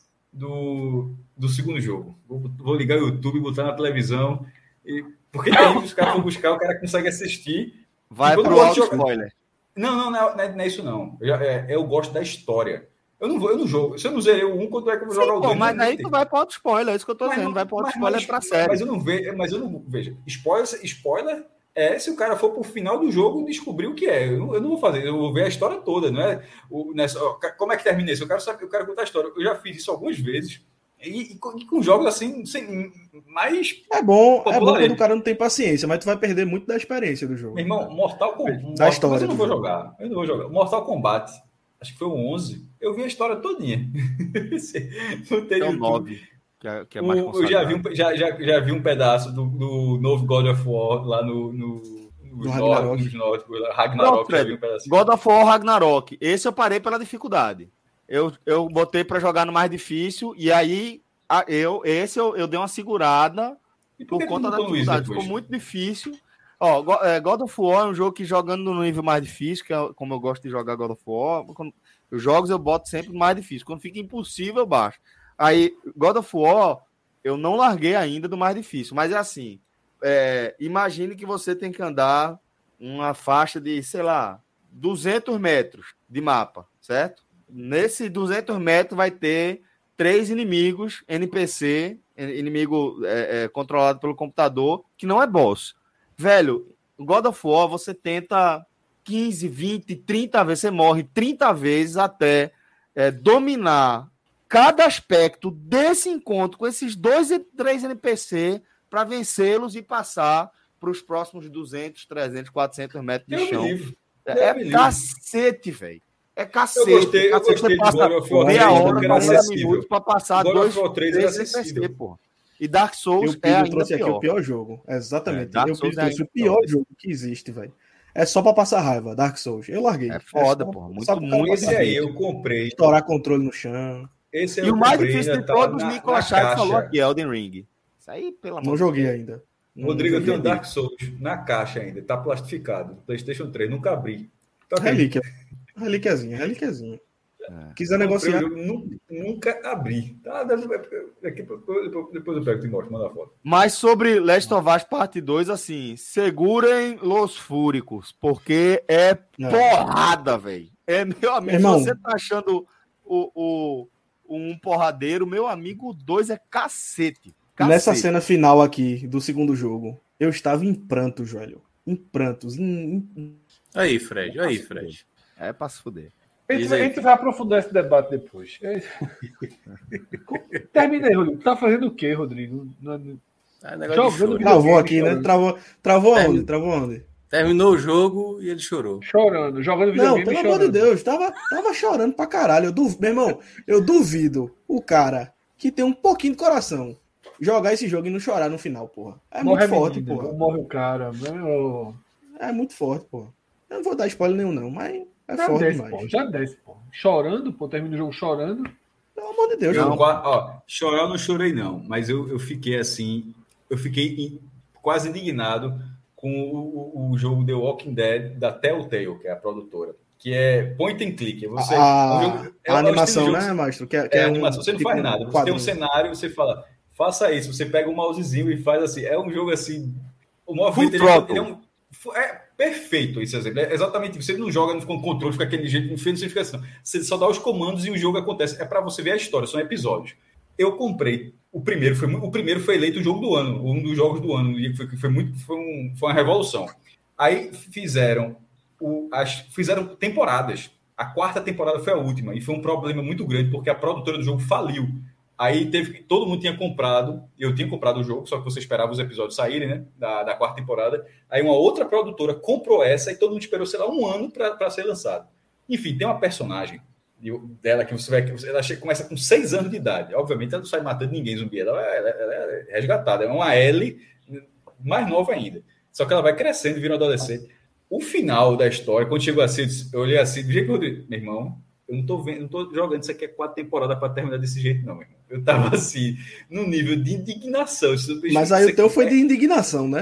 do segundo jogo. Vou ligar o YouTube, botar na televisão. Porque aí os caras vão buscar, o cara consegue assistir. Vai pro auto spoiler. Não é isso não. Eu gosto da história. Eu não jogo. Se eu não zerei o 1, quando é que eu vou jogar o 2? Mas aí tu vai para auto spoiler, é isso que eu tô dizendo. Vai para auto spoiler pra série. Mas eu não vejo. Spoiler é se o cara for pro final do jogo e descobrir o que é. Eu não vou fazer, eu vou ver a história toda, não é? Como é que termina isso? Eu quero contar a história. Eu já fiz isso algumas vezes. E com jogos assim, mais. É bom quando o cara não tem paciência, mas tu vai perder muito da experiência do jogo. Meu irmão, Mortal Kombat. Da história. Mas eu não vou jogar. Mortal Kombat, acho que foi o 11. Eu vi a história todinha. Não tem o 9, que é mais eu já vi um pedaço do novo God of War lá nos nórdicos. Ragnarok. God of War Ragnarok. Esse eu parei pela dificuldade. Eu botei para jogar no mais difícil e aí eu dei uma segurada por conta da dificuldade. Ficou muito difícil. Ó, God of War é um jogo que jogando no nível mais difícil, que é como eu gosto de jogar God of War, os jogos eu boto sempre no mais difícil. Quando fica impossível, eu baixo. Aí, God of War, eu não larguei ainda do mais difícil. Mas é assim, imagine que você tem que andar uma faixa de, sei lá, 200 metros de mapa, certo? Nesse 200 metros vai ter 3 inimigos, NPC, inimigo controlado pelo computador, que não é boss. Velho, God of War, você tenta 15, 20, 30 vezes, você morre 30 vezes até dominar cada aspecto desse encontro com esses 2 e 3 NPC para vencê-los e passar para os próximos 200, 300, 400 metros de chão. Cacete, velho. É cacete. Eu gostei passa meia hora, 40 minutos para passar 2 ou 3 NPC, pô. E Dark Souls eu trouxe aqui o pior jogo. Exatamente. Eu trouxe o pior jogo que existe, velho. É só pra passar raiva, Dark Souls. Eu larguei. É foda, pô. Muito esse aí, eu comprei. Estourar controle no chão. Esse e o mais difícil de todos, o Nicolas Chaves falou aqui, Elden Ring. Isso aí, pelo amor Não joguei ainda. Rodrigo, eu tenho Dark Souls na caixa ainda. Tá plastificado. PlayStation 3, nunca abri. Tá relíquia. Relíquiazinha. Quiser negociar. Nunca abri. Tá, depois eu pego e te mostro, manda a foto. Mas sobre Last of Us Parte 2, assim, segurem los fúricos, porque é porrada, velho. Meu amigo, se você tá achando um porradeiro, meu amigo, o 2 é cacete. Nessa cena final aqui do segundo jogo, eu estava em prantos, velho. Em prantos. Aí, Fred. É pra se fuder. A gente vai aprofundar esse debate depois. Terminei, Rodrigo. Tá fazendo o quê, Rodrigo? Jogando. Travou aqui, né? Travou onde? Terminou o jogo e ele chorou. Jogando videogame. Não, pelo amor de Deus, tava chorando pra caralho. Meu irmão, eu duvido o cara que tem um pouquinho de coração jogar esse jogo e não chorar no final, porra. É muito forte, porra. Morre o cara. É muito forte, porra. Eu não vou dar spoiler nenhum, não, mas já forte demais. Pô, já desce, pô. Chorando, pô. Termina o jogo chorando. Pelo amor de Deus. Chorar eu não chorei, não. Mas eu fiquei assim... Eu fiquei quase indignado com o jogo The Walking Dead da Telltale, que é a produtora. Que é point and click. A animação, né, Mastro? É animação. Você não faz nada. Você tem um cenário, você fala... Faça isso. Você pega um mousezinho e faz assim. É um jogo assim... O movimento ele é perfeito esse exemplo. É exatamente isso. Você não joga com controle, fica aquele jeito, não fica assim. Você só dá os comandos e o jogo acontece. É para você ver a história, são episódios. Eu comprei. O primeiro foi eleito o jogo do ano, um dos jogos do ano. Foi uma revolução. Aí fizeram temporadas. A 4ª temporada foi a última. E foi um problema muito grande, porque a produtora do jogo faliu. Aí todo mundo tinha comprado, eu tinha comprado o jogo, só que você esperava os episódios saírem, né? Da 4ª temporada. Aí uma outra produtora comprou essa e todo mundo esperou, sei lá, um ano para ser lançado. Enfim, tem uma personagem dela que ela começa com 6 anos de idade. Obviamente, ela não sai matando ninguém zumbi, ela é resgatada. É uma Ellie mais nova ainda. Só que ela vai crescendo, vira adolescente. O final da história, quando chegou assim, eu olhei assim, do jeito que eu disse, meu irmão, eu não tô jogando isso aqui 4 temporadas para terminar desse jeito, não, meu irmão. Eu tava assim, no nível de indignação. Mas aí o teu foi de indignação, né?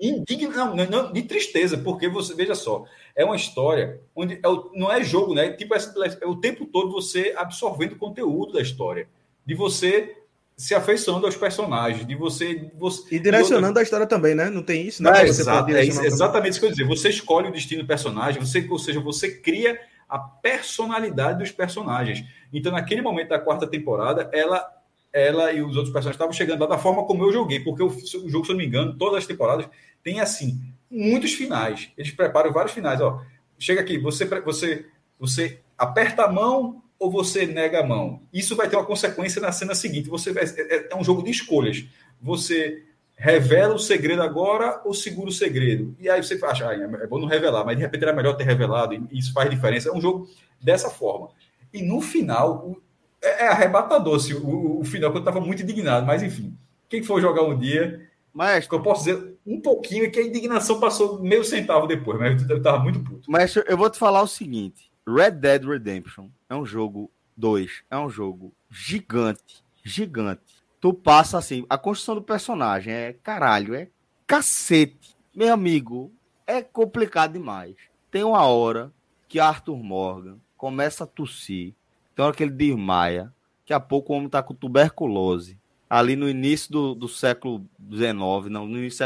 Não, de tristeza, porque você, veja só, é uma história onde não é jogo, né? Tipo, é o tempo todo você absorvendo o conteúdo da história, de você se afeiçoando aos personagens, de você e direcionando a história também, né? Não tem isso, né? É exatamente isso que eu ia dizer. Você escolhe o destino do personagem, ou seja, você cria a personalidade dos personagens. Então, naquele momento da 4ª temporada, ela e os outros personagens estavam chegando lá da forma como eu joguei, porque o jogo, se eu não me engano, todas as temporadas tem, assim, muitos finais. Eles preparam vários finais. Ó, chega aqui, você aperta a mão ou você nega a mão. Isso vai ter uma consequência na cena seguinte. É um jogo de escolhas. Você revela o segredo agora ou segura o segredo? E aí você acha, é bom não revelar, mas de repente era melhor ter revelado, e isso faz diferença. É um jogo dessa forma. E no final, é arrebatador, assim, o final, que eu estava muito indignado, mas enfim, quem for jogar um dia, mas eu posso dizer um pouquinho, que a indignação passou meio centavo depois, mas eu estava muito puto. Mas eu vou te falar o seguinte, Red Dead Redemption é um jogo 2, é um jogo gigante. Tu passa assim, a construção do personagem é caralho, é cacete. Meu amigo, é complicado demais. Tem uma hora que Arthur Morgan começa a tossir, tem hora que ele desmaia, daqui a pouco o homem tá com tuberculose. Ali no início do século XIX, não, no início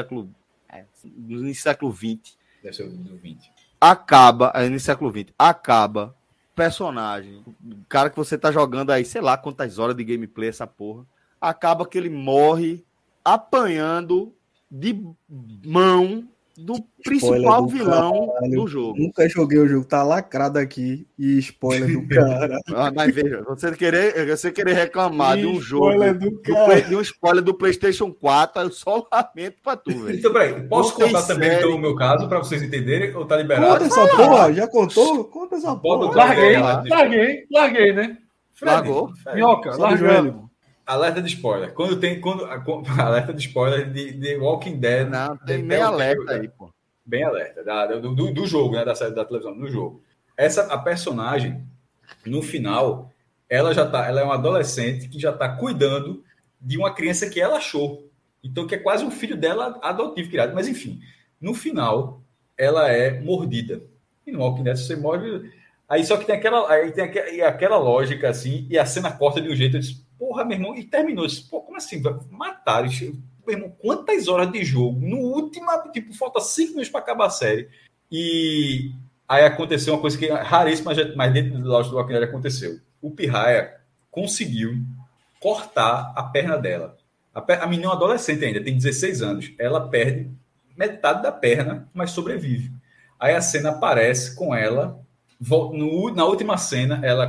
do século XX. Deve ser do 20. No século XX, acaba personagem, o cara que você tá jogando aí, sei lá quantas horas de gameplay essa porra, acaba que ele morre apanhando de mão do principal vilão do jogo. Nunca joguei o jogo, tá lacrado aqui, e spoiler do cara. Mas veja, você querer reclamar de um jogo, de um spoiler do PlayStation 4, eu só lamento pra tu, velho. Então, peraí, posso contar também então, o meu caso, pra vocês entenderem, ou tá liberado? Conta essa porra, já contou? Conta essa porra. Larguei, né? Largou? Minhoca, largando. Alerta de spoiler. Alerta de spoiler de Walking Dead. Não, tem bem alerta aí, pô. Bem alerta. Do jogo, né? Da série da televisão, do jogo. A personagem, no final, ela é uma adolescente que já está cuidando de uma criança que ela achou. Então, que é quase um filho dela adotivo criado. Mas, enfim, no final, ela é mordida. E no Walking Dead, você morde. Aí só que tem aquela lógica, assim, e a cena corta de um jeito. Eu disse, porra, meu irmão, e terminou. Disse, pô, como assim? Mataram. Meu irmão, quantas horas de jogo? No último, tipo, falta 5 minutos para acabar a série. E aí aconteceu uma coisa que é raríssima, mas dentro do Walking Dead aconteceu. O Pirraia conseguiu cortar a perna dela. A menina é uma adolescente ainda, tem 16 anos. Ela perde metade da perna, mas sobrevive. Aí a cena aparece com ela. Na última cena, ela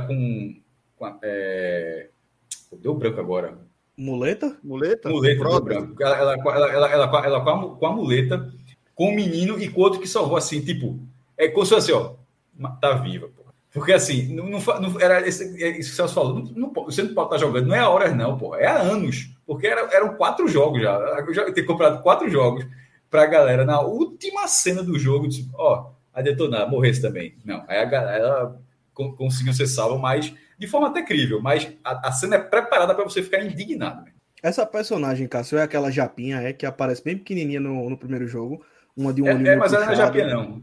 deu branco agora. Muleta? Deu branco. Ela com a muleta, com o menino e com o outro que salvou, assim, tipo... É como se fosse assim, ó, tá viva, pô. Porque, assim, não era isso que o Celso falou. Você não pode estar jogando, não é há horas, não, pô. É há anos. Porque eram 4 jogos já. Eu já tinha comprado 4 jogos pra galera. Na última cena do jogo, tipo, ó, a detonar, morresse também. Não, aí a galera conseguiu ser salva, mas de forma até crível. Mas a cena é preparada para você ficar indignado. Né? Essa personagem, Cássio, é aquela japinha, que aparece bem pequenininha no primeiro jogo. Uma de um olhinho mas ela não é japinha, não.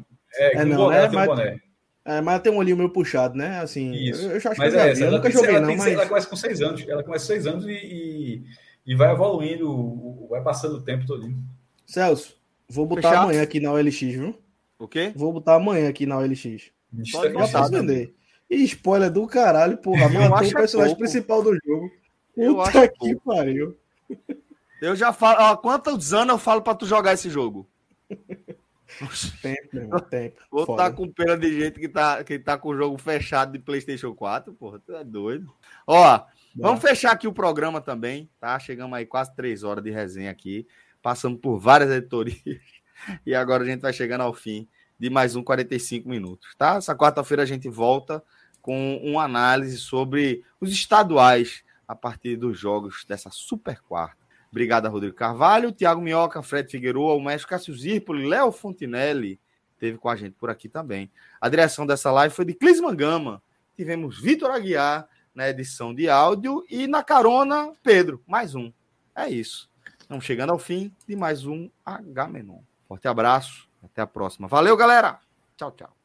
Mas ela tem um olhinho meio puxado, né? Assim, isso. Eu acho que eu nunca joguei, não. Mas... Ela começa com 6 anos. Ela começa com 6 anos e vai evoluindo, vai passando o tempo todinho. Celso, vou botar amanhã aqui na OLX, viu? O quê? Vou botar amanhã aqui na OLX. Pode botar, vender. E spoiler do caralho, porra. Matou o personagem principal do jogo. Puta que pariu. Eu já falo... Ó, quantos anos eu falo pra tu jogar esse jogo? Tempo, meu irmão, tempo. Vou estar com pena de gente que tá com o jogo fechado de PlayStation 4, porra, tu é doido. Ó, vamos fechar aqui o programa também, tá? Chegamos aí quase 3 horas de resenha aqui, passando por várias editorias e agora a gente vai chegando ao fim de mais um 45 minutos, tá? Essa quarta-feira a gente volta com uma análise sobre os estaduais a partir dos jogos dessa super quarta. Obrigado a Rodrigo Carvalho, Thiago Minhoca, Fred Figueroa, o mestre Cássio Zirpoli, Léo Fontinelli, esteve com a gente por aqui também. A direção dessa live foi de Clisman Gama. Tivemos Vitor Aguiar na edição de áudio e na carona, Pedro. Mais um. É isso. Estamos chegando ao fim de mais um H-Menon. Forte abraço. Até a próxima. Valeu, galera. Tchau, tchau.